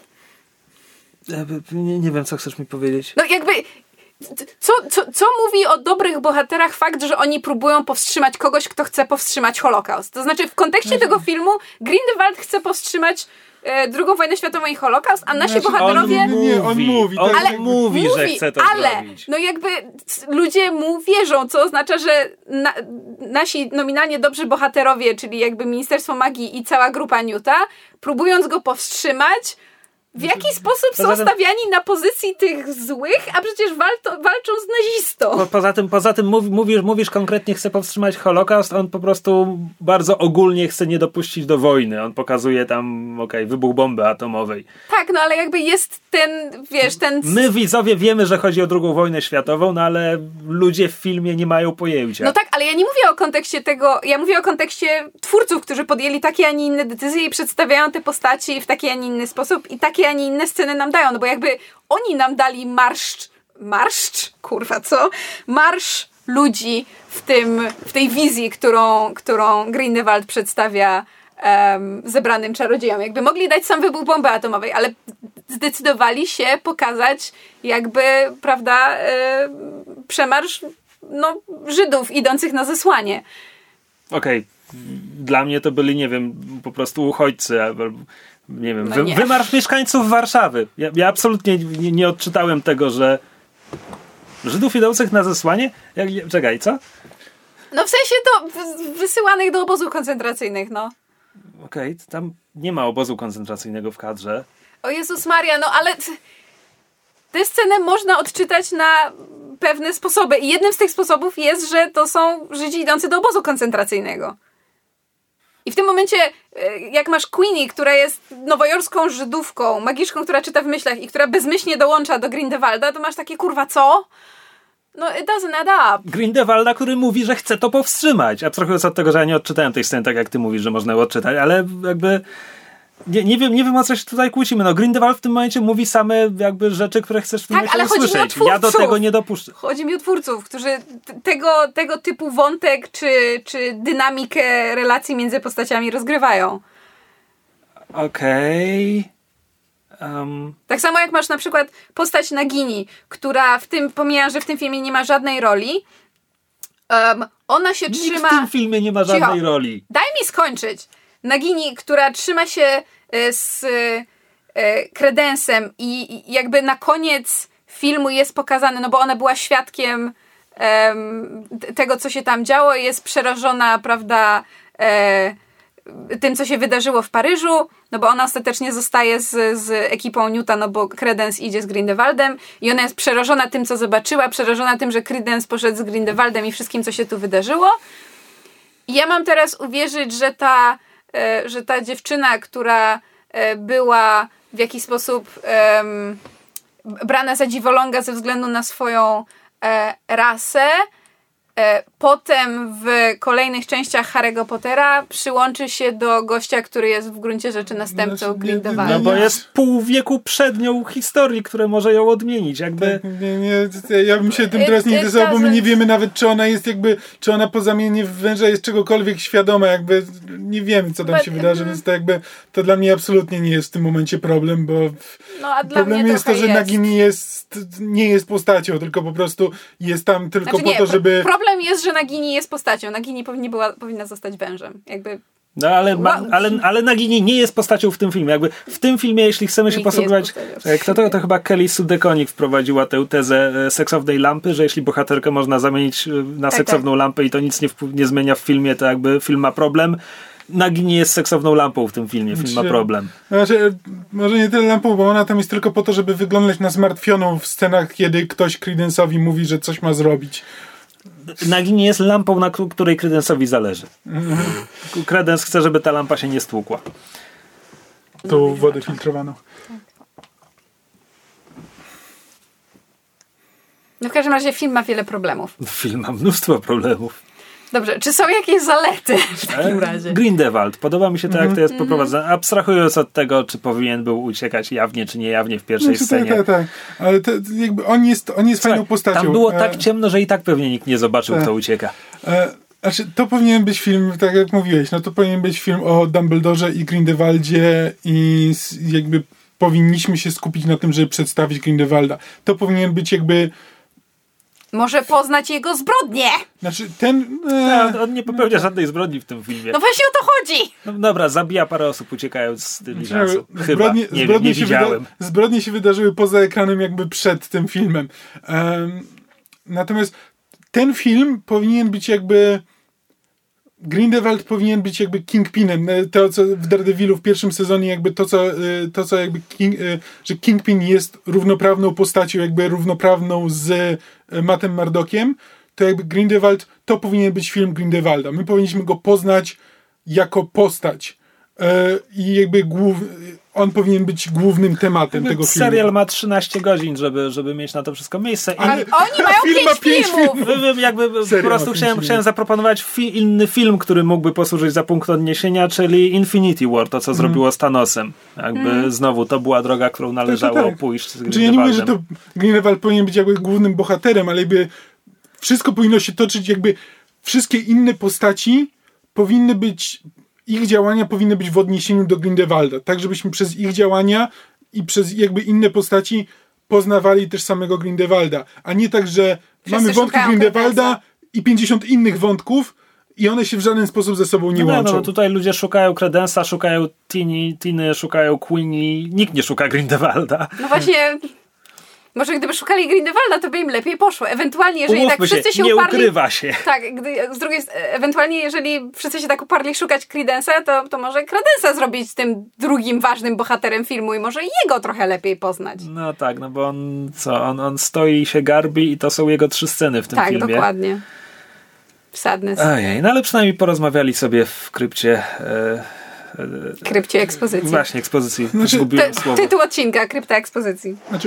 Nie, nie wiem, co chcesz mi powiedzieć. No jakby... Co, co, co mówi o dobrych bohaterach fakt, że oni próbują powstrzymać kogoś, kto chce powstrzymać Holokaust? To znaczy w kontekście tego filmu Grindelwald chce powstrzymać e, drugą wojnę światową i Holokaust, a nasi znaczy, bohaterowie... On mówi, nie, on mówi, on ale mówi, że chce to ale, zrobić. No jakby ludzie mu wierzą, co oznacza, że na, nasi nominalnie dobrzy bohaterowie, czyli jakby Ministerstwo Magii i cała grupa Newta, próbując go powstrzymać, w jaki sposób są poza tym, stawiani na pozycji tych złych, a przecież walto, walczą z nazistą. Po, poza tym, poza tym mów, mówisz, mówisz konkretnie, chce powstrzymać Holokaust, on po prostu bardzo ogólnie chce nie dopuścić do wojny. On pokazuje tam, okej, okay, wybuch bomby atomowej. Tak, no ale jakby jest ten, wiesz, ten... My widzowie wiemy, że chodzi o drugą wojnę światową, no ale ludzie w filmie nie mają pojęcia. No tak, ale ja nie mówię o kontekście tego, ja mówię o kontekście twórców, którzy podjęli takie, a nie inne decyzje i przedstawiają te postaci w taki, a nie inny sposób i takie, a nie inne sceny nam dają, no bo jakby oni nam dali marsz, marsz, kurwa, co? Marsz ludzi w tym, w tej wizji, którą, którą Grindelwald przedstawia um, zebranym czarodziejom. Jakby mogli dać sam wybuch bomby atomowej, ale zdecydowali się pokazać jakby, prawda, e, przemarsz no, Żydów idących na zesłanie. Okej. Okay. Dla mnie to byli, nie wiem, po prostu uchodźcy, albo nie wiem, no wy, nie. wymarsz mieszkańców Warszawy. Ja, ja absolutnie nie, nie odczytałem tego, że Żydów idących na zesłanie? Jak, czekaj, co? No w sensie to wysyłanych do obozów koncentracyjnych, no. Okej, okay, tam nie ma obozu koncentracyjnego w kadrze. O Jezus Maria, no ale tę scenę można odczytać na pewne sposoby i jednym z tych sposobów jest, że to są Żydzi idący do obozu koncentracyjnego. I w tym momencie, jak masz Queenie, która jest nowojorską Żydówką, magiczką, która czyta w myślach i która bezmyślnie dołącza do Grindelwalda, to masz takie, kurwa, co? No, it doesn't add up. Grindelwalda, który mówi, że chce to powstrzymać. A trochę od tego, że ja nie odczytałem tej sceny tak, jak ty mówisz, że można ją odczytać, ale jakby... Nie, nie, wiem, nie wiem, o co się tutaj kłócimy. No, Grindelwald w tym momencie mówi same jakby rzeczy, które chcesz w tym tak, momencie ale usłyszeć. Chodzi mi o ja do tego nie dopuszczę. Chodzi mi o twórców, którzy t- tego, tego typu wątek czy, czy dynamikę relacji między postaciami rozgrywają. Okej. Okay. Um. Tak samo jak masz na przykład postać Nagini, która w tym, pomijam, że w tym filmie nie ma żadnej roli, um, ona się Nikt trzyma... w tym filmie nie ma żadnej Cicho. roli. Daj mi skończyć. Nagini, która trzyma się z Credensem i jakby na koniec filmu jest pokazane, no bo ona była świadkiem um, tego, co się tam działo i jest przerażona, prawda, e, tym, co się wydarzyło w Paryżu, no bo ona ostatecznie zostaje z, z ekipą Newta, no bo Credence idzie z Grindelwaldem i ona jest przerażona tym, co zobaczyła, przerażona tym, że Credence poszedł z Grindelwaldem i wszystkim, co się tu wydarzyło. I ja mam teraz uwierzyć, że ta że ta dziewczyna, która była w jakiś sposób um, brana za dziwoląga ze względu na swoją e, rasę, E, potem w kolejnych częściach Harry'ego Pottera przyłączy się do gościa, który jest w gruncie rzeczy następcą Znaczy, nie, Grindelwalda. No bo jest pół wieku przed nią historii, które może ją odmienić. Jakby... Nie, nie, ja bym się tym It- teraz nie it interesował, bo my doesn't- nie wiemy nawet, czy ona jest jakby, czy ona po zamianie w węża jest czegokolwiek świadoma, jakby nie wiemy, co tam But- się wydarzy, więc to jakby, to dla mnie absolutnie nie jest w tym momencie problem, bo No, a dla problem mnie jest to, trochę że jest. Nagini jest, nie jest postacią, tylko po prostu jest tam tylko Znaczy po nie, to, żeby... pro- problem jest, że Nagini jest postacią. Nagini powinni była, powinna zostać wężem. Jakby... No ale, ma, Wow. ale, ale Nagini nie jest postacią w tym filmie. Jakby w tym filmie, jeśli chcemy się Nikt nie posługiwać... jest postacią. Kto to, to chyba Kelly Sue DeConnick wprowadziła tę tezę e, seksownej lampy, że jeśli bohaterkę można zamienić e, na Tak, seksowną tak. lampę i to nic nie, wpływ- nie zmienia w filmie, to jakby film ma problem. Nagini jest seksowną lampą w tym filmie. Film ma Znaczy- problem. Znaczy, może nie tyle lampą, bo ona tam jest tylko po to, żeby wyglądać na zmartwioną w scenach, kiedy ktoś Credence'owi mówi, że coś ma zrobić. Nagini jest lampą, na k- której Credence'owi zależy. Credence chce, żeby ta lampa się nie stłukła. Tą wodę filtrowaną. No w każdym razie film ma wiele problemów. Film ma mnóstwo problemów. Dobrze, czy są jakieś zalety w takim E, razie? Grindelwald. Podoba mi się to, jak to jest poprowadzone. Abstrahując od tego, czy powinien był uciekać jawnie, czy niejawnie w pierwszej Znaczy, scenie. tak, tak, tak. Ale to, jakby on jest, on jest fajną Słuchaj, postacią. tam było E, tak ciemno, że i tak pewnie nikt nie zobaczył, tak. kto ucieka. E, znaczy, to powinien być film, tak jak mówiłeś, no to powinien być film o Dumbledorze i Grindelwaldzie i s- jakby powinniśmy się skupić na tym, żeby przedstawić Grindelwalda. To powinien być jakby, Może poznać jego zbrodnie! znaczy ten... No, E, on nie popełnia żadnej zbrodni w tym filmie. No właśnie o to chodzi! No dobra, zabija parę osób uciekając z dyliżansu. Chyba. zbrodnie, Nie, wiem, zbrodnie, nie się widziałem. wyda- zbrodnie się wydarzyły poza ekranem jakby przed tym filmem. Em, natomiast ten film powinien być jakby... Grindelwald powinien być jakby Kingpinem. To, co w Daredevilu w pierwszym sezonie jakby to, co, y, to, co jakby King, y, że Kingpin jest równoprawną postacią, jakby równoprawną z y, Mattem Murdockiem, to jakby Grindelwald, to powinien być film Grindelwalda. My powinniśmy go poznać jako postać. Y, I jakby głów, on powinien być głównym tematem tego filmu. Serial ma trzynaście godzin, żeby, żeby mieć na to wszystko miejsce. I Ale oni mają film ma pięć pięć filmów! Wy- wy- jakby po Serial prostu ma chciałem, pięć chciałem minut. zaproponować fi- inny film, który mógłby posłużyć za punkt odniesienia, czyli Infinity War, to co zrobiło z Thanosem. Jakby znowu to była droga, którą należało tak. pójść z Znaczy, ja nie mówię, że Grindelwaldem. to Grindelwald powinien być jakby głównym bohaterem, ale jakby wszystko powinno się toczyć, jakby wszystkie inne postaci powinny być, ich działania powinny być w odniesieniu do Grindelwalda, tak żebyśmy przez ich działania i przez jakby inne postaci poznawali też samego Grindelwalda, a nie tak, że mamy wątki szukają Grindelwalda Credence'a. i pięćdziesiąt innych wątków i one się w żaden sposób ze sobą nie No, łączą. no, no tutaj ludzie szukają Credence'a, szukają Tini, Tiny, szukają Queenie, nikt nie szuka Grindelwalda. No właśnie... Może gdyby szukali Grindelwalda, to by im lepiej poszło. Ewentualnie, jeżeli Umówmy tak wszyscy się, się nie uparli... ukrywa się. Tak, gdy, z drugiej strony, ewentualnie jeżeli wszyscy się tak uparli szukać Credence'a, to, to może Credence'a zrobić tym drugim ważnym bohaterem filmu i może jego trochę lepiej poznać. No tak, no bo on co, on, on stoi i się garbi i to są jego trzy sceny w tym Tak, filmie. dokładnie. Sadness. Ojej, no ale przynajmniej porozmawiali sobie w krypcie e, Krypcie ekspozycji. właśnie ekspozycji. Znaczy, Zgubiłem Ty, słowo. tytuł odcinka, Krypta ekspozycji. Znaczy,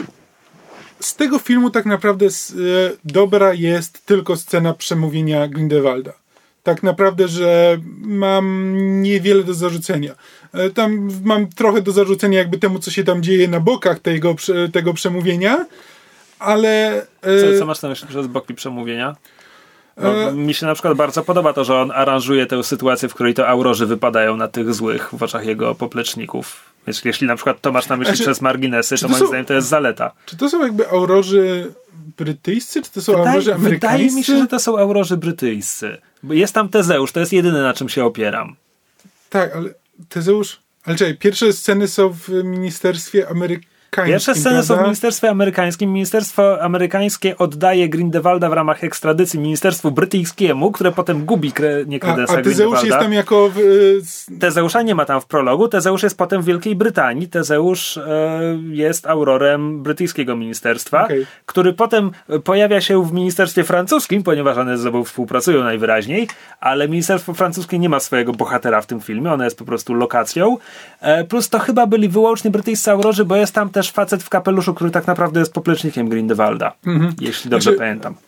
z tego filmu tak naprawdę s- e, dobra jest tylko scena przemówienia Grindelwalda. Tak naprawdę, że mam niewiele do zarzucenia. E, Tam mam trochę do zarzucenia jakby temu, co się tam dzieje na bokach tego, prze- tego przemówienia, ale... e, Co, co masz na myśli przez boki przemówienia? Bo E, mi się na przykład bardzo podoba to, że on aranżuje tę sytuację, w której to aurorzy wypadają na tych złych w oczach jego popleczników. Więc jeśli na przykład to masz na myśli Znaczy, przez marginesy, to, to moim są- zdaniem to jest zaleta. Czy to są jakby aurorzy brytyjscy, czy to są Wydaje, aurorzy amerykańscy? wydaje mi się, że to są aurorzy brytyjscy. Bo jest tam Tezeusz, to jest jedyne, na czym się opieram. Tak, ale Tezeusz... Ale czekaj, pierwsze sceny są w Ministerstwie Amerykańskim, Pierwsze sceny są w prawda? Ministerstwie Amerykańskim. Ministerstwo Amerykańskie oddaje Grindelwalda w ramach ekstradycji Ministerstwu Brytyjskiemu, które potem gubi kre, nie A, Credence'a a Tezeusz Grindelwalda. jest tam jako... W, y, s- Tezeusza nie ma tam w prologu. Tezeusz jest potem w Wielkiej Brytanii. Tezeusz e, jest aurorem brytyjskiego ministerstwa, Okej. który potem pojawia się w ministerstwie francuskim, ponieważ one ze sobą współpracują najwyraźniej, ale ministerstwo francuskie nie ma swojego bohatera w tym filmie. Ono jest po prostu lokacją. E, plus to chyba byli wyłącznie brytyjscy aurorzy, bo jest tam też facet w kapeluszu, który tak naprawdę jest poplecznikiem Grindelwalda. Jeśli dobrze Znaczy, pamiętam.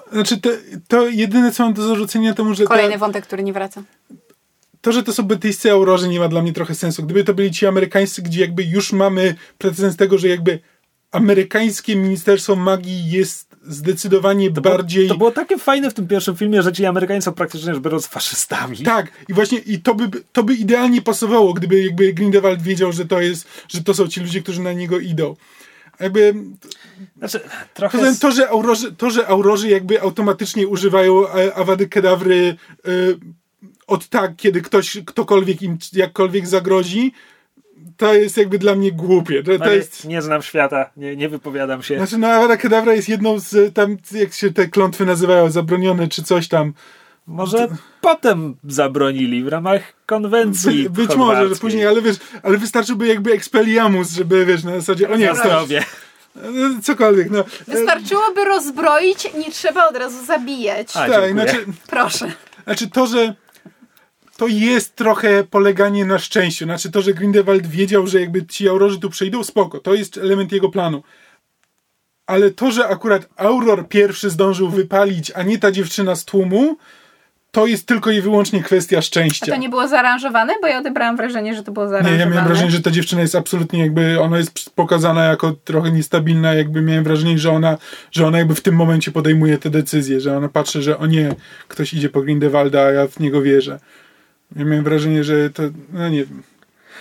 Znaczy, to, to jedyne, co mam do zarzucenia, to może... Kolejny ta, wątek, który nie wraca. To, że to są brytyjscy aurorzy, nie ma dla mnie trochę sensu. Gdyby to byli ci amerykańscy, gdzie jakby już mamy precedens tego, że jakby amerykańskie Ministerstwo Magii jest zdecydowanie to bardziej... Było, to było takie fajne w tym pierwszym filmie, że ci Amerykanie są praktycznie rzecz biorąc faszystami. Tak, i właśnie i to by, to by idealnie pasowało, gdyby jakby Grindelwald wiedział, że to jest, że to są ci ludzie, którzy na niego idą. Jakby... Znaczy, trochę... Poza tym to, że aurorzy, to, że aurorzy jakby automatycznie używają Awady Kedawry y, od tak, kiedy ktoś, ktokolwiek im jakkolwiek zagrozi, to jest jakby dla mnie głupie. To, to jest... Nie znam świata, nie, nie wypowiadam się. Znaczy, no Awada Kedawra jest jedną z tam, jak się te klątwy nazywają, zabronione czy coś tam. Może to... potem zabronili w ramach konwencji By, Być może, że później, ale wiesz, ale wystarczyłby jakby Expelliarmus, żeby wiesz, na zasadzie, o nie, zdrowie. Cokolwiek, no. Wystarczyłoby rozbroić, nie trzeba od razu zabijać. A, tak, znaczy, proszę. Znaczy to, że to jest trochę poleganie na szczęściu. Znaczy to, że Grindelwald wiedział, że jakby ci aurorzy tu przyjdą, spoko. To jest element jego planu. Ale to, że akurat Auror pierwszy zdążył wypalić, a nie ta dziewczyna z tłumu, to jest tylko i wyłącznie kwestia szczęścia. A to nie było zaaranżowane? Bo ja odebrałam wrażenie, że to było zaaranżowane. Nie, ja miałem wrażenie, że ta dziewczyna jest absolutnie jakby, ona jest pokazana jako trochę niestabilna, jakby miałem wrażenie, że ona, że ona jakby w tym momencie podejmuje te decyzje, że ona patrzy, że o nie, ktoś idzie po Grindelwalda, a ja w niego wierzę. Ja miałem wrażenie, że to, no nie wiem.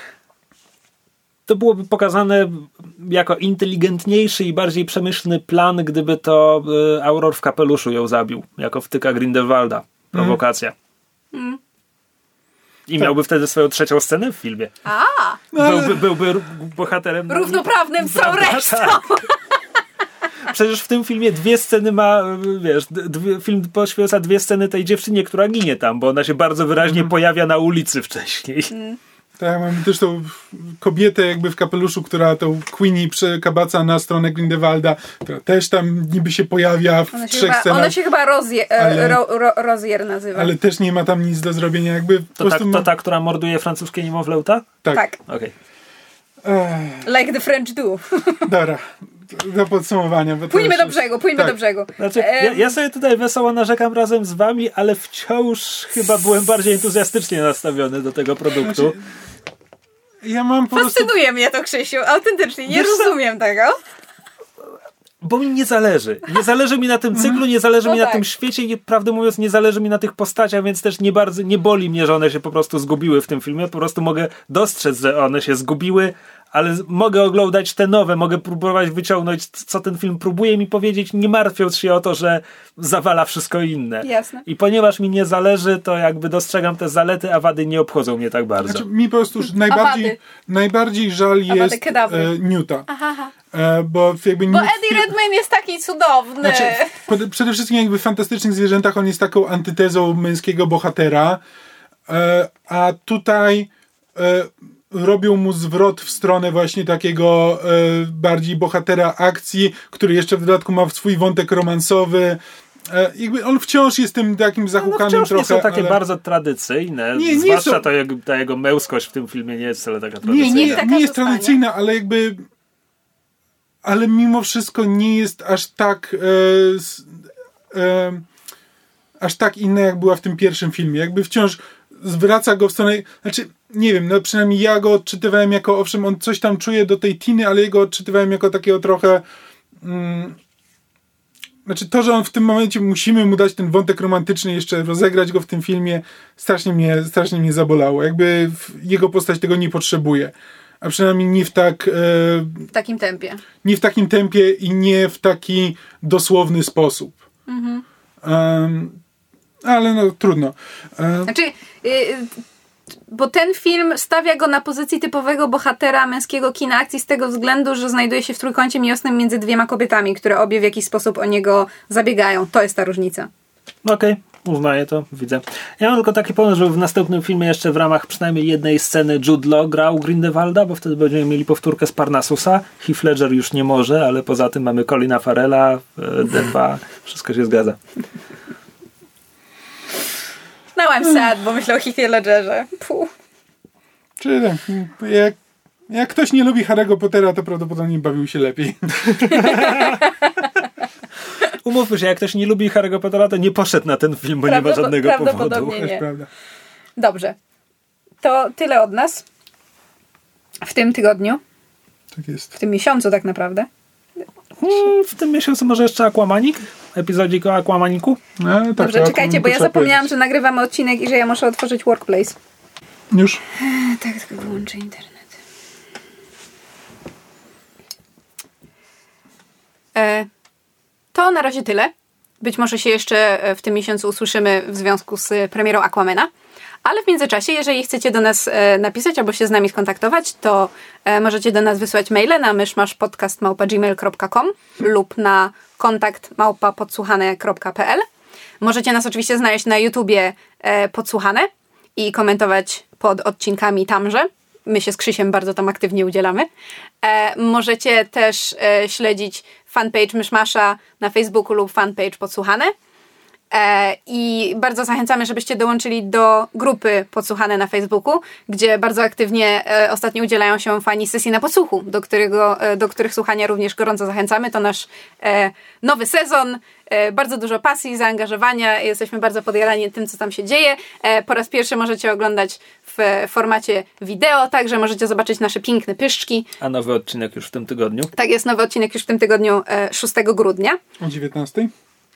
To byłoby pokazane jako inteligentniejszy i bardziej przemyślny plan, gdyby to y, Auror w kapeluszu ją zabił, jako wtyka Grindelwalda. Prowokacja. Mm. I tak. Miałby wtedy swoją trzecią scenę w filmie. A! Byłby, byłby bohaterem... Równoprawnym z całą resztą! Przecież w tym filmie dwie sceny ma, wiesz, dwie, film poświęca dwie sceny tej dziewczynie, która ginie tam, bo ona się bardzo wyraźnie mm. pojawia na ulicy wcześniej. Mm. Tak, mamy też tą kobietę jakby w kapeluszu, która tą Queenie przekabaca na stronę Grindelwalda, która też tam niby się pojawia w ona trzech chyba, scenach. Ona się chyba Rozier, ale, ro, ro, Rozier nazywa. Ale też nie ma tam nic do zrobienia. Jakby to, po tak, ma... to ta, która morduje francuskie niemowlęta? Tak. tak. Okay. Like the French do. Dobra. Do podsumowania. Bo pójdźmy już... do brzegu, pójdźmy tak. do brzegu. Znaczy, ja, ja sobie tutaj wesoło narzekam razem z wami, ale wciąż chyba byłem bardziej entuzjastycznie nastawiony do tego produktu. Znaczy, ja mam po Fascynuje prostu... mnie to, Krzysiu, autentycznie, nie Wiesz rozumiem co? tego. Bo mi nie zależy. Nie zależy mi na tym cyklu, nie zależy no mi tak. na tym świecie i prawdę mówiąc nie zależy mi na tych postaciach, więc też nie bardzo, nie boli mnie, że one się po prostu zgubiły w tym filmie. Po prostu mogę dostrzec, że one się zgubiły, ale mogę oglądać te nowe, mogę próbować wyciągnąć, co ten film próbuje mi powiedzieć, nie martwiąc się o to, że zawala wszystko inne. Jasne. I ponieważ mi nie zależy, to jakby dostrzegam te zalety, a wady nie obchodzą mnie tak bardzo. Znaczy, mi po prostu najbardziej, najbardziej żal jest e, Newta. Aha, aha. E, bo jakby bo Newt, Eddie Redmayne jest taki cudowny. Znaczy, przede wszystkim jakby w Fantastycznych Zwierzętach on jest taką antytezą męskiego bohatera, e, a tutaj e, robią mu zwrot w stronę właśnie takiego e, bardziej bohatera akcji, który jeszcze w dodatku ma swój wątek romansowy. E, jakby on wciąż jest tym takim zahukanym no, wciąż trochę. nie są takie ale... bardzo tradycyjne. Nie, nie zwłaszcza są... to jego, ta jego męskość w tym filmie nie jest wcale taka tradycyjna. Nie, nie, taka nie jest zostanie. tradycyjna, ale jakby ale mimo wszystko nie jest aż tak e, e, aż tak inna, jak była w tym pierwszym filmie. Jakby wciąż zwraca go w stronę, znaczy nie wiem, no przynajmniej ja go odczytywałem jako, owszem, on coś tam czuje do tej Tiny, ale jego odczytywałem jako takiego trochę mm, znaczy to, że on w tym momencie musimy mu dać ten wątek romantyczny, jeszcze rozegrać go w tym filmie, strasznie mnie, strasznie mnie zabolało. Jakby jego postać tego nie potrzebuje. A przynajmniej nie w tak... E, w takim tempie. Nie w takim tempie i nie w taki dosłowny sposób. Mhm. Um, ale no trudno. Um, znaczy... Y, bo ten film stawia go na pozycji typowego bohatera męskiego kina akcji z tego względu, że znajduje się w trójkącie miłosnym między dwiema kobietami, które obie w jakiś sposób o niego zabiegają. To jest ta różnica. Okej, okay, uznaję to, widzę. Ja mam tylko taki pomysł, żeby w następnym filmie jeszcze w ramach przynajmniej jednej sceny Jude Law grał Grindelwalda, bo wtedy będziemy mieli powtórkę z Parnassusa. Heath Ledger już nie może, ale poza tym mamy Colina Farrella, Deppa, wszystko się zgadza. No I'm sad, bo myślę o Heathie Ledgerze. Puh. Czyli jak, jak ktoś nie lubi Harry'ego Pottera, to prawdopodobnie bawił się lepiej. umówmy się, jak ktoś nie lubi Harry'ego Pottera, to nie poszedł na ten film, bo nie ma żadnego prawdopodobnie powodu. Nie. Prawda. Dobrze. To tyle od nas. W tym tygodniu. Tak jest. W tym miesiącu tak naprawdę. Hmm, w tym miesiącu może jeszcze Aquamanik? Epizodzik o Aquamaniku? No, tak, Dobrze, czekajcie, bo ja zapomniałam, że nagrywamy odcinek i że ja muszę otworzyć Workplace. Już? E, tak, tylko wyłączę internet. E, to na razie tyle. Być może się jeszcze w tym miesiącu usłyszymy w związku z premierą Aquamana. Ale w międzyczasie, jeżeli chcecie do nas e, napisać albo się z nami skontaktować, to e, możecie do nas wysłać maile na myszmaszpodcast małpa gmail kropka com lub na kontakt małpa podsłuchane kropka p l. Możecie nas oczywiście znaleźć na YouTubie e, Podsłuchane i komentować pod odcinkami tamże. My się z Krzysiem bardzo tam aktywnie udzielamy. E, możecie też e, śledzić fanpage Myszmasza na Facebooku lub fanpage Podsłuchane. E, I bardzo zachęcamy, żebyście dołączyli do grupy Podsłuchane na Facebooku, gdzie bardzo aktywnie e, ostatnio udzielają się fani sesji na podsłuchu, do, którego, e, do których słuchania również gorąco zachęcamy. To nasz e, nowy sezon, e, bardzo dużo pasji, zaangażowania. Jesteśmy bardzo podjarani tym, co tam się dzieje. E, po raz pierwszy możecie oglądać w formacie wideo, także możecie zobaczyć nasze piękne pyszczki. A nowy odcinek już w tym tygodniu? Tak, jest nowy odcinek już w tym tygodniu, e, szóstego grudnia. O dziewiętnastej?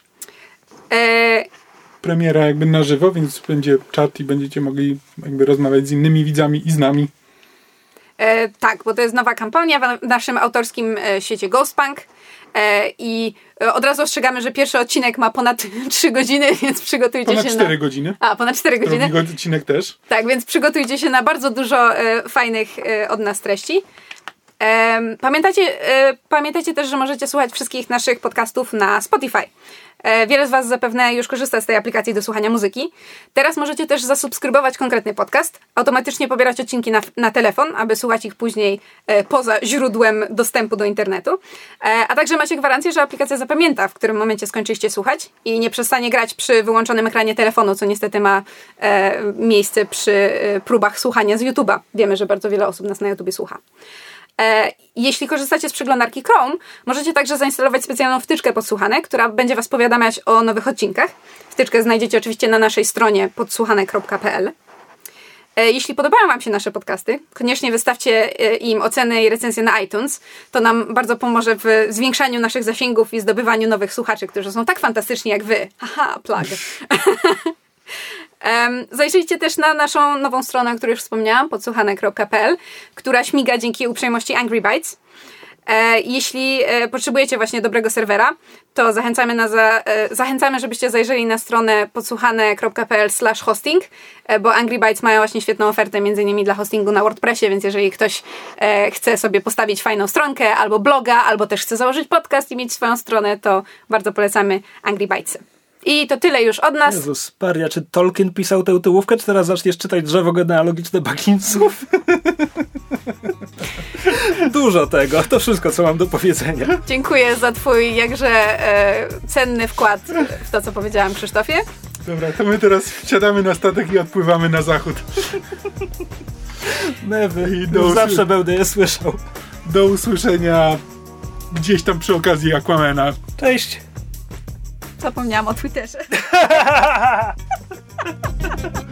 E, Premiera jakby na żywo, więc będzie czat i będziecie mogli jakby rozmawiać z innymi widzami i z nami. E, tak, bo to jest nowa kampania w naszym autorskim e, świecie Ghostpunk. E, I e, od razu ostrzegamy, że pierwszy odcinek ma ponad trzy godziny, więc przygotujcie ponad się cztery na... godziny. A, ponad cztery godziny. Drugi odcinek też. Tak, więc przygotujcie się na bardzo dużo e, fajnych e, od nas treści. E, pamiętajcie, e, pamiętajcie też, że możecie słuchać wszystkich naszych podcastów na Spotify. E, wiele z was zapewne już korzysta z tej aplikacji do słuchania muzyki. Teraz możecie też zasubskrybować konkretny podcast, automatycznie pobierać odcinki na, na telefon, aby słuchać ich później e, poza źródłem dostępu do internetu. E, a także macie gwarancję, że aplikacja zapamięta, w którym momencie skończyliście słuchać i nie przestanie grać przy wyłączonym ekranie telefonu, co niestety ma e, miejsce przy e, próbach słuchania z YouTube'a. Wiemy, że bardzo wiele osób nas na YouTubie słucha. E, jeśli korzystacie z przeglądarki Chrome, możecie także zainstalować specjalną wtyczkę Podsłuchane, która będzie was powiadamiać o nowych odcinkach. Wtyczkę znajdziecie oczywiście na naszej stronie podsłuchane kropka p l. E, jeśli podobają wam się nasze podcasty, koniecznie wystawcie e, im oceny i recenzje na iTunes. To nam bardzo pomoże w zwiększaniu naszych zasięgów i zdobywaniu nowych słuchaczy, którzy są tak fantastyczni jak wy. Haha, plug. Um, zajrzyjcie też na naszą nową stronę, o której już wspomniałam, podsłuchane kropka p l, która śmiga dzięki uprzejmości Angry Bytes. E, jeśli e, potrzebujecie właśnie dobrego serwera, to zachęcamy, na za, e, zachęcamy, żebyście zajrzeli na stronę podsłuchane kropka p l slash hosting, e, bo Angry Bytes mają właśnie świetną ofertę między innymi dla hostingu na WordPressie, więc jeżeli ktoś e, chce sobie postawić fajną stronkę, albo bloga, albo też chce założyć podcast i mieć swoją stronę, to bardzo polecamy Angry Bytesy. I to tyle już od nas. Jezus Maria, czy Tolkien pisał tę tyłówkę, czy teraz zaczniesz czytać drzewo genealogiczne Bagginsów? Dużo tego, to wszystko, co mam do powiedzenia. Dziękuję za twój jakże e, cenny wkład w to, co powiedziałam Krzysztofie. Dobra, to my teraz wsiadamy na statek i odpływamy na zachód. Mewy, I do zawsze usły- będę je słyszał. Do usłyszenia gdzieś tam przy okazji Aquamana. Cześć. Zapomniałam o Twitterze.